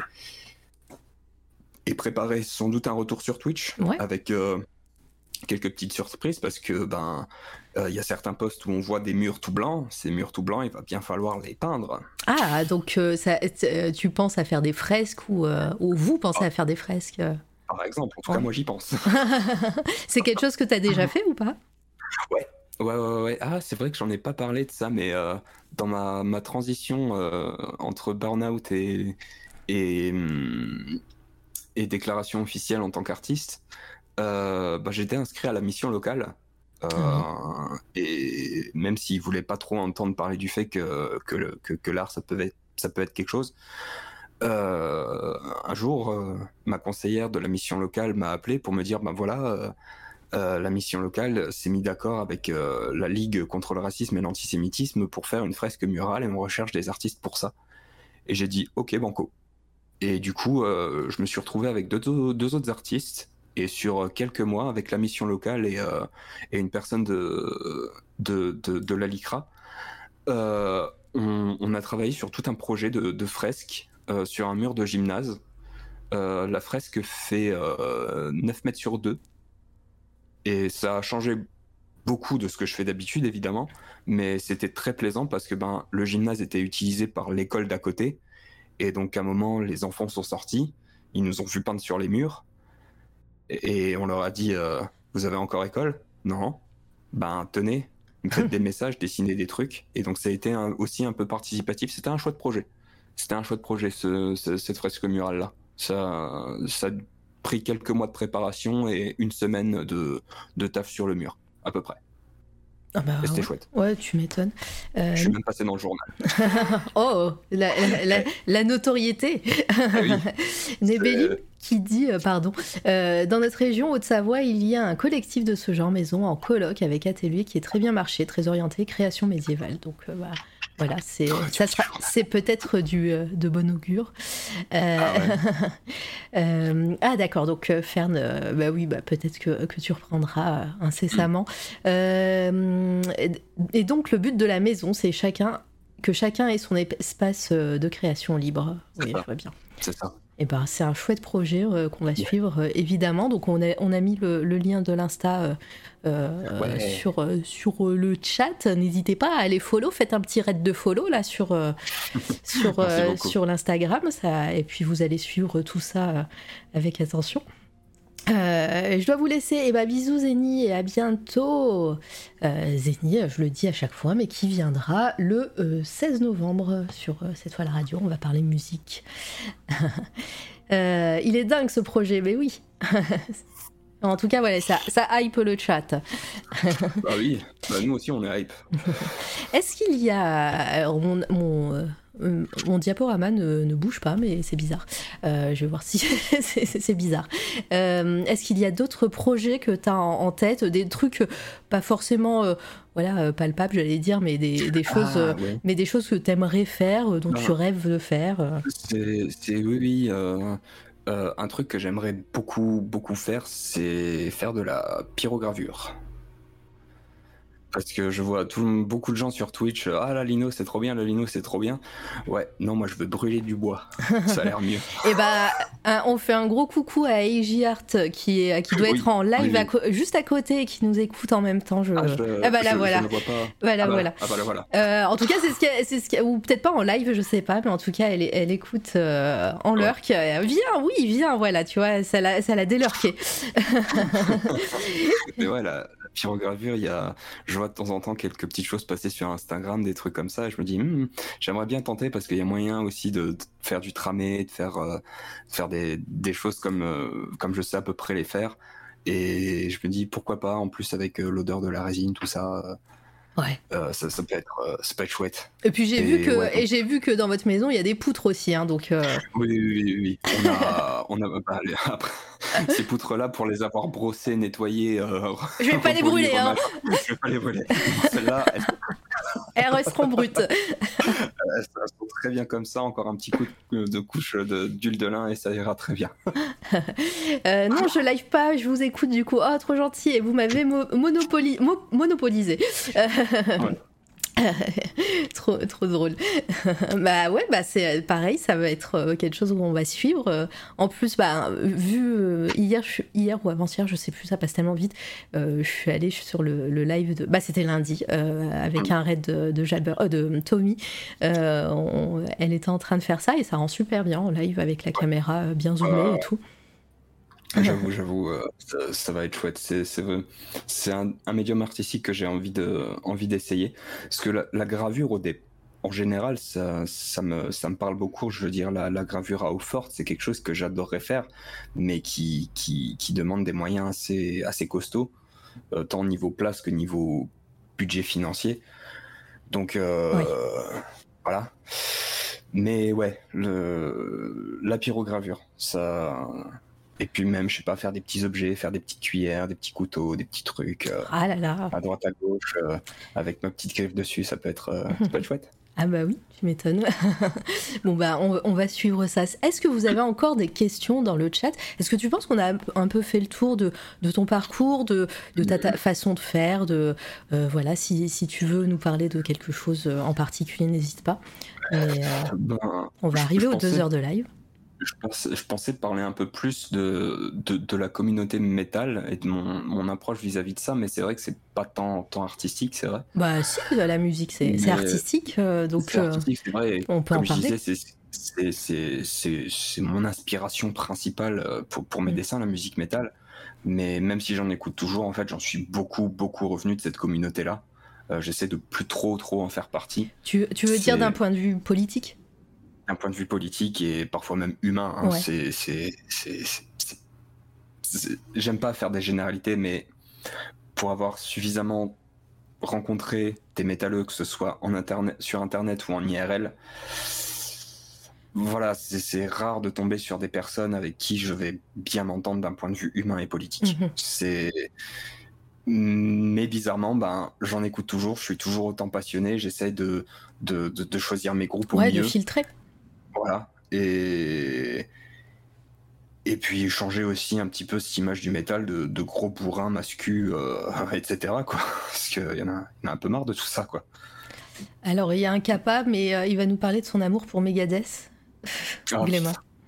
et préparer sans doute un retour sur Twitch, Ouais. avec euh, quelques petites surprises, parce que ben il y a certains posts où on voit des murs tout blancs. Ces murs tout blancs, il va bien falloir les peindre. Ah, donc euh, ça, euh, tu penses à faire des fresques ou, euh, ou vous pensez Ah. à faire des fresques euh Par exemple, en tout Ouais. cas, moi j'y pense. C'est quelque chose que tu as déjà fait ou pas? Ouais, ouais, ouais, ouais. Ah, c'est vrai que j'en ai pas parlé de ça, mais euh, dans ma, ma transition euh, entre burn-out et, et, hum, et déclaration officielle en tant qu'artiste, euh, bah, j'étais inscrit à la mission locale. Euh, Ah et même s'ils voulaient pas trop entendre parler du fait que, que, le- que, que l'art ça peut être, ça peut être quelque chose, euh, un jour, euh, ma conseillère de la mission locale m'a appelé pour me dire, ben voilà, euh, euh, la mission locale s'est mis d'accord avec euh, la Ligue contre le racisme et l'antisémitisme pour faire une fresque murale, et on recherche des artistes pour ça. Et j'ai dit, ok, banco. Et du coup, euh, je me suis retrouvé avec deux, deux autres artistes, et sur quelques mois, avec la mission locale et, euh, et une personne de, de, de, de la LICRA, euh, on, on a travaillé sur tout un projet de, de fresque euh, sur un mur de gymnase. Euh, la fresque fait euh, neuf mètres sur deux, et ça a changé beaucoup de ce que je fais d'habitude, évidemment, mais c'était très plaisant parce que ben, le gymnase était utilisé par l'école d'à côté, et donc à un moment, les enfants sont sortis, ils nous ont vu peindre sur les murs, et, et on leur a dit euh, vous avez encore école? Non. Ben tenez, faites des messages, dessinez des trucs, et donc ça a été un, aussi un peu participatif. C'était un choix de projet. C'était un choix de projet, ce, ce, cette fresque murale-là. Ça, ça a pris quelques mois de préparation et une semaine de, de taf sur le mur, à peu près. Ah bah, Et c'était ouais. chouette. Ouais, tu m'étonnes. Euh, Je suis même passé dans le journal. Oh, la, la- la- la notoriété. Ah oui. Nébéli C'est- qui dit, euh, pardon, euh, dans notre région Haute-Savoie, il y a un collectif de ce genre maison en coloc avec atelier qui est très bien marché, très orienté création médiévale. Donc, euh, bah, Voilà, c'est, ça sera, c'est peut-être du, euh, de bon augure. Euh, Ah ouais. euh, ah d'accord, donc euh, Fern, euh, bah oui, bah, peut-être que, que tu reprendras euh, incessamment. Euh, et, et donc le but de la maison, c'est chacun, que chacun ait son espace euh, de création libre. C'est Oui, ça. je vois bien. C'est ça. Et ben, c'est un chouette projet euh, qu'on va Ouais. suivre euh, évidemment. Donc on a, on a mis le, le lien de l'Insta euh, euh, Ouais. sur, euh, sur euh, le chat. N'hésitez pas à aller follow. Faites un petit raid de follow là sur, euh, sur, Merci euh, beaucoup. sur l'Instagram. Ça, et puis vous allez suivre tout ça euh, avec attention. Euh, je dois vous laisser. Et bah bisous Zeni et à bientôt. Euh, Zeni, je le dis à chaque fois, mais qui viendra le euh, seize novembre sur euh, cette fois la radio. On va parler musique. Euh, il est dingue ce projet, mais oui. En tout cas, voilà, ça, ça hype le chat. Bah oui, bah nous aussi on est hype. Est-ce qu'il y a... Alors, mon, mon, euh, euh, mon diaporama ne, ne bouge pas, mais c'est bizarre. Euh, je vais voir si c'est, c'est, c'est bizarre. Euh, est-ce qu'il y a d'autres projets que tu as en, en tête, des trucs euh, pas forcément euh, voilà, euh, palpables, j'allais dire, mais des, des choses, Ah euh, ouais. mais des choses que tu aimerais faire, euh, dont Non. tu rêves de faire euh. C'est, c'est oui, oui. euh, euh, un truc que j'aimerais beaucoup, beaucoup faire, c'est faire de la pyrogravure. Parce que je vois tout, beaucoup de gens sur Twitch, euh, ah la lino c'est trop bien, le lino c'est trop bien. Ouais, non, moi je veux brûler du bois. Ça a l'air mieux. Et bah, un- on fait un gros coucou à A J Art qui, est, qui doit Oui, être en live oui, oui. à co- juste à côté et qui nous écoute en même temps. Je... Ah, je, Ah bah là, je- voilà. je ne vois pas. Voilà, ah bah, voilà. Ah bah là, voilà. Euh, en tout cas, c'est ce qu'elle, c'est ce qu'elle- ou peut-être pas en live, je sais pas, mais en tout cas, elle, est- elle écoute euh, en Ouais. lurk. Euh, Viens, oui, viens, voilà, tu vois, ça l'a, ça l'a délurqué. Mais ouais, la, la pyrogravure, il y a, je vois de temps en temps quelques petites choses passer sur Instagram, des trucs comme ça, et je me dis, hmm, j'aimerais bien tenter parce qu'il y a moyen aussi de, de faire du tramé, de faire, euh, de faire des, des choses comme, euh, comme je sais à peu près les faire. Et je me dis, pourquoi pas, en plus avec euh, l'odeur de la résine, tout ça, Ouais. euh, ça, ça, peut être, euh, ça peut être chouette. Et puis j'ai vu Et que, ouais, donc- et j'ai vu que dans votre maison, il y a des poutres aussi, hein, donc. euh, Oui, oui, oui, oui. On a, on a bah, les- après, ces poutres-là, pour les avoir brossées, nettoyées. euh, Je vais pas les repolies, brûler, hein. remettre- Je vais pas les brûler. Celles-là, elles, Elles resteront brutes. elles sont très bien comme ça. Encore un petit coup de, de couche de- d'huile de lin et ça ira très bien. Euh, non, je live pas, je vous écoute du coup. Oh, trop gentil, et vous m'avez mo- monopoli- mo- monopolisé. Euh, Ouais. trop, trop drôle. Bah ouais, bah c'est pareil, ça va être euh, quelque chose où on va suivre. Euh, En plus, bah vu euh, hier, je suis- hier ou avant-hier, je sais plus, ça passe tellement vite. euh, je suis allée sur le, le live de, bah c'était lundi euh, avec un raid de, de, Jalber- euh, de Tommy. Euh, on- elle était en train de faire ça et ça rend super bien en live avec la caméra euh, bien zoomée et tout. J'avoue, j'avoue, euh, ça, ça va être chouette. C'est, c'est, c'est un, un médium artistique que j'ai envie, de, envie d'essayer. Parce que la, la gravure, au dé, en général, ça, ça, me, ça me parle beaucoup. Je veux dire, la, la gravure à eau forte, c'est quelque chose que j'adorerais faire, mais qui, qui, qui demande des moyens assez, assez costauds, euh, tant au niveau place que niveau budget financier. Donc, euh, Oui. voilà. Mais ouais, le, la pyrogravure, ça... Et puis même, je sais pas, faire des petits objets, faire des petites cuillères, des petits couteaux, des petits trucs euh, Ah là là. à droite à gauche, euh, avec ma petite griffe dessus, ça peut être, euh, ça peut être chouette. Ah bah oui, tu m'étonnes. Bon bah on, on va suivre ça. Est-ce que vous avez encore des questions dans le chat? Est-ce que tu penses qu'on a un peu fait le tour de, de ton parcours, de, de ta, ta façon de faire, de euh, voilà, si, si tu veux nous parler de quelque chose en particulier, n'hésite pas. Mais, euh, Ben, on va je- arriver je aux pensais- deux heures de live. Je pensais, je pensais parler un peu plus de, de, de la communauté métal et de mon, mon approche vis-à-vis de ça, mais c'est vrai que c'est pas tant, tant artistique, c'est vrai. Bah si, la musique c'est c'est Mais- artistique, euh, donc c'est euh, artistique, c'est vrai. et on peut en Comme je parler. disais, c'est, c'est, c'est, c'est, c'est mon inspiration principale euh, pour, pour mes Mm. dessins, la musique métal. Mais même si j'en écoute toujours, en fait, j'en suis beaucoup, beaucoup revenu de cette communauté-là. Euh, j'essaie de plus trop, trop en faire partie. Tu, tu veux dire C'est- d'un point de vue politique? D'un point de vue politique et parfois même humain. Hein, Ouais. c'est, c'est, c'est, c'est- c'est- c'est- J'aime pas faire des généralités, mais pour avoir suffisamment rencontré des métalleux, que ce soit en internet, sur Internet ou en I R L, voilà, c'est, c'est rare de tomber sur des personnes avec qui je vais bien m'entendre d'un point de vue humain et politique. Mhm. C'est Mais bizarrement, ben, j'en écoute toujours, je suis toujours autant passionné, j'essaie de, de, de, de choisir mes groupes au Ouais, mieux. de filtrer. Voilà. Et, et puis changer aussi un petit peu cette image du métal de, de gros bourrins mascus, euh, et cetera, quoi. Parce qu'il y en a, il y en a un peu marre de tout ça, quoi. Alors, il y a un Kappa, mais euh, il va nous parler de son amour pour Megadeth. Oh, Gléma.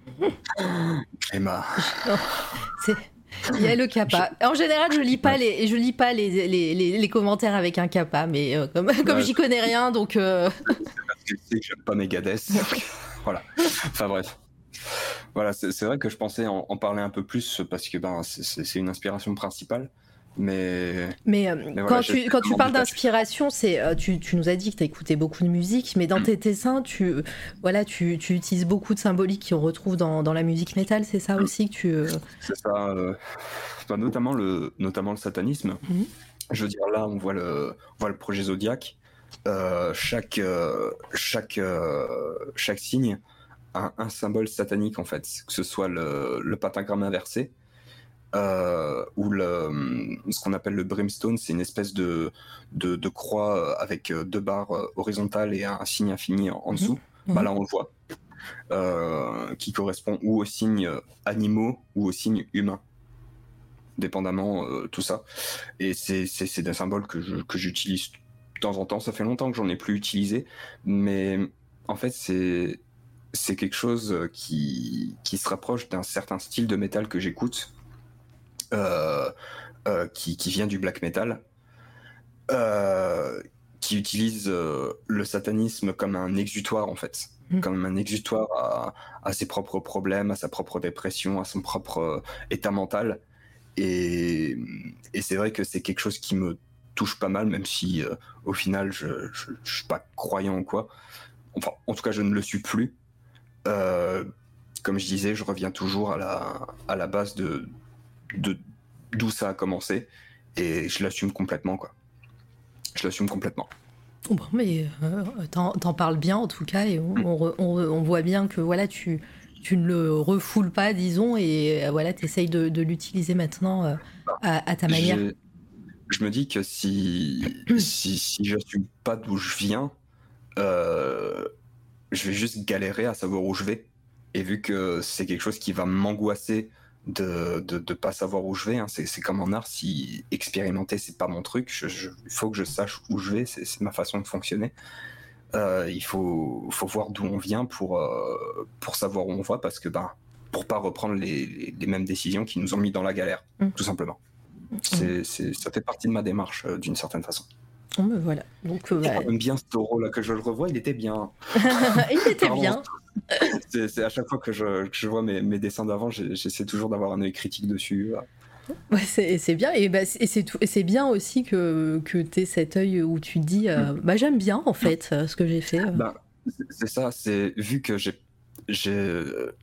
Gléma. Non, c'est... Il y a le Kappa. En général, je lis pas Ouais. les, je lis pas les, les, les, les commentaires avec un Kappa, mais euh, comme, comme Ouais. j'y connais rien, donc. Euh... Parce que je sais que j'aime pas Megadeth. Voilà. Enfin bref. Voilà, c'est, c'est vrai que je pensais en, en parler un peu plus parce que ben c'est, c'est, c'est une inspiration principale, mais. Mais, euh, mais quand, voilà, tu, j'essaie quand de tu m'en parles détacher. d'inspiration, c'est, euh, tu, tu nous as dit que tu as écouté beaucoup de musique, mais dans Mm. tes dessins, tu, voilà, tu, tu utilises beaucoup de symboliques qu'on retrouve dans, dans la musique métal, c'est ça Mm. aussi que tu. Euh... C'est ça, euh, enfin, notamment, le, notamment le satanisme. Mhm. Je veux dire, là, on voit le, on voit le projet Zodiac. Euh, chaque, euh, chaque, euh, chaque signe a un symbole satanique, en fait, que ce soit le, le pentagramme inversé. Euh, ou le, ce qu'on appelle le brimstone, c'est une espèce de, de, de croix avec deux barres horizontales et un signe infini en, en Mhm. dessous. Mhm. Bah là, on le voit. Euh, qui correspond ou aux signes animaux ou aux signes humains, dépendamment euh, tout ça. Et c'est, c'est, c'est des symboles que, je, que j'utilise de temps en temps. Ça fait longtemps que j'en ai plus utilisé, mais en fait, c'est, c'est quelque chose qui, qui se rapproche d'un certain style de métal que j'écoute. Euh, euh, qui, qui vient du black metal, euh, qui utilise euh, le satanisme comme un exutoire en fait, Mm. comme un exutoire à, à ses propres problèmes, à sa propre dépression, à son propre euh, état mental. Et, et c'est vrai que c'est quelque chose qui me touche pas mal, même si euh, au final je, je, je suis pas croyant ou quoi. Enfin, en tout cas, je ne le suis plus. Euh, comme je disais, je reviens toujours à la, à la base de, de d'où ça a commencé et je l'assume complètement, quoi. Je l'assume complètement. Bon, mais euh, t'en, t'en parles bien en tout cas, et on, on, re- on, on voit bien que voilà, tu, tu ne le refoules pas, disons, et euh, voilà, t'essayes de, de l'utiliser maintenant euh, à, à ta manière. J'ai- Je me dis que si, si, si j'assume pas d'où je viens, euh, je vais juste galérer à savoir où je vais. Et vu que c'est quelque chose qui va m'angoisser de de, de pas savoir où je vais, hein, c'est, c'est comme en art, si expérimenter c'est pas mon truc, je, je- il faut que je sache où je vais, c'est, c'est ma façon de fonctionner. Euh, il faut, faut voir d'où on vient pour, euh, pour savoir où on va, parce que ben, pour pas reprendre les, les, les mêmes décisions qui nous ont mis dans la galère, Mm. tout simplement. C'est, c'est, ça fait partie de ma démarche euh, d'une certaine façon. Bon, ben voilà. Donc, euh, bah, J'aime bien ce taureau là que je le revois, il était bien. il était Pardon. bien. C'est, c'est à chaque fois que je, que je vois mes, mes dessins d'avant, j'ai- j'essaie toujours d'avoir un œil critique dessus. Ouais, c'est, c'est bien, et, bah, c'est, et c'est, tout, et c'est bien aussi que, que tu aies cet œil où tu te dis euh, bah, j'aime bien en fait euh, ce que j'ai fait. euh. Ben, c'est, c'est ça, c'est vu que j'ai, j'ai,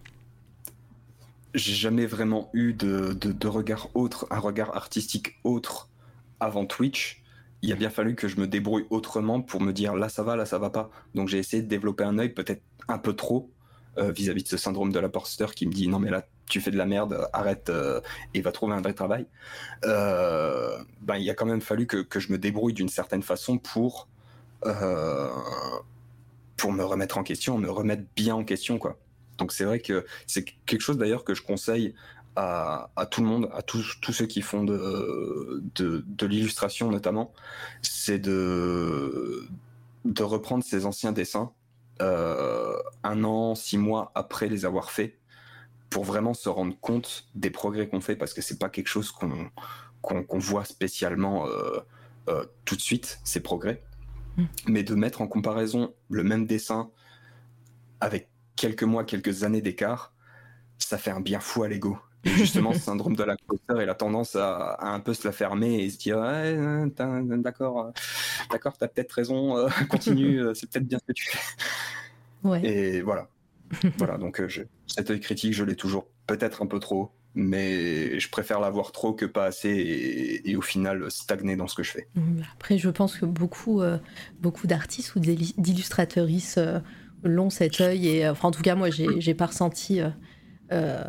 j'ai jamais vraiment eu de, de, de regard autre, un regard artistique autre avant Twitch. Il a bien fallu que je me débrouille autrement pour me dire là ça va, là ça va pas. Donc j'ai essayé de développer un œil peut-être un peu trop euh, vis-à-vis de ce syndrome de l'imposteur qui me dit non mais là tu fais de la merde, arrête euh, et va trouver un vrai travail. Euh, ben il a quand même fallu que, que je me débrouille d'une certaine façon pour euh, pour me remettre en question, me remettre bien en question quoi. Donc c'est vrai que c'est quelque chose d'ailleurs que je conseille à, à tout le monde, à tous, tous ceux qui font de, de, de l'illustration notamment, c'est de, de reprendre ses anciens dessins euh, un an, six mois après les avoir faits, pour vraiment se rendre compte des progrès qu'on fait, parce que c'est pas quelque chose qu'on, qu'on, qu'on voit spécialement euh, euh, tout de suite, ces progrès, Mm. mais de mettre en comparaison le même dessin avec quelques mois, quelques années d'écart, ça fait un bien fou à l'ego. Et justement, ce syndrome de l'imposteur, il a tendance à, à un peu se la fermer et se dire ouais, t'as, d'accord, euh, d'accord, t'as peut-être raison, euh, continue, euh, c'est peut-être bien ce que tu fais. Ouais. Et voilà, voilà. Donc euh, je, cet œil critique, je l'ai toujours, peut-être un peu trop, mais je préfère l'avoir trop que pas assez et, et au final stagner dans ce que je fais. Après, je pense que beaucoup, euh, beaucoup d'artistes ou d'illu- d'illustratrices euh, l'ont cet œil, et enfin, en tout cas, moi, j'ai, j'ai pas ressenti euh, euh,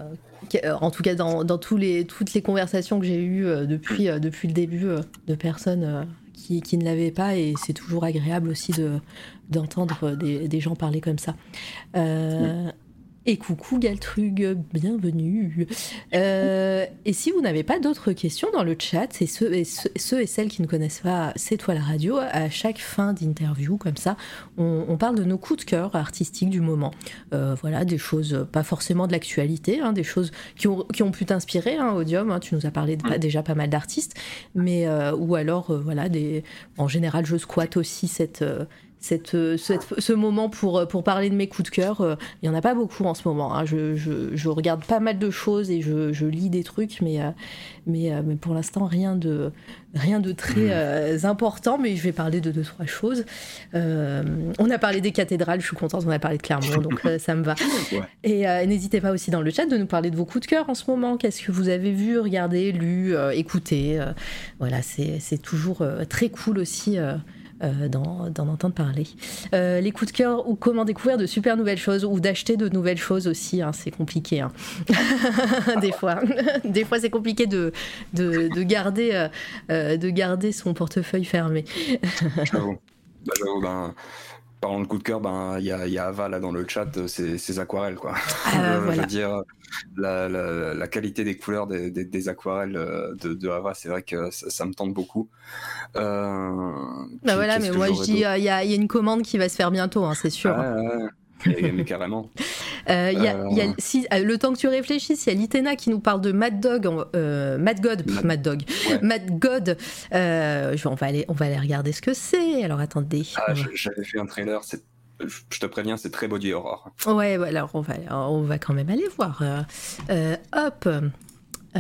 en tout cas dans, dans tous les, toutes les conversations que j'ai eues euh, depuis, euh, depuis le début euh, de personnes euh, qui, qui ne l'avaient pas, et c'est toujours agréable aussi de, d'entendre des, des gens parler comme ça. Euh, Et coucou Galtrug, bienvenue. Euh, et si vous n'avez pas d'autres questions dans le chat, c'est ceux et, ceux, ceux et celles qui ne connaissent pas C'est toi la radio, à chaque fin d'interview, comme ça, on, on parle de nos coups de cœur artistiques du moment. Euh, voilà, des choses, pas forcément de l'actualité, hein, des choses qui ont, qui ont pu t'inspirer, hein, Odium, hein, tu nous as parlé de, déjà pas mal d'artistes, mais, euh, ou alors, euh, voilà, des, en général, je squatte aussi cette... Euh, Cette, cette, ce moment pour, pour parler de mes coups de cœur. Euh, il n'y en a pas beaucoup en ce moment. Hein. Je, je, je regarde pas mal de choses et je, je lis des trucs, mais, euh, mais, euh, mais pour l'instant, rien de, rien de très euh, important. Mais je vais parler de deux, trois choses. Euh, on a parlé des cathédrales, je suis contente. On a parlé de Clermont, donc euh, ça me va. Ouais. Et euh, n'hésitez pas aussi dans le chat de nous parler de vos coups de cœur en ce moment. Qu'est-ce que vous avez vu, regardé, lu, euh, écouté. Euh, voilà, c'est, c'est toujours euh, très cool aussi. Euh, Euh, d'en, d'en entendre parler. Euh, les coups de cœur ou comment découvrir de super nouvelles choses ou d'acheter de nouvelles choses aussi, hein, c'est compliqué. Hein. Des fois, des fois c'est compliqué de, de, de, garder, euh, de garder son portefeuille fermé. J'avoue. Bah, j'avoue, ben... Parlant de coup de cœur, ben il y a, y a Ava là dans le chat, c'est ses aquarelles quoi. Ah, je voilà. veux dire la, la, la qualité des couleurs des, des, des aquarelles de, de Ava, c'est vrai que ça, ça me tente beaucoup. Euh, bah voilà, mais moi je dis il euh, y, y a une commande qui va se faire bientôt, hein, c'est sûr. Ah, ouais. Mais, mais carrément. Euh, y a, euh... y a, si, le temps que tu réfléchisses, il y a Litena qui nous parle de Mad Dog, euh, Mad God, pff, Mad Dog, ouais. Mad God. Euh, on va aller, on va aller regarder ce que c'est. Alors attendez. Ah, va... j'avais fait un trailer. C'est, je te préviens, c'est très body horror. Ouais, ouais, alors on va, on va quand même aller voir. Euh, hop, euh,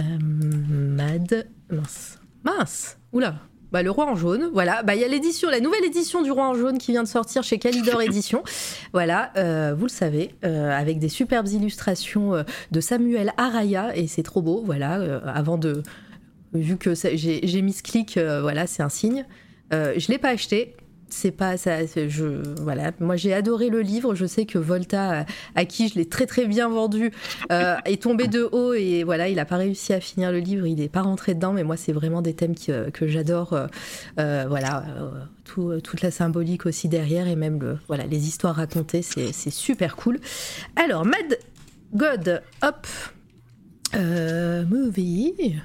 Mad, mince, mince. Oula. Bah, le Roi en jaune, voilà. Bah, il y a l'édition, la nouvelle édition du Roi en jaune qui vient de sortir chez Calidor Édition. Voilà, euh, vous le savez, euh, avec des superbes illustrations euh, de Samuel Araya, et c'est trop beau. Voilà, euh, avant de, vu que ça, j'ai, j'ai mis ce clic, euh, voilà, c'est un signe. Euh, je l'ai pas acheté. C'est pas ça. C'est, je, voilà. Moi, j'ai adoré le livre. Je sais que Volta, à qui je l'ai très très bien vendu, euh, est tombé de haut et voilà, il a pas réussi à finir le livre. Il est pas rentré dedans. Mais moi, c'est vraiment des thèmes qui, euh, que j'adore. Euh, euh, voilà, euh, tout, toute la symbolique aussi derrière et même le, voilà, les histoires racontées. C'est, c'est super cool. Alors, Mad God, hop, euh, movie.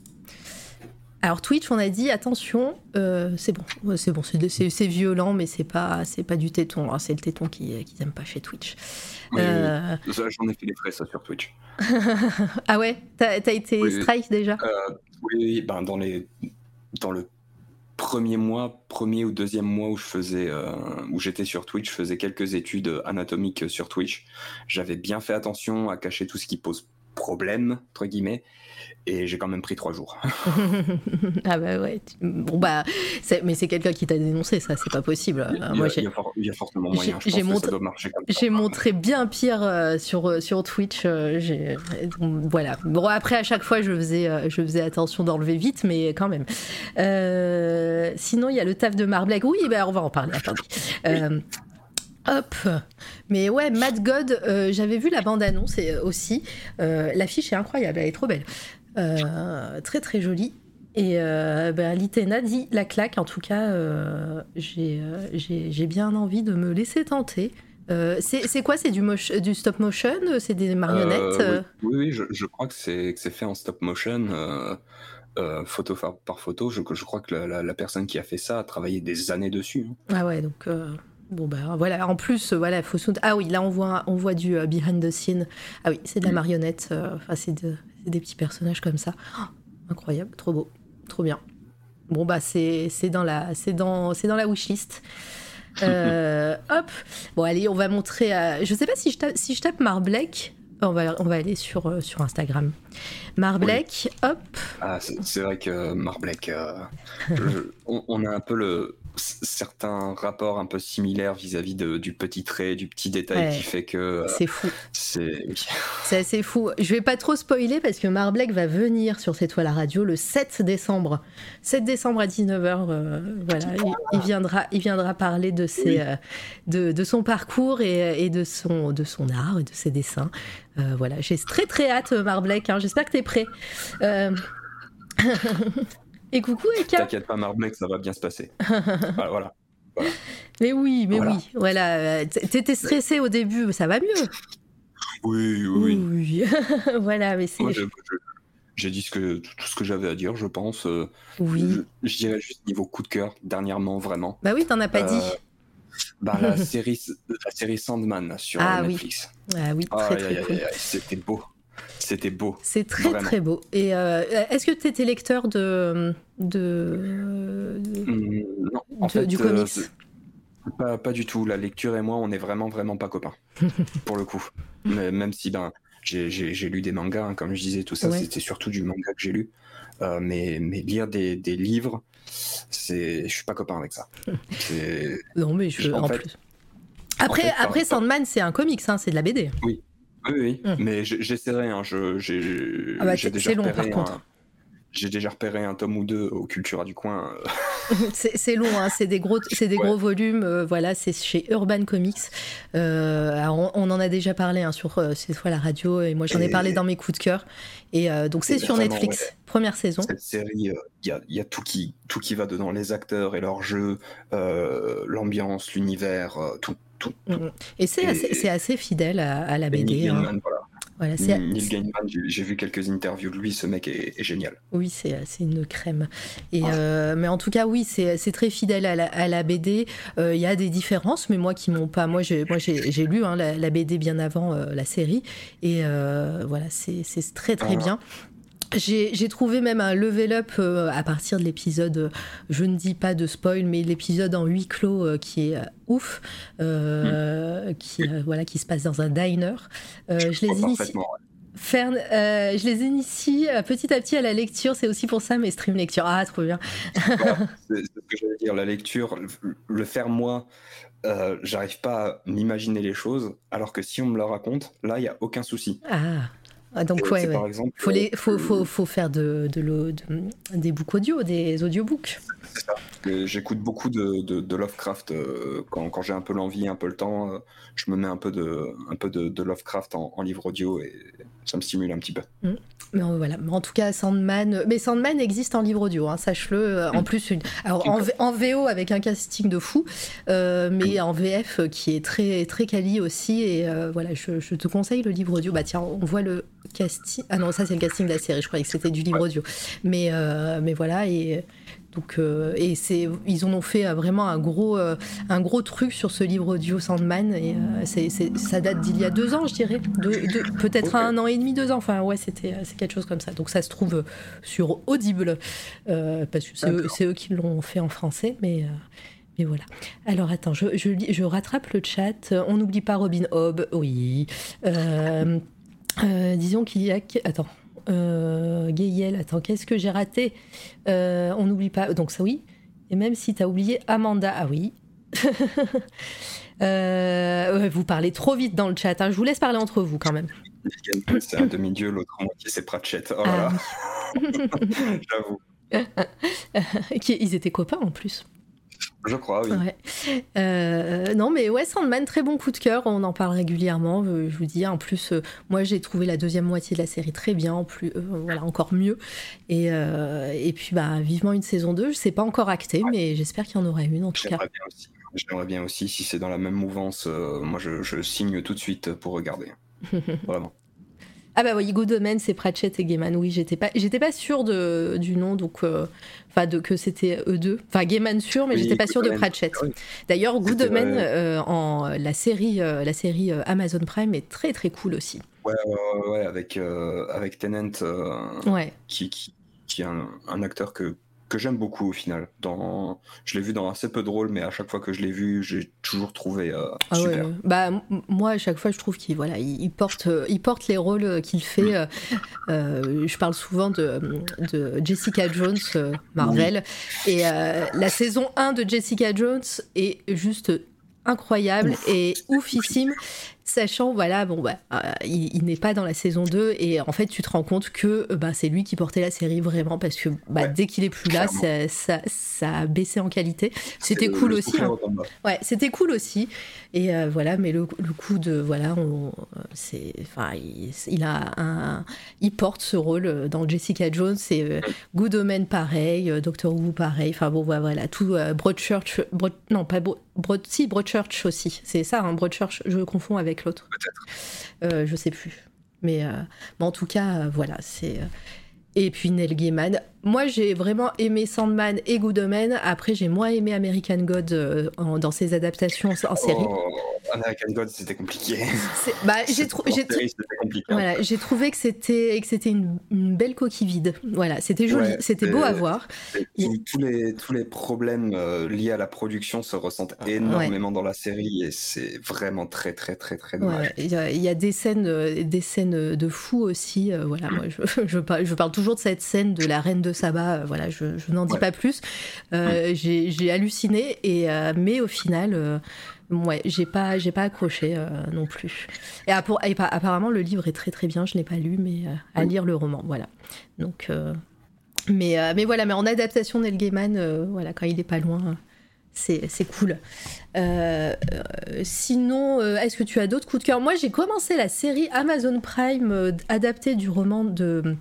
Alors Twitch, on a dit attention, euh, c'est bon, c'est bon, c'est, c'est, c'est violent, mais c'est pas, c'est pas du téton, hein, c'est le téton qui, qui aime pas chez Twitch. Oui, euh... oui. Ça, j'en ai fait les frais ça sur Twitch. Ah ouais, t'as, t'as été oui, strike déjà euh, Oui, ben dans les, dans le premier mois, premier ou deuxième mois où je faisais, euh, où j'étais sur Twitch, je faisais quelques études anatomiques sur Twitch. J'avais bien fait attention à cacher tout ce qui pose problème entre guillemets. Et j'ai quand même pris trois jours. Ah bah ouais. Bon bah, c'est, mais c'est quelqu'un qui t'a dénoncé, ça, c'est pas possible. Il y a, Moi, il y a, for, il y a forcément moyen. J'ai, je j'ai, pense montré, que ça doit marcher comme ça. J'ai montré bien pire euh, sur sur Twitch. Euh, j'ai, donc, voilà. Bon après à chaque fois je faisais euh, je faisais attention d'enlever vite, mais quand même. Euh, sinon il y a le taf de Marblek. Oui, bah on va en parler. Attendez. Euh, Hop, mais ouais, Mad God, euh, j'avais vu la bande-annonce aussi. Euh, l'affiche est incroyable, elle est trop belle. Euh, très très jolie. Et euh, bah, Litena dit la claque, en tout cas, euh, j'ai, euh, j'ai, j'ai bien envie de me laisser tenter. Euh, c'est, c'est quoi, c'est du, motion, du stop motion? C'est des marionnettes? euh, Oui, oui, oui je, je crois que c'est, que c'est fait en stop motion. Euh... Euh, photo par, par photo, je, je crois que la, la, la personne qui a fait ça a travaillé des années dessus. Hein. Ah ouais, donc... Euh... Bon bah voilà, en plus voilà, faut sou- ah oui, là on voit on voit du uh, behind the scene. Ah oui, c'est de la marionnette, euh, enfin c'est, de, c'est des petits personnages comme ça. Oh, incroyable, trop beau, trop bien. Bon bah c'est c'est dans la c'est dans c'est dans la wishlist. Euh, hop. Bon allez, on va montrer à... je sais pas si je tape si je tape Marblek, on va on va aller sur euh, sur Instagram. Marblek, oui. Hop. Ah c'est, c'est vrai que Marblek euh, je, on, on a un peu le certains rapports un peu similaires vis-à-vis de, du petit trait, du petit détail Ouais, qui fait que euh, c'est fou. c'est. C'est assez fou. Je vais pas trop spoiler parce que Marblek va venir sur C'est toi la radio le sept décembre. sept décembre à dix-neuf heures. Euh, voilà, il, il, viendra, il viendra parler de, ses, Oui. euh, de, de son parcours et, et de, son, de son art et de ses dessins. Euh, voilà, j'ai très très hâte, Marblek. Hein. J'espère que t'es prêt. Euh... Et coucou Eka. T'inquiète pas, Marblek, ça va bien se passer. Voilà. voilà. voilà. Mais oui, mais Voilà. oui. Voilà. T'étais stressé au début, ça va mieux. Oui, oui. Oui. Voilà, mais c'est. Moi, je- je- j'ai dit ce que, tout ce que j'avais à dire, je pense. Euh, Oui. Je, je dirais juste niveau coup de cœur, dernièrement, vraiment. Bah oui, t'en as pas Euh, dit. Bah, la, série, la série Sandman sur Ah euh, oui. Netflix. Ah oui, très Aïe, très aïe, cool. aïe, aïe, c'était beau. C'était beau. C'est très Vraiment. très beau. Et euh, est-ce que tu étais lecteur de, de, de- Hum, non, en de- fait, du euh, comics? c'est- pas, pas du tout. La lecture et moi, on est vraiment, vraiment pas copains, pour le coup. Mais même si ben, j'ai, j'ai, j'ai lu des mangas, hein, comme je disais, tout ça, Ouais. c'était surtout du manga que j'ai lu. Euh, mais, mais lire des, des livres, c'est, je suis pas copain avec ça. C'est... Non, mais je, En en fait- plus. Après, en fait, par- après par- Sandman, c'est un comics, hein, c'est de la B D. Oui, oui, Hum. mais j- j'essaierai. Hein, je, j'ai, Ah bah, j'ai c'est- déjà c'est long, repéré par un- contre. J'ai déjà repéré un tome ou deux au Cultura du coin. euh, c'est, c'est long, hein, c'est des gros, c'est des Ouais. gros volumes. euh, voilà, c'est chez Urban Comics. Euh, alors on, on en a déjà parlé hein, sur euh, cette fois la radio, et moi j'en ai Et- parlé dans mes coups de cœur. Et euh, donc c'est Et sur vraiment, Netflix, ouais. première saison. Cette série, il y, a, y a tout qui, tout qui va dedans, les acteurs et leur jeu, euh, l'ambiance, l'univers, euh, tout. tout, tout. Mm. Et c'est Et- assez, c'est assez fidèle à, à la Et B D. Neil hein. Gaiman, voilà. Voilà, c'est, Neil Gaiman, j'ai, j'ai vu quelques interviews de lui, ce mec est, est génial. Oui, c'est, c'est une crème. Et, Ouais. euh, mais en tout cas, oui, c'est, c'est très fidèle à la, à la B D. Il euh, y a des différences, mais moi qui m'ont pas. Moi, j'ai, moi, j'ai, j'ai lu hein, la, la B D bien avant euh, la série. Et euh, voilà, c'est, c'est très, très Ah. bien. J'ai, j'ai trouvé même un level up euh, à partir de l'épisode, euh, je ne dis pas de spoil, mais l'épisode en huis clos euh, qui est euh, ouf, euh, Hmm. qui, euh, voilà, qui se passe dans un diner. Euh, je, Je les vois initie. parfaitement, ouais. Faire, euh, je les initie euh, petit à petit à la lecture, c'est aussi pour ça mes stream lecture. Ah, trop bien. Voilà, c'est, c'est ce que j'allais dire, la lecture, le, le faire moi, euh, j'arrive pas à m'imaginer les choses, alors que si on me le raconte, là, il n'y a aucun souci. Ah, Ah, donc C'est- ouais, c'est ouais. par exemple, Faut, les, faut, euh, faut, faut faire de, de, l'au- de- des books audio, des audiobooks. C'est ça. Que j'écoute beaucoup de, de, de Lovecraft euh, quand, quand j'ai un peu l'envie, un peu le temps. euh, je me mets un peu de, un peu de, de Lovecraft en, en livre audio et ça me stimule un petit peu. Mais euh, voilà. Mais en tout cas, Sandman. Mais Sandman existe en livre audio, hein, sache-le. Euh, En Mm. plus, une... Alors, en, V- en V O avec un casting de fou, euh, mais en V F euh, qui est très très quali aussi. Et euh, voilà, je, je te conseille le livre audio. Bah tiens, on voit le casting. Ah non, ça c'est le casting de la série. Je croyais que c'était du livre audio. Mais euh, mais voilà et. Donc, euh, et c'est, ils en ont fait euh, vraiment un gros, euh, un gros truc sur ce livre audio Sandman. Et euh, c'est, c'est, ça date d'il y a deux ans, je dirais. Deux, deux, peut-être Ok. un an et demi, deux ans. Enfin, ouais, c'était, c'est quelque chose comme ça. Donc, ça se trouve sur Audible. euh, parce que c'est eux, D'accord. c'est eux qui l'ont fait en français. Mais. Euh, mais voilà. Alors attends, je, je, lis- je rattrape le chat. On n'oublie pas Robin Hobb, oui. Euh, euh, disons qu'il y a... que- Attends. Euh, Gayel, attends, qu'est-ce que j'ai raté Euh, On n'oublie pas... Donc ça, oui. Et même si t'as oublié Amanda, ah oui. Euh, ouais, vous parlez trop vite dans le chat. hein. Je vous laisse parler entre vous quand même. Neil Gaiman, c'est un demi-dieu, l'autre moitié c'est Pratchett. Oh là Ah, là, j'avoue. Qui- Ils étaient copains en plus. Je crois, oui. Ouais. Euh, non, mais ouais, Sandman, très bon coup de cœur. On en parle régulièrement. euh, Je vous dis, en plus, euh, moi, j'ai trouvé la deuxième moitié de la série très bien, en plus, euh, voilà, encore mieux. Et, euh, et puis, bah, vivement une saison deux. Je sais pas encore acté, mais j'espère qu'il y en aura une en tout cas. J'aimerais bien aussi. J'aimerais bien aussi, si c'est dans la même mouvance, euh, moi je, je signe tout de suite pour regarder. Vraiment. Ah bah oui, Good Omens, c'est Pratchett et Gaiman. Oui, j'étais pas, j'étais pas sûre de, du nom, donc, euh, enfin, de que c'était eux deux. Enfin, Gaiman sûr, mais Oui, j'étais pas Good sûre de Omens. Pratchett. Oui. D'ailleurs, Good C'était, Omens, ouais. euh, en la série, euh, la série euh, Amazon Prime est très très cool aussi. Ouais, ouais, ouais, ouais, avec, euh, avec Tennant, euh, Ouais. qui, qui, qui est un, un acteur que, que que j'aime beaucoup au final. Dans... Je l'ai vu dans assez peu de rôles, mais à chaque fois que je l'ai vu, j'ai toujours trouvé euh, ah super. Ouais. Bah, m- moi, à chaque fois, je trouve qu'il voilà, il, il porte, euh, il porte les rôles qu'il fait. Euh, euh, je parle souvent de, de Jessica Jones, euh, Marvel. Et euh, la saison un de Jessica Jones est juste incroyable Ouf. et oufissime. Sachant, voilà, bon, bah, euh, il, il n'est pas dans la saison deux et en fait, tu te rends compte que euh, bah, c'est lui qui portait la série vraiment parce que bah, Ouais, dès qu'il est plus là, clairement. ça, ça, ça a baissé en qualité. C'est C'était le, cool le aussi. soufflet Hein. au combat. Ouais, c'était cool aussi. Et euh, voilà, mais le, le coup de. Voilà, on, c'est, enfin, il, il a un. Il porte ce rôle dans Jessica Jones et euh, Good Omen pareil, euh, Doctor Who pareil. Enfin bon, voilà, voilà tout. Euh, Broadchurch. Broad, non, pas Broad, Broad, si, Broadchurch aussi. C'est ça, hein, Broadchurch, je le confonds avec l'autre. Peut-être. Euh, je sais plus. Mais, euh, mais en tout cas, euh, voilà, c'est. Euh... Et puis Neil Gaiman. Moi, j'ai vraiment aimé Sandman et Good Omen. Après, j'ai moins aimé American God euh, en, dans ses adaptations en série. Oh, American God, c'était compliqué. C'est, bah, j'ai, trou- j'ai, série, c'était compliqué. voilà, j'ai trouvé que c'était, que c'était une, une belle coquille vide. Voilà, c'était joli, Ouais, c'était c'est- beau à voir. Tous, tous les, tous les problèmes euh, liés à la production se ressentent énormément dans la série et c'est vraiment très très très très dommage. Ouais, il y, a- il y a des scènes, euh, des scènes de fous aussi. euh, voilà, moi, je, je, parle, je parle toujours de cette scène de la reine de Saba. euh, voilà, je, je n'en dis Ouais. pas plus. Euh, j'ai, j'ai halluciné, et euh, mais au final, euh, ouais, j'ai pas, j'ai pas accroché euh, non plus. Et, appar- et pa- apparemment, le livre est très très bien. Je l'ai pas lu, mais euh, à Oui. lire le roman. Voilà. Donc, euh, mais euh, mais voilà, mais en adaptation Neil Gaiman, euh, voilà, quand il est pas loin. C'est, c'est cool. Euh, euh, sinon, euh, est-ce que tu as d'autres coups de cœur ? Moi, j'ai commencé la série Amazon Prime euh, adaptée du roman de,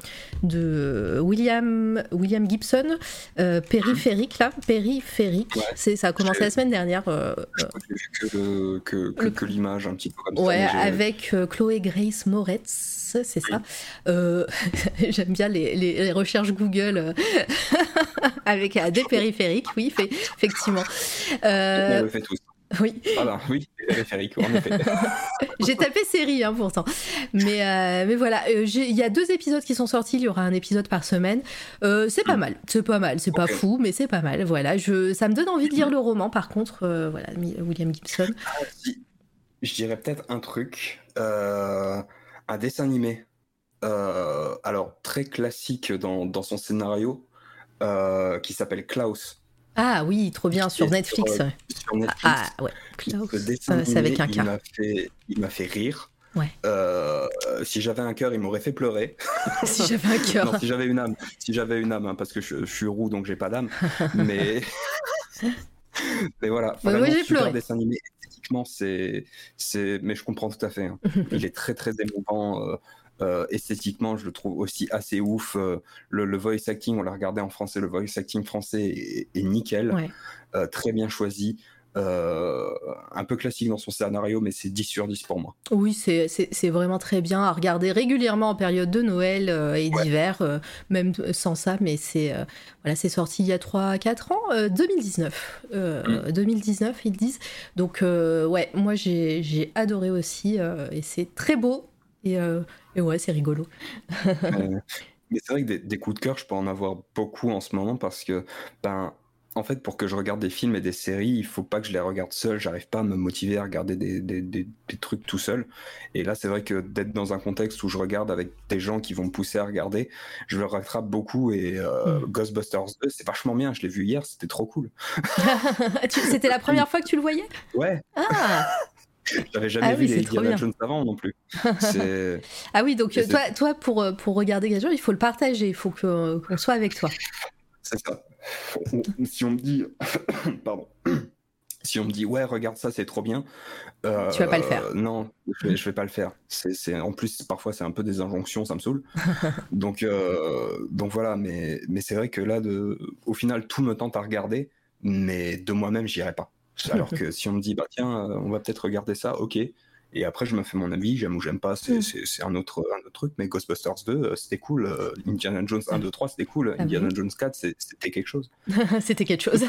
de William, William Gibson, euh, Périphérique, là. Périphérique. Ouais. C'est, ça a commencé J'ai- la semaine dernière. euh, Je crois que j'ai vu que, le- que, que, Le- que l'image un petit peu comme Ouais, ça. mais j'ai- avec euh, Chloé Grace Moretz, c'est ça. Euh, j'aime bien les, les- les recherches Google euh, avec euh, des périphériques, oui, fait- effectivement. On Euh, le fait tous. oui. Ah ben oui, périphérique, en effet. J'ai tapé série hein, pourtant. Mais, euh, mais voilà, euh, j'ai- il y a deux épisodes qui sont sortis, il y aura un épisode par semaine. Euh, c'est pas mal, c'est pas mal, c'est pas Ok. fou, mais c'est pas mal. Voilà, je, ça me donne envie de lire le roman par contre. euh, voilà, Mi- William Gibson. Ah, si. Je dirais peut-être un truc, euh, un dessin animé. Euh, alors, très classique dans, dans son scénario, euh, qui s'appelle Klaus. Ah oui, trop bien, sur Qui est Netflix. Sur, euh, ouais. sur Netflix. Ah ouais, Klaus, Ce dessin euh, c'est avec animé, un il K. m'a fait, il m'a fait rire. Ouais. Euh, si j'avais un cœur, il m'aurait fait pleurer. Si j'avais un cœur. Non, si j'avais une âme, si j'avais une âme, hein, parce que je, je suis roux, donc j'ai pas d'âme. Mais, mais voilà, Bah, vraiment moi, j'ai super pleuré. dessin animé. Esthétiquement, c'est, c'est, mais je comprends tout à fait. hein. Il est très très émouvant. euh, euh, esthétiquement, je le trouve aussi assez ouf. euh, le, le voice acting, on l'a regardé en français. Le voice acting français est, est nickel, Ouais. euh, très bien choisi. Euh, un peu classique dans son scénario, mais c'est dix sur dix pour moi. Oui, c'est, c'est, c'est vraiment très bien à regarder régulièrement en période de Noël euh, et Ouais. d'hiver, euh, même sans ça, mais c'est, euh, voilà, c'est sorti il y a trois à quatre ans, euh, deux mille dix-neuf. Euh, deux mille dix-neuf, ils disent. Donc, euh, ouais, moi j'ai, j'ai adoré aussi, euh, et c'est très beau, et, euh, et ouais, c'est rigolo. Euh, mais c'est vrai que des, des coups de cœur, je peux en avoir beaucoup en ce moment parce que, ben, en fait, pour que je regarde des films et des séries, il faut pas que je les regarde seul. J'arrive pas à me motiver à regarder des, des, des, des trucs tout seul. Et là, c'est vrai que d'être dans un contexte où je regarde avec des gens qui vont me pousser à regarder, je le rattrape beaucoup. Et euh, Mm. Ghostbusters deux, c'est vachement bien. Je l'ai vu hier, c'était trop cool. Tu- C'était la première fois que tu le voyais ? Ouais, Ah, j'avais jamais Ah vu oui, les c'est trop Indiana bien. Jones avant non plus. C'est ah oui, donc Et euh, c'est- toi, toi pour, euh, pour regarder quelque chose, il faut le partager, il faut que, qu'on soit avec toi. c'est ça. On- Si on me dit, pardon, si on me dit ouais, regarde ça, c'est trop bien. euh, Tu vas pas le faire. Non, je vais, je vais pas le faire. C'est, c'est, en plus, parfois, c'est un peu des injonctions, ça me saoule. donc, euh, donc voilà, mais, mais c'est vrai que là, de, au final, tout me tente à regarder, mais de moi-même, j'irai pas. Alors que si on me dit bah tiens, euh, on va peut-être regarder ça, ok. Et après, je me fais mon avis, j'aime ou j'aime pas, c'est, Mm. c'est, c'est un, autre, un autre truc. Mais Ghostbusters deux, euh, c'était cool. euh, Indiana Jones un, deux, trois, c'était cool. Ah Indiana oui. Jones quatre, c'est- c'était quelque chose. C'était quelque chose.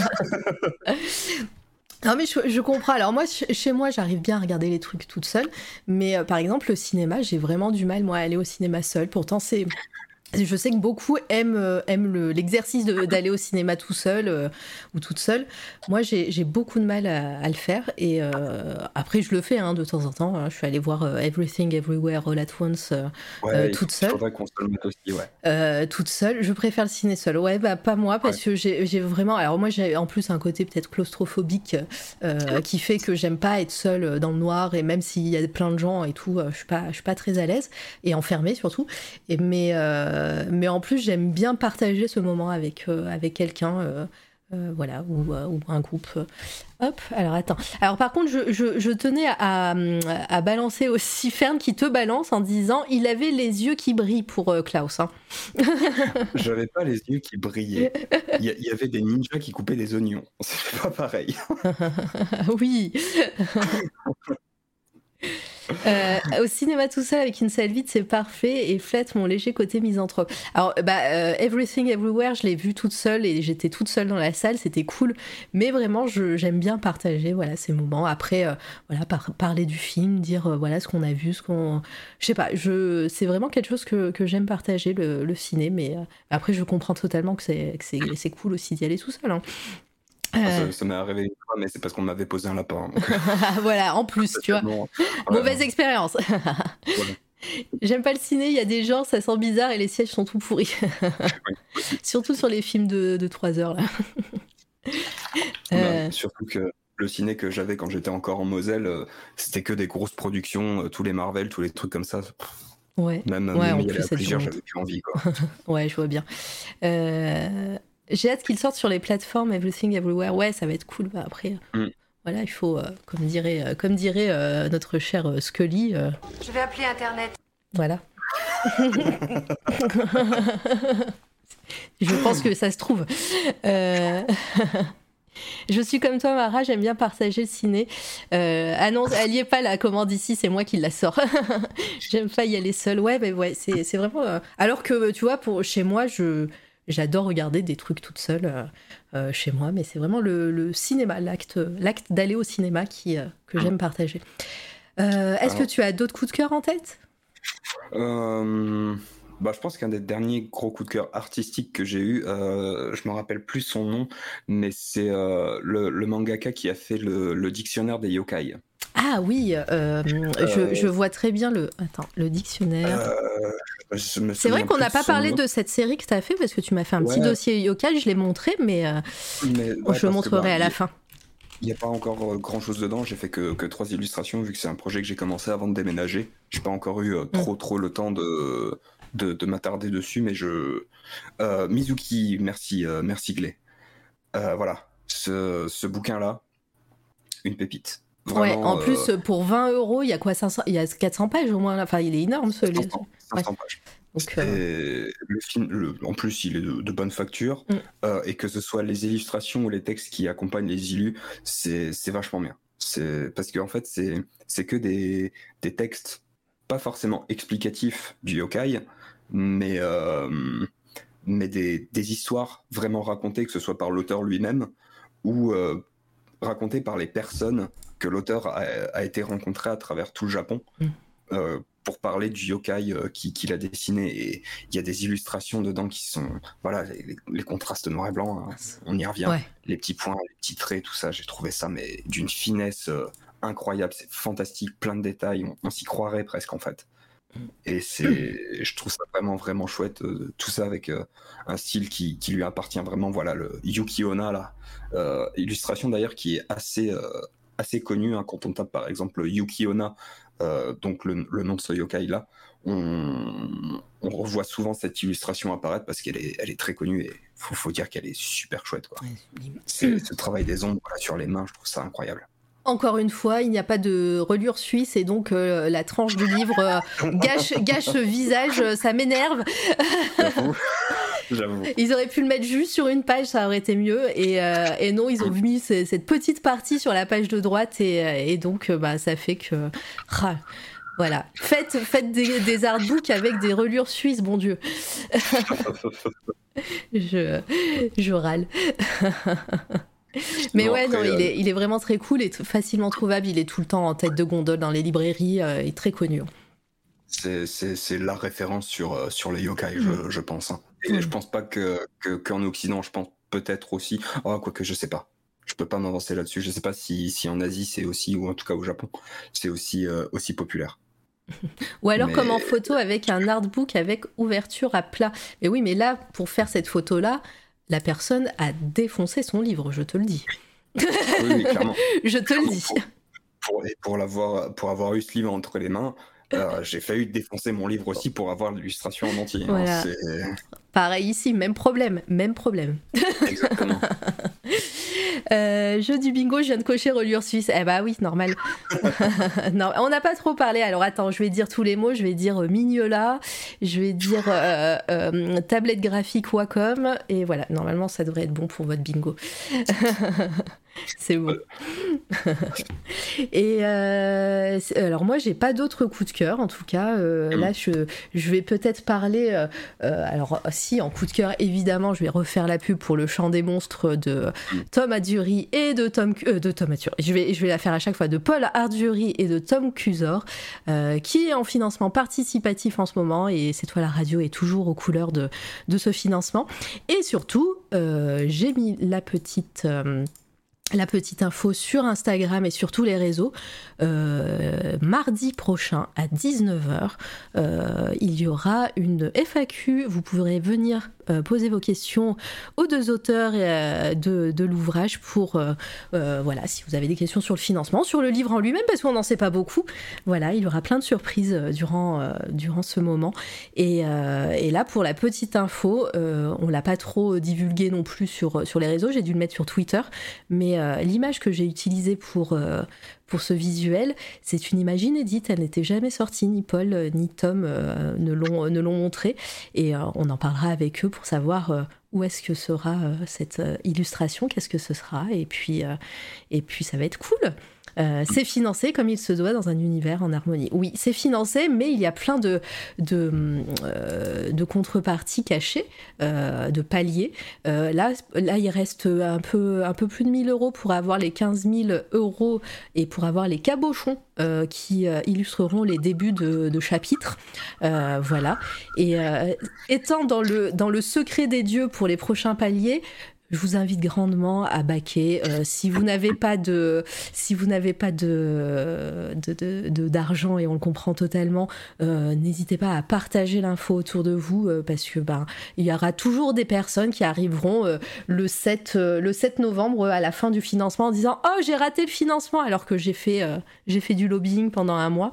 Non mais je, je comprends. Alors moi, ch- chez moi, j'arrive bien à regarder les trucs toute seule. Mais euh, par exemple, le cinéma, j'ai vraiment du mal, moi, à aller au cinéma seule. Pourtant, c'est... Je sais que beaucoup aiment, euh, aiment le, l'exercice de, d'aller au cinéma tout seul euh, ou toute seule. Moi, j'ai, j'ai beaucoup de mal à, à le faire. Et euh, après, je le fais hein, de temps en temps. Hein. Je suis allée voir euh, Everything Everywhere All at Once euh, Ouais, euh, il toute seule. faudrait qu'on se le mette aussi, ouais. Euh, toute seule. Je préfère le ciné seul. Ouais, bah pas moi, parce Ouais. que j'ai, j'ai vraiment... Alors moi, j'ai en plus un côté peut-être claustrophobique euh, qui fait que j'aime pas être seule dans le noir. Et même s'il y a plein de gens et tout, euh, je suis pas, je suis pas très à l'aise. Et enfermée surtout. Et, mais... Euh, mais en plus, j'aime bien partager ce moment avec, euh, avec quelqu'un, euh, euh, voilà, ou, euh, ou un groupe. Hop, alors attends. Alors par contre, je, je, je tenais à, à balancer aussi Fern qui te balance en disant il avait les yeux qui brillent pour euh, Klaus. Hein. J'avais pas les yeux qui brillaient. Il y, y avait des ninjas qui coupaient des oignons. C'est pas pareil. Oui. Euh, au cinéma tout seul avec une salle vide c'est parfait et flatte mon léger côté misanthrope. Alors bah euh, Everything Everywhere je l'ai vu toute seule et j'étais toute seule dans la salle, c'était cool, mais vraiment je, j'aime bien partager voilà ces moments. Après euh, voilà par, parler du film, dire euh, voilà ce qu'on a vu, ce qu'on, je sais pas, je c'est vraiment quelque chose que, que j'aime partager le, le ciné, mais euh, après je comprends totalement que c'est que c'est, c'est cool aussi d'y aller tout seul. Hein. Ah, ça, ça m'est arrivé une fois, mais c'est parce qu'on m'avait posé un lapin. Donc... voilà, en plus, tu vois. Voilà. Mauvaise expérience. Voilà. J'aime pas le ciné, il y a des genres, ça sent bizarre et les sièges sont tout pourris. Surtout sur les films de, de trois heures, là. euh... bah, surtout que le ciné que j'avais quand j'étais encore en Moselle, euh, c'était que des grosses productions, euh, tous les Marvel, tous les trucs comme ça. Ouais, même, ouais, même en y aller plus, à plusieurs, j'avais plus envie, quoi. Ouais, je vois bien. Euh... J'ai hâte qu'ils sortent sur les plateformes Everything Everywhere. Ouais, ça va être cool. Bah, après, mm. voilà, il faut, euh, comme dirait, euh, comme dirait euh, notre cher euh, Scully. Euh... Je vais appeler Internet. Voilà. Je pense que ça se trouve. Euh... Je suis comme toi, Mara, j'aime bien partager le ciné. Euh, ah non, elle y est pas la commande ici, c'est moi qui la sors. J'aime pas y aller seule. Ouais, mais ouais, c'est, c'est vraiment. Euh... Alors que tu vois, pour chez moi, je j'adore regarder des trucs toute seule euh, euh, chez moi, mais c'est vraiment le, le cinéma, l'acte, l'acte d'aller au cinéma qui euh, que j'aime partager. Euh, est-ce Alors... que tu as d'autres coups de cœur en tête ? Euh... Bah, je pense qu'un des derniers gros coups de cœur artistiques que j'ai eu, euh, je me rappelle plus son nom, mais c'est euh, le, le mangaka qui a fait le, le dictionnaire des yokai. Ah oui, euh, euh, je, je vois très bien le, attends, le dictionnaire. Euh, je me c'est vrai qu'on n'a pas parlé nom. de cette série que tu as fait parce que tu m'as fait un ouais. petit dossier yokai, je l'ai montré, mais, euh, mais ouais, je le montrerai que, bah, à la fin. Il n'y a pas encore euh, grand chose dedans, j'ai fait que, que trois illustrations vu que c'est un projet que j'ai commencé avant de déménager. J'ai pas encore eu euh, trop mmh. trop le temps de, de, de m'attarder dessus, mais je... Euh, Mizuki, merci, euh, merci Glé. Euh, voilà, ce, ce bouquin-là, une pépite. Vraiment, ouais, en euh... plus, pour vingt euros, il y a quoi, cinq cents, il y a quatre cents pages au moins, enfin il est énorme ce livre. cinq cents pages. Donc, euh... le film, le, en plus, il est de, de bonne facture, mm. euh, et que ce soit les illustrations ou les textes qui accompagnent les illus, c'est, c'est vachement bien. C'est, parce qu'en fait, c'est, c'est que des, des textes pas forcément explicatifs du yokai, mais, euh, mais des, des histoires vraiment racontées, que ce soit par l'auteur lui-même ou euh, racontées par les personnes que l'auteur a, a été rencontré à travers tout le Japon. Mm. Euh, pour parler du yokai euh, qui, qu'il a dessiné, et il y a des illustrations dedans qui sont, voilà, les, les contrastes noir et blanc, hein, on y revient, ouais. Les petits points, les petits traits, tout ça, j'ai trouvé ça mais d'une finesse euh, incroyable, c'est fantastique, plein de détails, on, on s'y croirait presque en fait. Et c'est, je trouve ça vraiment vraiment chouette, euh, tout ça avec euh, un style qui, qui lui appartient vraiment, voilà, le Yuki Onna là, euh, illustration d'ailleurs qui est assez euh, assez connu, hein, quand on tape par exemple Yuki Onna, euh, donc le, le nom de ce yokai là, on, on revoit souvent cette illustration apparaître parce qu'elle est, elle est très connue et faut, faut dire qu'elle est super chouette, quoi. C'est, ce travail des ombres là, sur les mains, je trouve ça incroyable. Encore une fois, il n'y a pas de reliure suisse et donc euh, la tranche du livre euh, gâche, gâche ce visage, ça m'énerve. J'avoue. J'avoue. Ils auraient pu le mettre juste sur une page, ça aurait été mieux. Et, euh, et non, ils ont mis c- cette petite partie sur la page de droite et, et donc bah, ça fait que... Ah, voilà. Faites, faites des, des artbooks avec des reliures suisses, bon Dieu. je, je râle. Mais non, ouais, après, non, euh... il, est, il est vraiment très cool et t- facilement trouvable. Il est tout le temps en tête de gondole dans les librairies. Euh, il est très connu. C'est, c'est, c'est la référence sur, euh, sur les yokai, mmh. je, je pense. Hein. Et mmh. je pense pas que, que, qu'en Occident, je pense peut-être aussi. Oh, quoique, je sais pas. Je peux pas m'avancer là-dessus. Je sais pas si, si en Asie, c'est aussi, ou en tout cas au Japon, c'est aussi, euh, aussi populaire. Ou alors mais... comme en photo avec un artbook avec ouverture à plat. Mais oui, mais là, pour faire cette photo-là, la personne a défoncé son livre, je te le dis. Oui, oui, clairement. je te clairement, le dis. Pour, pour, et pour, l'avoir, pour avoir eu ce livre entre les mains, euh, j'ai failli défoncer mon livre aussi pour avoir l'illustration en entier. Voilà. Hein, c'est... Pareil ici, même problème, même problème. Exactement. Euh, jeu du bingo, je viens de cocher reliure suisse. Eh bah oui, normal. non, on n'a pas trop parlé. Alors attends, je vais dire tous les mots. Je vais dire euh, Mignola, je vais dire euh, euh, tablette graphique Wacom. Et voilà, normalement, ça devrait être bon pour votre bingo. C'est bon. Et euh, alors moi, j'ai pas d'autres coups de cœur en tout cas. Euh, là, je, je vais peut-être parler. Euh, euh, alors si en coup de cœur, évidemment, je vais refaire la pub pour le Chant des monstres de Tom Ardury et de Tom euh, de Tom Ardury. Je vais je vais la faire à chaque fois de Paul Ardury et de Tom Cusor, euh, qui est en financement participatif en ce moment et C'est toi la radio est toujours aux couleurs de de ce financement. Et surtout, euh, j'ai mis la petite euh, la petite info sur Instagram et sur tous les réseaux. Euh, mardi prochain à dix-neuf heures, euh, il y aura une F A Q. Vous pourrez venir euh, poser vos questions aux deux auteurs euh, de, de l'ouvrage pour, euh, euh, voilà, si vous avez des questions sur le financement, sur le livre en lui-même, parce qu'on n'en sait pas beaucoup. Voilà, il y aura plein de surprises durant, euh, durant ce moment. Et, euh, et là, pour la petite info, euh, on ne l'a pas trop divulgué non plus sur, sur les réseaux. J'ai dû le mettre sur Twitter, mais euh, l'image que j'ai utilisée pour... Euh, Pour ce visuel, c'est une image inédite, elle n'était jamais sortie, ni Paul euh, ni Tom euh, ne, l'ont, ne l'ont montrée, et euh, on en parlera avec eux pour savoir euh, où est-ce que sera euh, cette euh, illustration, qu'est-ce que ce sera, et puis, euh, et puis ça va être cool. Euh, c'est financé comme il se doit dans un univers en harmonie. Oui, c'est financé, mais il y a plein de, de, euh, de contreparties cachées, euh, de paliers. Euh, là, là, il reste un peu, un peu plus de mille euros pour avoir les quinze mille euros et pour avoir les cabochons euh, qui euh, illustreront les débuts de, de chapitres. Euh, voilà. Et euh, étant dans le, dans le secret des dieux pour les prochains paliers, je vous invite grandement à baquer. Euh, si vous n'avez pas de, si vous n'avez pas de, de, de, de d'argent, et on le comprend totalement, euh, n'hésitez pas à partager l'info autour de vous, euh, parce que ben il y aura toujours des personnes qui arriveront euh, le sept euh, le sept novembre à la fin du financement en disant oh j'ai raté le financement alors que j'ai fait euh, j'ai fait du lobbying pendant un mois.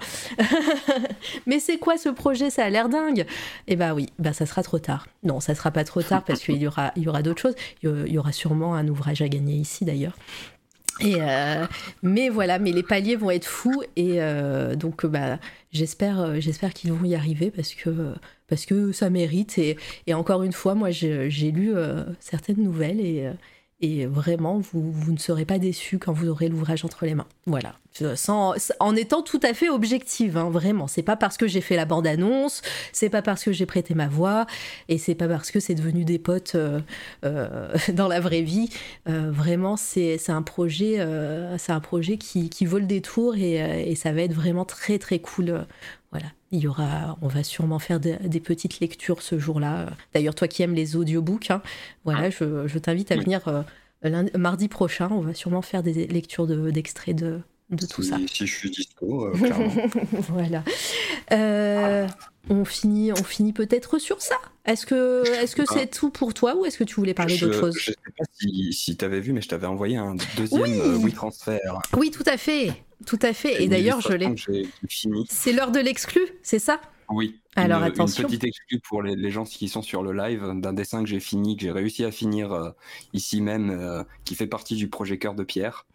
Mais c'est quoi ce projet, ça a l'air dingue. Et ben oui, ben ça sera trop tard. Non, ça sera pas trop tard parce qu'il y aura il y aura d'autres choses. Il y aura sûrement un ouvrage à gagner ici d'ailleurs. Et euh, mais voilà, mais les paliers vont être fous et euh, donc bah j'espère j'espère qu'ils vont y arriver parce que parce que ça mérite et, et encore une fois moi j'ai, j'ai lu euh, certaines nouvelles et et vraiment vous vous ne serez pas déçus quand vous aurez l'ouvrage entre les mains. Voilà, sans en étant tout à fait objective, hein, vraiment. C'est pas parce que j'ai fait la bande-annonce, c'est pas parce que j'ai prêté ma voix et c'est pas parce que c'est devenu des potes euh, euh, dans la vraie vie. Euh, vraiment, c'est c'est un projet euh, c'est un projet qui qui vaut le détour et et ça va être vraiment très très cool. Voilà, il y aura, on va sûrement faire de, des petites lectures ce jour-là. D'ailleurs, toi qui aimes les audiobooks, hein, voilà, je, je t'invite à venir euh, lundi, mardi prochain. On va sûrement faire des lectures de, d'extraits de, de tout si, ça. Si je suis dispo, euh, clairement. Voilà. Euh, on finit, on finit peut-être sur ça. Est-ce que, est-ce que c'est tout pour toi ou est-ce que tu voulais parler je, d'autre chose? Je sais pas si, si tu avais vu, mais je t'avais envoyé un deuxième oui euh, WeTransfer. Oui, tout à fait. Tout à fait. Et, et d'ailleurs, je l'ai. Fini. C'est l'heure de l'exclu, c'est ça? Oui. Alors une, attention. Une petite exclu pour les, les gens qui sont sur le live d'un dessin que j'ai fini, que j'ai réussi à finir euh, ici même, euh, qui fait partie du projet Cœur de Pierre.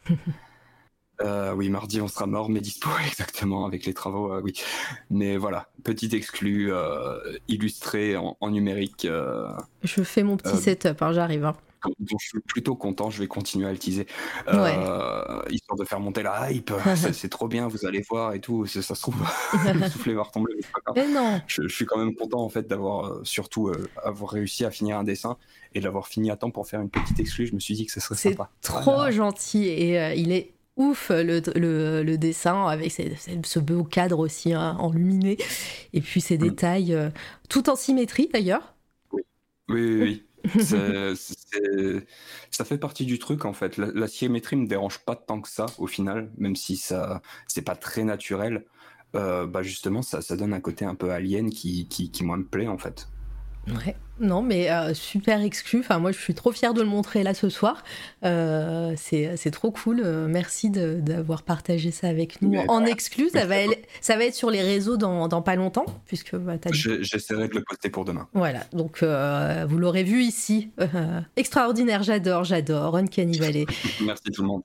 Euh, oui, mardi on sera mort, mais dispo exactement avec les travaux, euh, oui. Mais voilà, petit exclu euh, illustré en, en numérique. Euh, je fais mon petit euh, setup, hein, j'arrive. Hein. dont je suis plutôt content, je vais continuer à le teaser. Euh, ouais. Histoire de faire monter la hype, c'est, c'est trop bien, vous allez voir et tout, ça, ça se trouve, le soufflet va retomber, mais c'est pas grave. Mais non. Je, je suis quand même content en fait d'avoir euh, surtout euh, avoir réussi à finir un dessin et de l'avoir fini à temps pour faire une petite exclu, je me suis dit que ce serait c'est sympa. C'est trop voilà. gentil et euh, il est ouf le, le, le dessin avec ces, ce beau cadre aussi hein, enluminé et puis ces détails euh, tout en symétrie d'ailleurs. Oui, oui, oui. oui. c'est, c'est, ça fait partie du truc en fait. La, la symétrie me dérange pas tant que ça au final, même si ça c'est pas très naturel. Euh, bah justement, ça, ça donne un côté un peu alien qui, qui, qui moi me plaît en fait. Ouais, non mais euh, super exclu, enfin moi je suis trop fière de le montrer là ce soir, euh, c'est, c'est trop cool, euh, merci de, d'avoir partagé ça avec nous mais en ouais. exclu, ça va, être, ça va être sur les réseaux dans, dans pas longtemps, puisque bah, t'as dit... J'essaierai de le poster pour demain. Voilà, donc euh, vous l'aurez vu ici, euh, extraordinaire, j'adore, j'adore, Uncanny Valley. Merci tout le monde.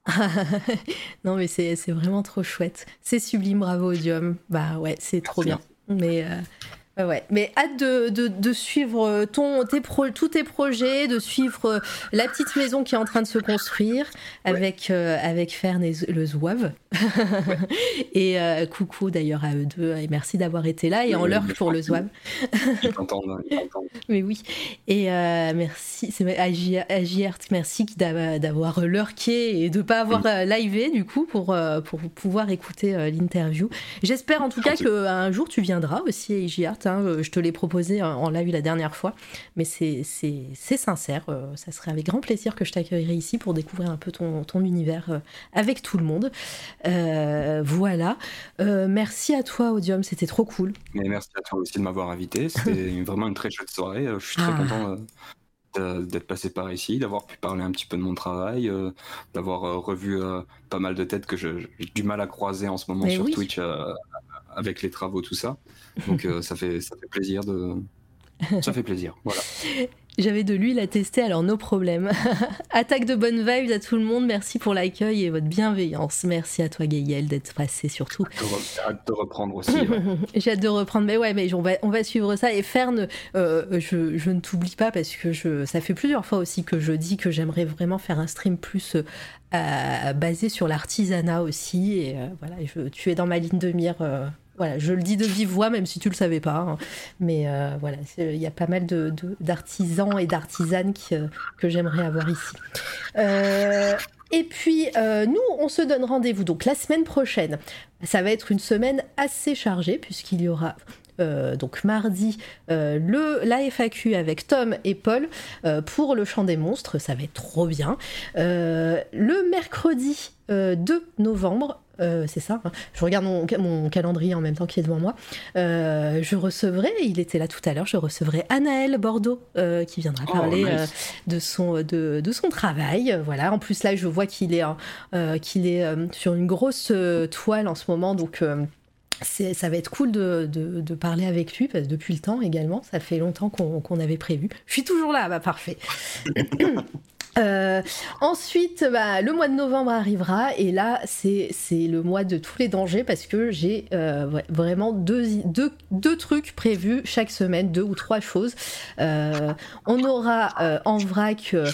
Non mais c'est, c'est vraiment trop chouette, c'est sublime, bravo Odium, bah ouais c'est trop merci. Bien, mais... Euh... Ouais, mais hâte de, de, de suivre ton, tes pro, tous tes projets, de suivre la petite maison qui est en train de se construire avec, ouais. euh, avec Fern et le Zouave. Ouais. Et euh, coucou d'ailleurs à eux deux, et merci d'avoir été là, et oui, en lurk pour le Zouave. Ils t'entendent, ils t'entendent. Mais oui, et euh, merci, c'est à J R T, merci d'avoir lurké et de ne pas avoir oui. livé du coup pour, pour pouvoir écouter l'interview. J'espère en tout cas qu'un jour tu viendras aussi à J R T. Hein, je te l'ai proposé en live la dernière fois, mais c'est, c'est, c'est sincère. Euh, ça serait avec grand plaisir que je t'accueillerai ici pour découvrir un peu ton, ton univers euh, avec tout le monde. Euh, voilà. Euh, merci à toi, Odium, c'était trop cool. Et merci à toi aussi de m'avoir invité. C'était vraiment une très chouette soirée. Je suis très ah. content euh, d'être passé par ici, d'avoir pu parler un petit peu de mon travail, euh, d'avoir euh, revu euh, pas mal de têtes que je, j'ai du mal à croiser en ce moment mais sur oui. Twitch. Euh, avec les travaux, tout ça. Donc euh, ça, fait, ça fait plaisir de... Ça fait plaisir, voilà. J'avais de l'huile à tester, alors no problème. Attaque de bonnes vibes à tout le monde, merci pour l'accueil et votre bienveillance. Merci à toi Gaël d'être passé surtout. J'ai hâte de reprendre aussi. Ouais. J'ai hâte de reprendre, mais ouais, mais on va, on va suivre ça. Et Fern, euh, je, je ne t'oublie pas parce que je, ça fait plusieurs fois aussi que je dis que j'aimerais vraiment faire un stream plus euh, basé sur l'artisanat aussi. Et euh, voilà, je, tu es dans ma ligne de mire. Euh, Voilà, je le dis de vive voix, même si tu le savais pas. Hein. Mais euh, voilà, il y a pas mal de, de, d'artisans et d'artisanes qui, euh, que j'aimerais avoir ici. Euh, et puis, euh, nous, on se donne rendez-vous donc la semaine prochaine. Ça va être une semaine assez chargée, puisqu'il y aura... Euh, donc mardi, euh, le, la F A Q avec Tom et Paul euh, pour le Chant des Monstres, ça va être trop bien. Euh, le mercredi euh, deux novembre, Euh, c'est ça, hein. Je regarde mon, mon calendrier en même temps qui est devant moi. Euh, je recevrai, il était là tout à l'heure, je recevrai Anaël Bordeaux euh, qui viendra parler oh, nice. euh, de, son, de, de son travail. Voilà. En plus, là, je vois qu'il est, euh, qu'il est euh, sur une grosse euh, toile en ce moment, donc euh, c'est, ça va être cool de, de, de parler avec lui, parce que depuis le temps également, ça fait longtemps qu'on, qu'on avait prévu. Je suis toujours là, bah parfait. Euh, ensuite, bah, le mois de novembre arrivera et là, c'est, c'est le mois de tous les dangers parce que j'ai euh, vraiment deux, deux, deux trucs prévus chaque semaine, deux ou trois choses. Euh, on aura euh, en vrac euh,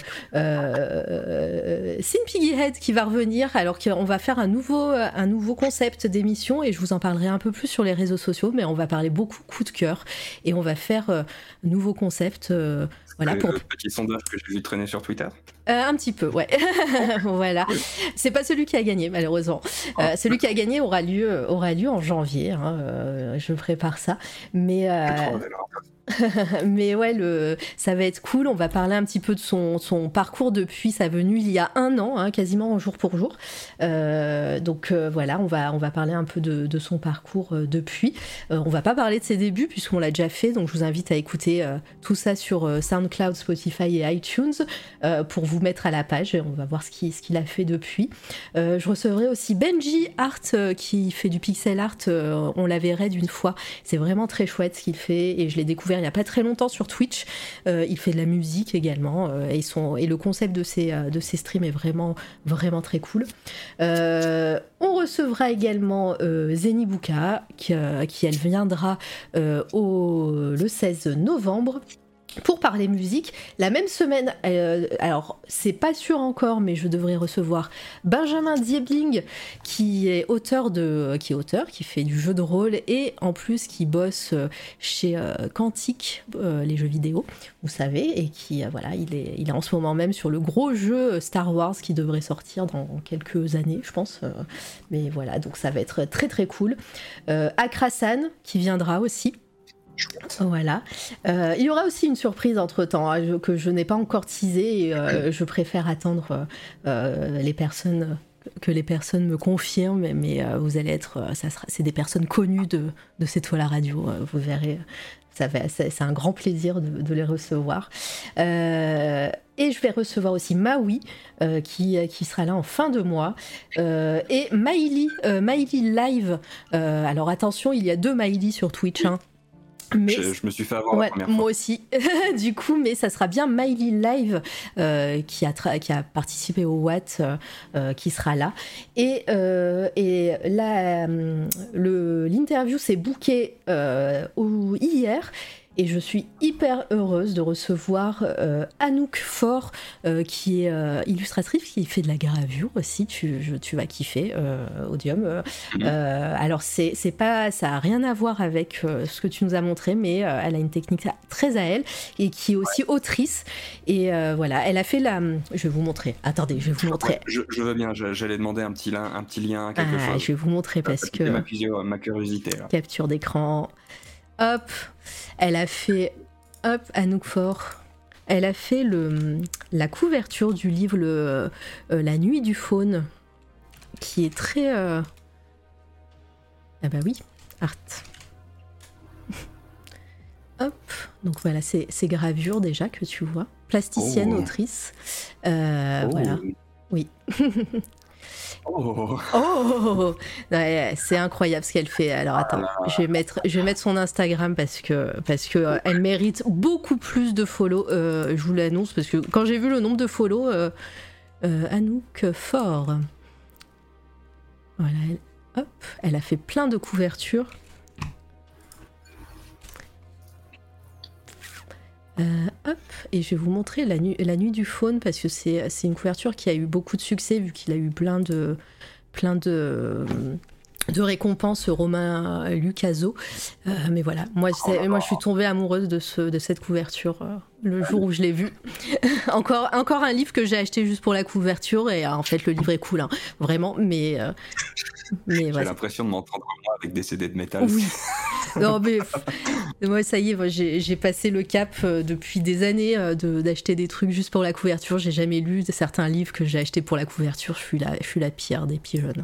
euh, Sin Piggyhead qui va revenir alors qu'on va faire un nouveau, un nouveau concept d'émission et je vous en parlerai un peu plus sur les réseaux sociaux, mais on va parler beaucoup coup de cœur et on va faire euh, un nouveau concept. Euh, Voilà, pour... Le petit sondage que j'ai vu traîner sur Twitter euh, Un petit peu, ouais. Voilà. C'est pas celui qui a gagné, malheureusement. Euh, celui qui a gagné aura lieu, aura lieu en janvier. Hein. Euh, je prépare ça. Mais... Euh... Mais ouais, le, ça va être cool. On va parler un petit peu de son, son parcours depuis sa venue il y a un an, hein, quasiment jour pour jour. Euh, donc euh, voilà, on va, on va parler un peu de, de son parcours euh, depuis. Euh, on va pas parler de ses débuts puisqu'on l'a déjà fait. Donc je vous invite à écouter euh, tout ça sur euh, SoundCloud, Spotify et iTunes euh, pour vous mettre à la page. On va voir ce qu'il, ce qu'il a fait depuis. Euh, je recevrai aussi Benji Art euh, qui fait du pixel art. Euh, on la verrait d'une fois. C'est vraiment très chouette ce qu'il fait et je l'ai découvert il n'y a pas très longtemps sur Twitch. Euh, il fait de la musique également euh, et, son, et le concept de ses, de ses streams est vraiment, vraiment très cool. Euh, on recevra également euh, Zenibuka qui, euh, qui elle viendra euh, au, le seize novembre. pour parler musique. La même semaine, euh, alors c'est pas sûr encore, mais je devrais recevoir Benjamin Diebling, qui est auteur de, qui est auteur, qui fait du jeu de rôle et en plus qui bosse chez euh, Quantic, euh, les jeux vidéo, vous savez, et qui euh, voilà, il est, il est en ce moment même sur le gros jeu Star Wars qui devrait sortir dans quelques années, je pense. Euh, mais voilà, donc ça va être très très cool. Euh, Akrasan qui viendra aussi. Voilà. Euh, il y aura aussi une surprise entre-temps hein, je, que je n'ai pas encore teasé et euh, je préfère attendre euh, les personnes que les personnes me confirment, mais euh, vous allez être, ça sera, c'est des personnes connues de, de cette fois la radio, euh, vous verrez. Ça va, c'est, c'est un grand plaisir de, de les recevoir. Euh, et je vais recevoir aussi Maui, euh, qui, qui sera là en fin de mois. Euh, et Maïli, euh, Maïli Live. Euh, alors attention, il y a deux Maïli sur Twitch. Hein. Mais je, je me suis fait avoir ouais, la première moi fois. aussi. Du coup, mais ça sera bien Maïli Live euh, qui, a tra- qui a participé au Watt, euh, qui sera là. Et, euh, et là, le, l'interview s'est bookée euh, au, hier. Et je suis hyper heureuse de recevoir euh, Anouk Faure, euh, qui est euh, illustratrice, qui fait de la gravure aussi. Tu, je, tu vas kiffer, euh, Odium. Euh, mmh. euh, alors, c'est, c'est pas, ça n'a rien à voir avec euh, ce que tu nous as montré, mais euh, elle a une technique très à elle et qui est aussi ouais. autrice. Et euh, voilà, elle a fait la. Je vais vous montrer. Attendez, je vais vous montrer. Ouais, je, je veux bien, je, j'allais demander un petit, lien, un petit lien, quelque ah, chose. Je vais vous montrer parce que. Ma, ma curiosité. Là. Capture d'écran. Hop, elle a fait, hop, Anouk Faure, elle a fait le, la couverture du livre le, euh, La Nuit du Faune, qui est très... Euh... Ah bah oui, art. Hop, donc voilà, c'est, c'est gravure déjà que tu vois. Plasticienne, oh. autrice. Euh, oh. Voilà, oui. Oh. Oh, ouais, c'est incroyable ce qu'elle fait. Alors attends, je vais mettre, je vais mettre son Instagram parce que parce que euh, elle mérite beaucoup plus de follow. Euh, je vous l'annonce parce que quand j'ai vu le nombre de follow, euh, euh, Anouk Faure. Voilà, elle, hop, elle a fait plein de couvertures. Euh, hop, et je vais vous montrer la, nu- la nuit du faune parce que c'est, c'est une couverture qui a eu beaucoup de succès vu qu'il a eu plein de, plein de, de récompenses Romain Lucaso. Euh, mais voilà, moi, c'est, moi je suis tombée amoureuse de, ce, de cette couverture euh, le jour où je l'ai vue. encore, encore un livre que j'ai acheté juste pour la couverture et euh, en fait le livre est cool, hein, vraiment, mais... Euh, mais j'ai voilà. l'impression de m'entendre moi avec des C D de métal. Oui. Non mais moi ça y est, moi, j'ai, j'ai passé le cap euh, depuis des années euh, de, d'acheter des trucs juste pour la couverture. J'ai jamais lu certains livres que j'ai achetés pour la couverture. Je suis la, je suis la pire des pigeonnes.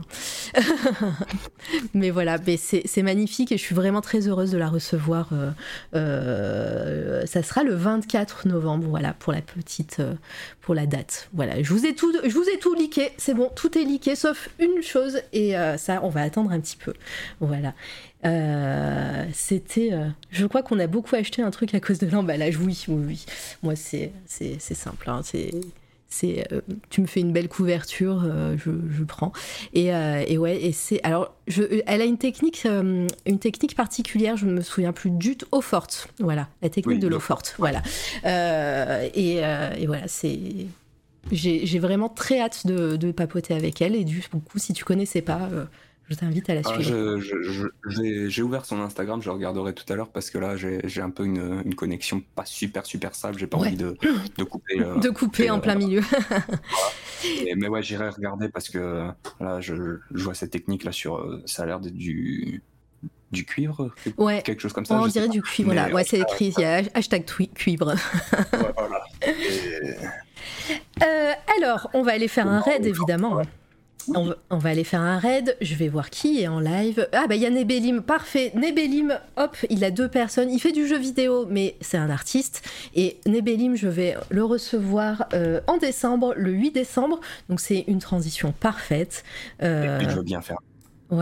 Mais voilà, mais c'est, c'est magnifique et je suis vraiment très heureuse de la recevoir. Euh, euh, ça sera le vingt-quatre novembre, voilà, pour la petite, euh, pour la date. Voilà, je vous ai tout, je vous ai tout leaké. C'est bon, tout est leaké sauf une chose et euh, ça, on va attendre un petit peu. Voilà. Euh, c'était euh, je crois qu'on a beaucoup acheté un truc à cause de l'emballage. Oui, oui, oui. Moi c'est, c'est, c'est simple hein. c'est, c'est, euh, tu me fais une belle couverture, euh, je, je prends et, euh, et ouais et c'est, alors je, elle a une technique euh, une technique particulière, je ne me souviens plus du tout, eau forte, voilà, la technique oui, de l'eau forte, voilà. euh, et, euh, et voilà, c'est j'ai, j'ai vraiment très hâte de, de papoter avec elle et du coup si tu connaissais pas euh, je t'invite à la suivre. Ah, je, je, je, j'ai, j'ai ouvert son Instagram, je le regarderai tout à l'heure parce que là j'ai, j'ai un peu une, une connexion pas super super stable, j'ai pas ouais. envie de, de couper. Euh, de couper en euh, plein milieu. Voilà. Et, mais ouais, j'irai regarder parce que là je, je vois cette technique là sur, ça a l'air d'être du, du cuivre, ouais. quelque chose comme ça. Ouais, on dirait du cuivre, là. Ouais, c'est écrit, il y a hashtag twi- cuivre. Ouais, voilà. Et... Euh, alors, on va aller faire un raid évidemment. On va, on va aller faire un raid, je vais voir qui est en live. Ah bah il y a Nebelim, parfait. Nebelim, hop, il a deux personnes. Il fait du jeu vidéo, mais c'est un artiste. Et Nebelim, je vais le recevoir euh, en décembre, le huit décembre. Donc c'est une transition parfaite. Euh, et je veux bien faire. Ouais.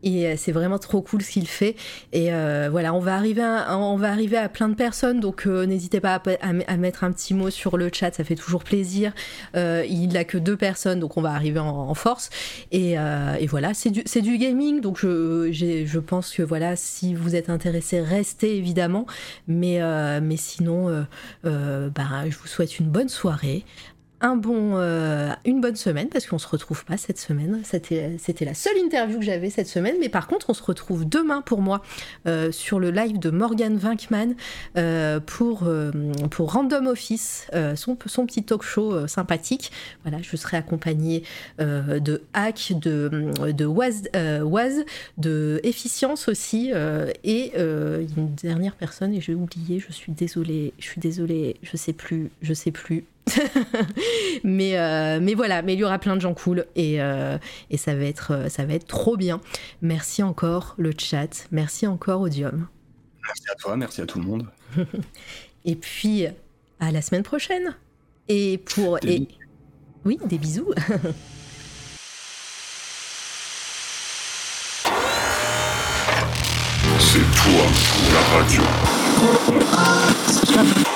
Et euh, c'est vraiment trop cool ce qu'il fait. Et euh, voilà, on va arriver à, on va arriver à plein de personnes, donc euh, n'hésitez pas à, à, à mettre un petit mot sur le chat, ça fait toujours plaisir. Euh, il n'a que deux personnes, donc on va arriver en, en force. Et, euh, et voilà, c'est du, c'est du gaming, donc je, j'ai, je pense que voilà, si vous êtes intéressés, restez évidemment. Mais, euh, mais sinon, euh, euh, bah, je vous souhaite une bonne soirée. Un bon, euh, une bonne semaine, parce qu'on se retrouve pas cette semaine. C'était, c'était la seule interview que j'avais cette semaine, mais par contre on se retrouve demain pour moi euh, sur le live de Morgan Winkman euh, pour, euh, pour Random Office, euh, son, son petit talk show euh, sympathique. Voilà, je serai accompagnée euh, de Hack, de, de Waz, euh, Waz, de Efficience aussi, euh, et euh, une dernière personne, et j'ai oublié, je suis désolée, je suis désolée, je sais plus, je sais plus. mais, euh, mais voilà, mais il y aura plein de gens cool et, euh, et ça, va être, ça va être trop bien. Merci encore le chat, merci encore Odium. Merci à toi, merci à tout le monde. Et puis à la semaine prochaine. Et pour... Des et... bisous. Oui, des bisous. C'est toi, la radio.